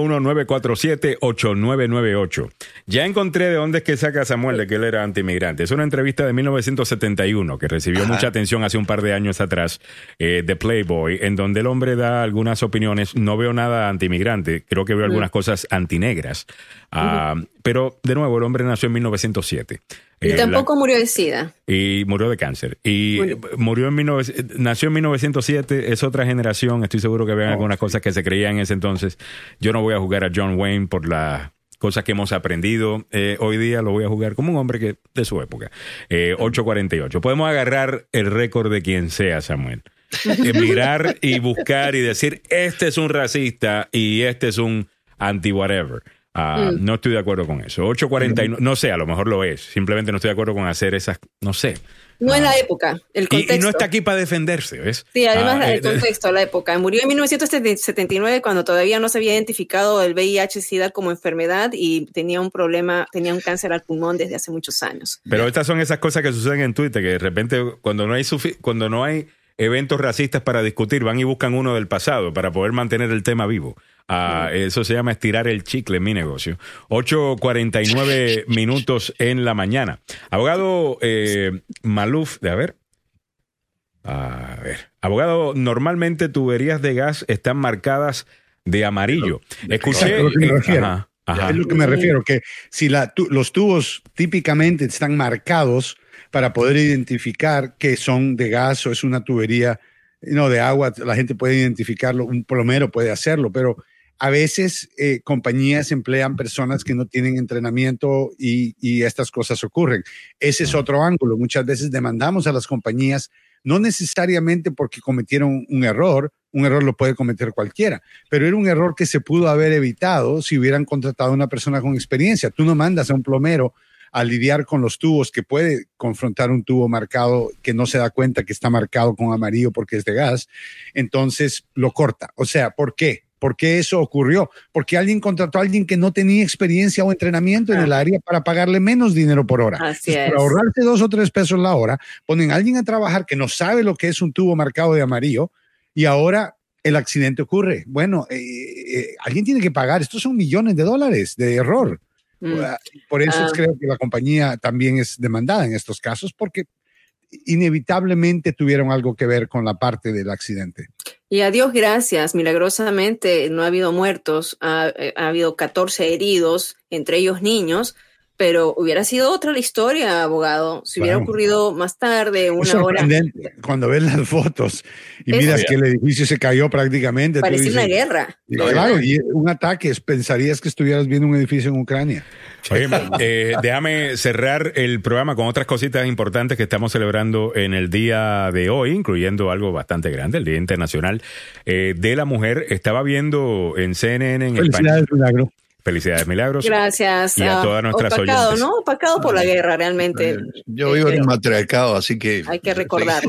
301-947-8998. Ya encontré de dónde es que saca Samuel de que él era antimigrante. Es una entrevista de 1971 que recibió mucha atención hace un par de años atrás de Playboy, en donde el hombre da algunas opiniones. No veo nada antimigrante, creo que veo algunas cosas antinegras. Pero, de nuevo, el hombre nació en 1907. Y tampoco murió de SIDA. Y murió de cáncer. Y nació en 1907, es otra generación. Estoy seguro que vean algunas cosas que se creían en ese entonces. Yo no voy a jugar a John Wayne por las cosas que hemos aprendido. Hoy día lo voy a jugar como un hombre que de su época. 8:48. Podemos agarrar el récord de quien sea, Samuel. Mirar y buscar y decir, este es un racista y este es un anti-whatever. No estoy de acuerdo con eso. 8:49, no sé, a lo mejor lo es. Simplemente no estoy de acuerdo con hacer esas, no sé. No es la época, el contexto. Y no está aquí para defenderse, ¿ves? Sí, además el contexto, la época. Murió en 1979 cuando todavía no se había identificado el VIH-Sida como enfermedad y tenía un cáncer al pulmón desde hace muchos años. Pero estas son esas cosas que suceden en Twitter, que de repente cuando no hay eventos racistas para discutir, van y buscan uno del pasado para poder mantener el tema vivo. Eso se llama estirar el chicle en mi negocio. 8:49 minutos en la mañana. Abogado Maloof, abogado, normalmente tuberías de gas están marcadas de amarillo. Escuché. Es lo que me refiero, que si los tubos típicamente están marcados para poder identificar que son de gas o es una tubería de agua, la gente puede identificarlo, un plomero puede hacerlo, pero a veces compañías emplean personas que no tienen entrenamiento y estas cosas ocurren. Ese es otro ángulo. Muchas veces demandamos a las compañías, no necesariamente porque cometieron un error lo puede cometer cualquiera, pero era un error que se pudo haber evitado si hubieran contratado a una persona con experiencia. Tú no mandas a un plomero a lidiar con los tubos, que puede confrontar un tubo marcado que no se da cuenta que está marcado con amarillo porque es de gas, entonces lo corta. O sea, ¿por qué? ¿Por qué eso ocurrió? Porque alguien contrató a alguien que no tenía experiencia o entrenamiento en el área para pagarle menos dinero por hora. Así es. Para ahorrarse 2 o 3 pesos la hora, ponen a alguien a trabajar que no sabe lo que es un tubo marcado de amarillo y ahora el accidente ocurre. Bueno, alguien tiene que pagar. Estos son millones de dólares de error. Por eso creo que la compañía también es demandada en estos casos, porque inevitablemente tuvieron algo que ver con la parte del accidente. Y a Dios gracias, milagrosamente no ha habido muertos, ha habido 14 heridos, entre ellos niños, pero hubiera sido otra la historia, abogado, si hubiera ocurrido más tarde, una hora. Cuando ves las fotos y miras que el edificio se cayó prácticamente. Parecía una guerra. Claro, y un ataque, pensarías que estuvieras viendo un edificio en Ucrania. Oye, déjame cerrar el programa con otras cositas importantes que estamos celebrando en el día de hoy, incluyendo algo bastante grande, el Día Internacional de la Mujer. Estaba viendo en CNN en español. Milagro. Felicidades, Milagros. Gracias. Y a todas nuestras oyentes. ¿no? Opacado por la guerra, realmente. Yo vivo en un matriarcado, así que... Hay que recordarlo.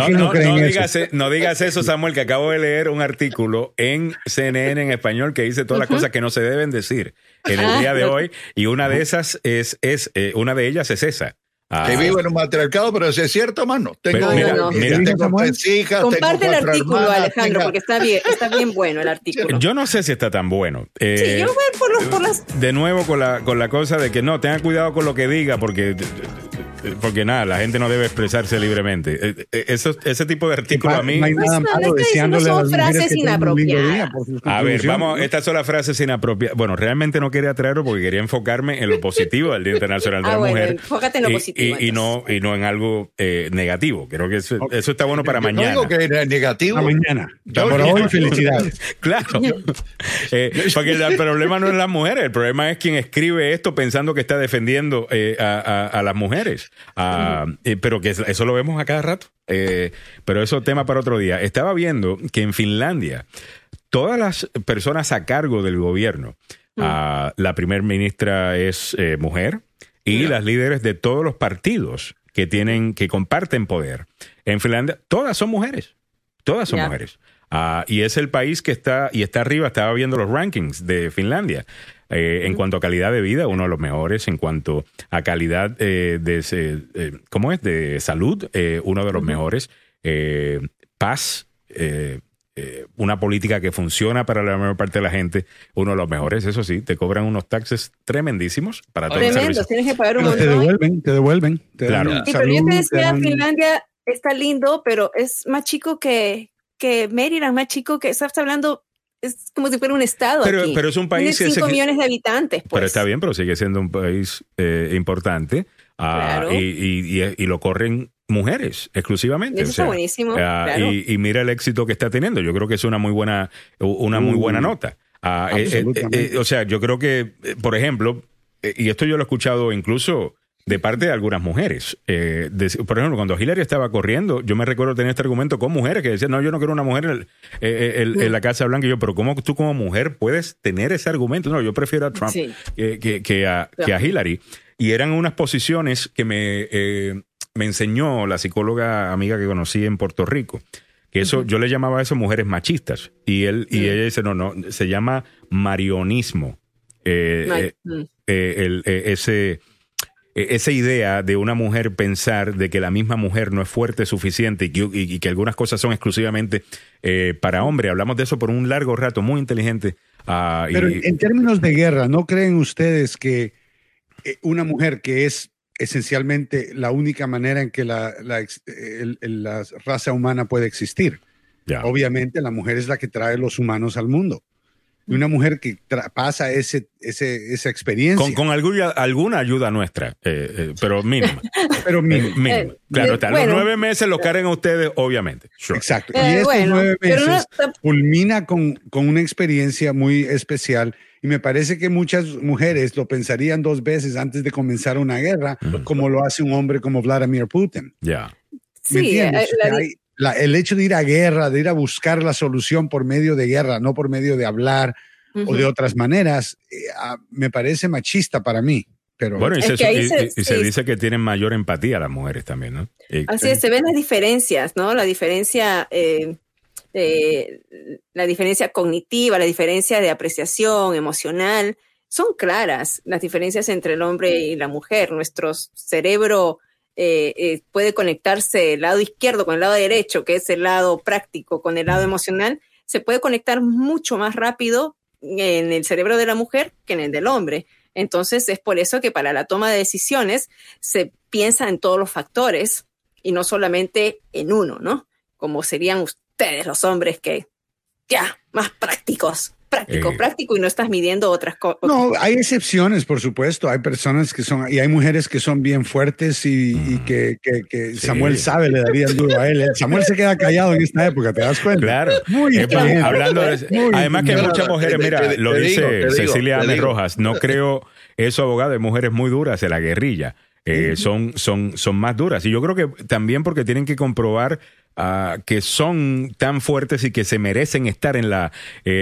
No digas eso, Samuel, que acabo de leer un artículo en CNN en español que dice todas las cosas que no se deben decir en el día de hoy. Y una de esas una de ellas es esa. Que vivo en un matriarcado, pero eso es cierto, mano. Tengo 3 hijas. Comparte el artículo, hermanas, Alejandro, porque está bien bueno el artículo. Yo no sé si está tan bueno. Sí, yo voy por las... De nuevo con la cosa de que no, tengan cuidado con lo que diga, porque nada, la gente no debe expresarse libremente. Ese tipo de artículos a mí... No hay nada malo deseándole a las mujeres que tengan un lindo día por sus A ver, vamos, estas son las frases inapropiadas. Bueno, realmente no quería traerlo porque quería enfocarme en lo positivo del Día Internacional de la Mujer. Enfócate en lo positivo. Y no en algo negativo. Creo que eso está bueno para mañana. No digo que es negativo. A mañana. Por hoy, felicidades. Claro. Porque el problema no es las mujeres. El problema es quien escribe esto pensando que está defendiendo a las mujeres. Pero que eso lo vemos a cada rato. Pero eso es tema para otro día. Estaba viendo que en Finlandia todas las personas a cargo del gobierno, la primer ministra es mujer y las líderes de todos los partidos que comparten poder en Finlandia, todas son mujeres. Todas son mujeres. Y es el país que está arriba. Estaba viendo los rankings de Finlandia. En cuanto a calidad de vida, uno de los mejores. En cuanto a calidad de salud, uno de los mejores. Paz, una política que funciona para la mayor parte de la gente, uno de los mejores. Eso sí, te cobran unos taxes tremendísimos para todo el servicio. Tienes que pagar un montón. Te devuelven. Claro. Sí, pero yo te decía, Finlandia está lindo, pero es más chico que Maryland, más chico que... Estás hablando... Es como si fuera un estado aquí. Pero es un país... Tiene 5 millones de habitantes, pues. Pero está bien, pero sigue siendo un país importante. Claro. Y lo corren mujeres exclusivamente. Eso está buenísimo. Claro. Y mira el éxito que está teniendo. Yo creo que es una muy buena nota. O sea, yo creo que, por ejemplo, y esto yo lo he escuchado incluso de parte de algunas mujeres. Por ejemplo, cuando Hillary estaba corriendo, yo me recuerdo tener este argumento con mujeres que decían, no, yo no quiero una mujer en la Casa Blanca. Y yo, pero ¿cómo tú como mujer puedes tener ese argumento? No, yo prefiero a Trump que a Hillary. Y eran unas posiciones que me enseñó la psicóloga amiga que conocí en Puerto Rico. Que eso, yo le llamaba a eso mujeres machistas. Y ella dice, no, se llama marionismo. Esa idea de una mujer pensar de que la misma mujer no es fuerte suficiente y que algunas cosas son exclusivamente para hombre. Hablamos de eso por un largo rato, muy inteligente. Pero en términos de guerra, ¿no creen ustedes que una mujer que es esencialmente la única manera en que la raza humana puede existir? Obviamente la mujer es la que trae los humanos al mundo. Y una mujer que pasa esa experiencia. Con alguna ayuda nuestra, pero mínima. Mínima. Claro, los 9 meses los cargan a ustedes, obviamente. Sure. Exacto. Y estos 9 meses culmina con una experiencia muy especial. Y me parece que muchas mujeres lo pensarían 2 veces antes de comenzar una guerra, como lo hace un hombre como Vladimir Putin. ¿Me entiendes? El hecho de ir a guerra, de ir a buscar la solución por medio de guerra, no por medio de hablar o de otras maneras, me parece machista para mí. Pero bueno, se dice que tienen mayor empatía las mujeres también, ¿no? Así es, se ven las diferencias, ¿no? La diferencia cognitiva, la diferencia de apreciación emocional, son claras las diferencias entre el hombre y la mujer. Nuestro cerebro puede conectarse el lado izquierdo con el lado derecho, que es el lado práctico, con el lado emocional, se puede conectar mucho más rápido en el cerebro de la mujer que en el del hombre. Entonces es por eso que para la toma de decisiones se piensa en todos los factores y no solamente en uno, ¿no? Como serían ustedes los hombres que más prácticos. práctico y no estás midiendo otras cosas. No, hay excepciones, por supuesto. Hay personas que son, y hay mujeres que son bien fuertes y que Samuel sabe, le darían duro a él. Samuel se queda callado en esta época, ¿te das cuenta? Claro. Hablando además que hay muchas mujeres, mira, lo dice Cecilia Ame Rojas, no creo eso, abogado, hay mujeres muy duras de la guerrilla. Son más duras. Y yo creo que también porque tienen que comprobar que son tan fuertes y que se merecen estar en la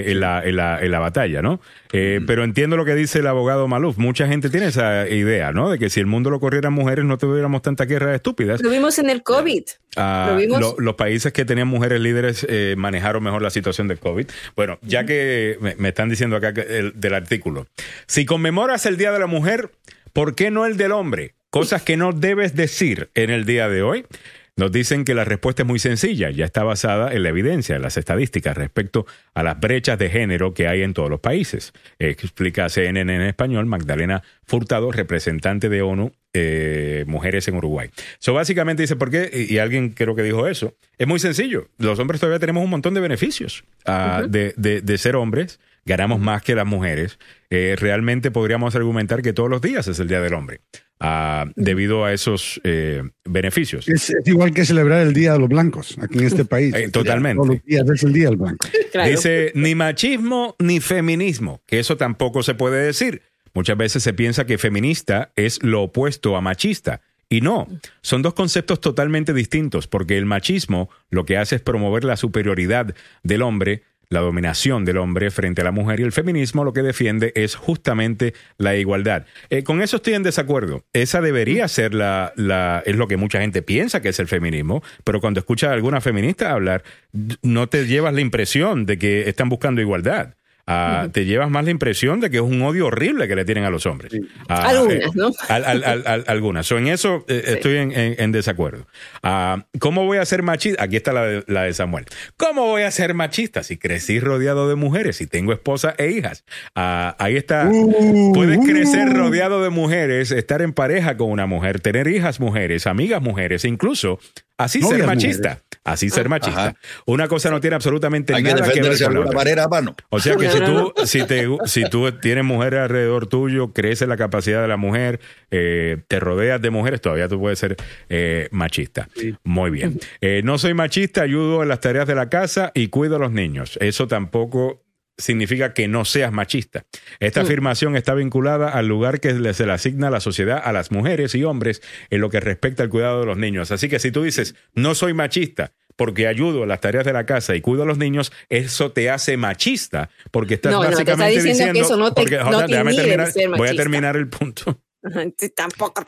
batalla, ¿no? Pero entiendo lo que dice el abogado Maluf. Mucha gente tiene esa idea, ¿no? De que si el mundo lo corrieran mujeres no tuviéramos tanta guerra de estúpidas. Lo vimos en el COVID. Los países que tenían mujeres líderes manejaron mejor la situación del COVID. Bueno, ya que me están diciendo acá del artículo. Si conmemoras el Día de la Mujer, ¿por qué no el del hombre? Cosas que no debes decir en el día de hoy. Nos dicen que la respuesta es muy sencilla, ya está basada en la evidencia, en las estadísticas respecto a las brechas de género que hay en todos los países. Explica CNN en español, Magdalena Furtado, representante de ONU, Mujeres en Uruguay. Básicamente dice, ¿por qué? Y alguien creo que dijo eso. Es muy sencillo, los hombres todavía tenemos un montón de beneficios de ser hombres, ganamos más que las mujeres. Realmente podríamos argumentar que todos los días es el Día del Hombre. Debido a esos beneficios. Es igual que celebrar el Día de los Blancos aquí en este país. Totalmente. Todos los días es el Día del Blanco. Claro. Dice, ni machismo ni feminismo, que eso tampoco se puede decir. Muchas veces se piensa que feminista es lo opuesto a machista. Y no, son dos conceptos totalmente distintos, porque el machismo lo que hace es promover la superioridad del hombre, la dominación del hombre frente a la mujer, y el feminismo lo que defiende es justamente la igualdad. Con eso estoy en desacuerdo. Esa debería ser es lo que mucha gente piensa que es el feminismo, pero cuando escuchas a alguna feminista hablar, no te llevas la impresión de que están buscando igualdad. Te llevas más la impresión de que es un odio horrible que le tienen a los hombres. Algunas, ¿no? Algunas. En eso estoy en desacuerdo. ¿Cómo voy a ser machista? Aquí está la de Samuel. ¿Cómo voy a ser machista si crecí rodeado de mujeres y tengo esposa e hijas? Ahí está. Puedes crecer rodeado de mujeres, estar en pareja con una mujer, tener hijas mujeres, amigas mujeres, inclo así ser machista. Mujeres. Así ser machista. Ajá. Una cosa no tiene absolutamente nada que ver con la otra. Manera, mano. O sea que si tú tienes mujeres alrededor tuyo, crece la capacidad de la mujer, te rodeas de mujeres, todavía tú puedes ser machista. Sí. Muy bien. No soy machista, ayudo en las tareas de la casa y cuido a los niños. Eso tampoco significa que no seas machista. Esta afirmación está vinculada al lugar que se le asigna a la sociedad a las mujeres y hombres en lo que respecta al cuidado de los niños. Así que si tú dices, no soy machista porque ayudo en las tareas de la casa y cuido a los niños, eso te hace machista, porque estás básicamente te está diciendo que eso no te terminar, voy a terminar el punto. Sí, tampoco.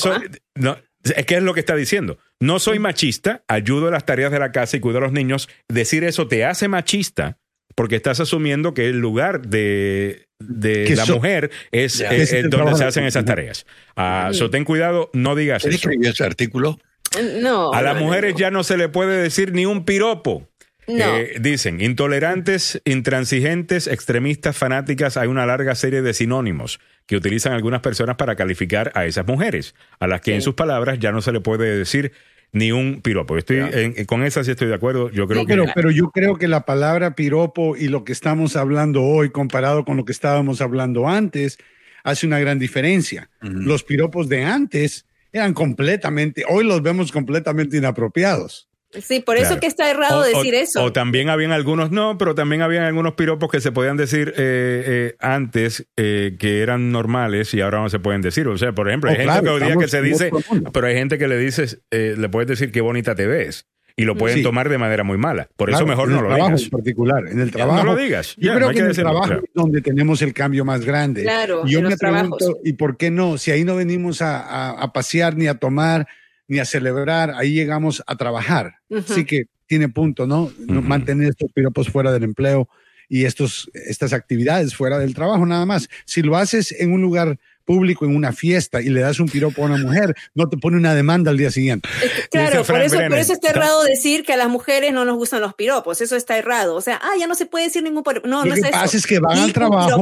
Es que es lo que está diciendo. No soy machista, ayudo en las tareas de la casa y cuido a los niños. Decir eso te hace machista, porque estás asumiendo que el lugar de la mujer es donde se hacen esas tareas. Ten cuidado, no digas eso. ¿Quién escribió ese artículo? No. A las mujeres ya no se le puede decir ni un piropo. No. Dicen, intolerantes, intransigentes, extremistas, fanáticas. Hay una larga serie de sinónimos que utilizan algunas personas para calificar a esas mujeres, a las que en sus palabras ya no se le puede decir ni un piropo. Con esa sí estoy de acuerdo. Yo creo pero yo creo que la palabra piropo y lo que estamos hablando hoy comparado con lo que estábamos hablando antes hace una gran diferencia. Los piropos de antes eran hoy los vemos completamente inapropiados. Sí, por eso que está errado decir eso. O también habían algunos pero también habían algunos piropos que se podían decir antes que eran normales y ahora no se pueden decir. O sea, por ejemplo, hay gente que hoy día que se dice, pero hay gente que le dices, le puedes decir qué bonita te ves. Y lo pueden tomar de manera muy mala. Por eso mejor no lo digas. En particular, en el trabajo. No lo digas. Yo creo que en el trabajo es donde tenemos el cambio más grande. Claro, y yo me pregunto, ¿y por qué no? Si ahí no venimos a pasear, ni a tomar, ni a celebrar, ahí llegamos a trabajar. Así que tiene punto, ¿no? Mantener estos piropos fuera del empleo y estas actividades fuera del trabajo nada más. Si lo haces en un lugar público en una fiesta y le das un piropo a una mujer, no te pone una demanda al día siguiente. Claro, por eso está errado decir que a las mujeres no nos gustan los piropos. Eso está errado. O sea, ya no se puede decir ningún piropo. No, lo que pasa es que van al trabajo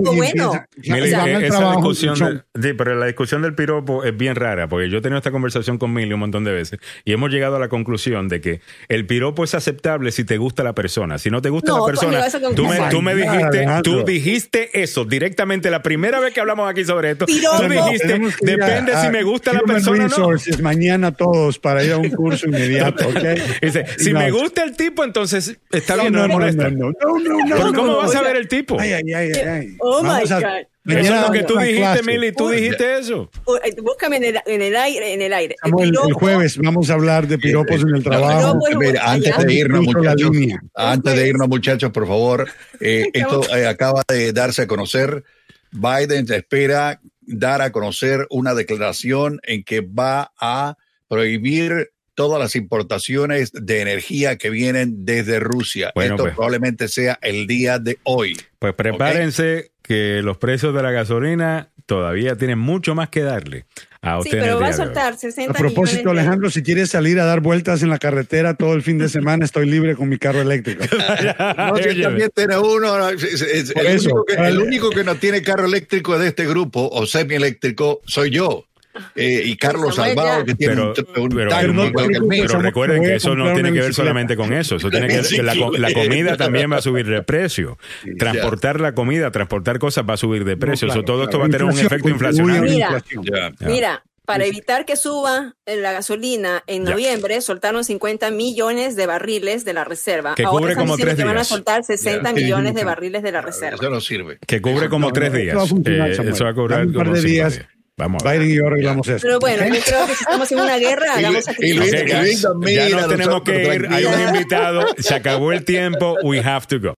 pero la discusión del piropo es bien rara, porque yo he tenido esta conversación con Milly un montón de veces y hemos llegado a la conclusión de que el piropo es aceptable si te gusta la persona. Si no te gusta la persona, tú dijiste eso directamente la primera vez que hablamos aquí sobre esto. Tú dijiste, depende si me gusta la persona o no. Mañana todos para ir a un curso inmediato, ¿okay? Dice, si me gusta el tipo, entonces está bien, no me molesta. Pero ¿cómo vas a ver el tipo? Oh my God. Eso es lo que tú dijiste, Milly. Tú dijiste eso. Búscame en el aire. El jueves vamos a hablar de piropos en el trabajo. Antes de irnos, muchachos, por favor. Esto acaba de darse a conocer. Biden espera dar a conocer una declaración en que va a prohibir todas las importaciones de energía que vienen desde Rusia. Bueno, esto probablemente sea el día de hoy. Pues prepárense que los precios de la gasolina todavía tienen mucho más que darle a ustedes. Sí, pero va a soltar 60 A propósito, Alejandro, si quieres salir a dar vueltas en la carretera todo el fin de semana, estoy libre con mi carro eléctrico. No, si también tiene uno. El único que no tiene carro eléctrico de este grupo, o semieléctrico, soy yo. Y Carlos Salvado, que tiene un tanque igual que el mío. Pero recuerden que eso no tiene que ver solamente con eso. Eso tiene que ver que la comida también va a subir de precio. Transportar la comida, transportar cosas va a subir de precio. Todo esto va a tener un efecto inflacionario. Mira, para evitar que suba la gasolina en noviembre, soltaron 50 millones de barriles de la reserva. Que cubre como 3 días. Que van a soltar 60 millones de barriles de la reserva. Eso no sirve. Que cubre como 3 días. Eso va a cobrar un par de días. Vamos Biden y yo arreglamos eso. Pero bueno, yo creo que si estamos en una guerra, hagamos sacrificios. Ya nos tenemos que ir. Hay un invitado. Se acabó el tiempo. We have to go.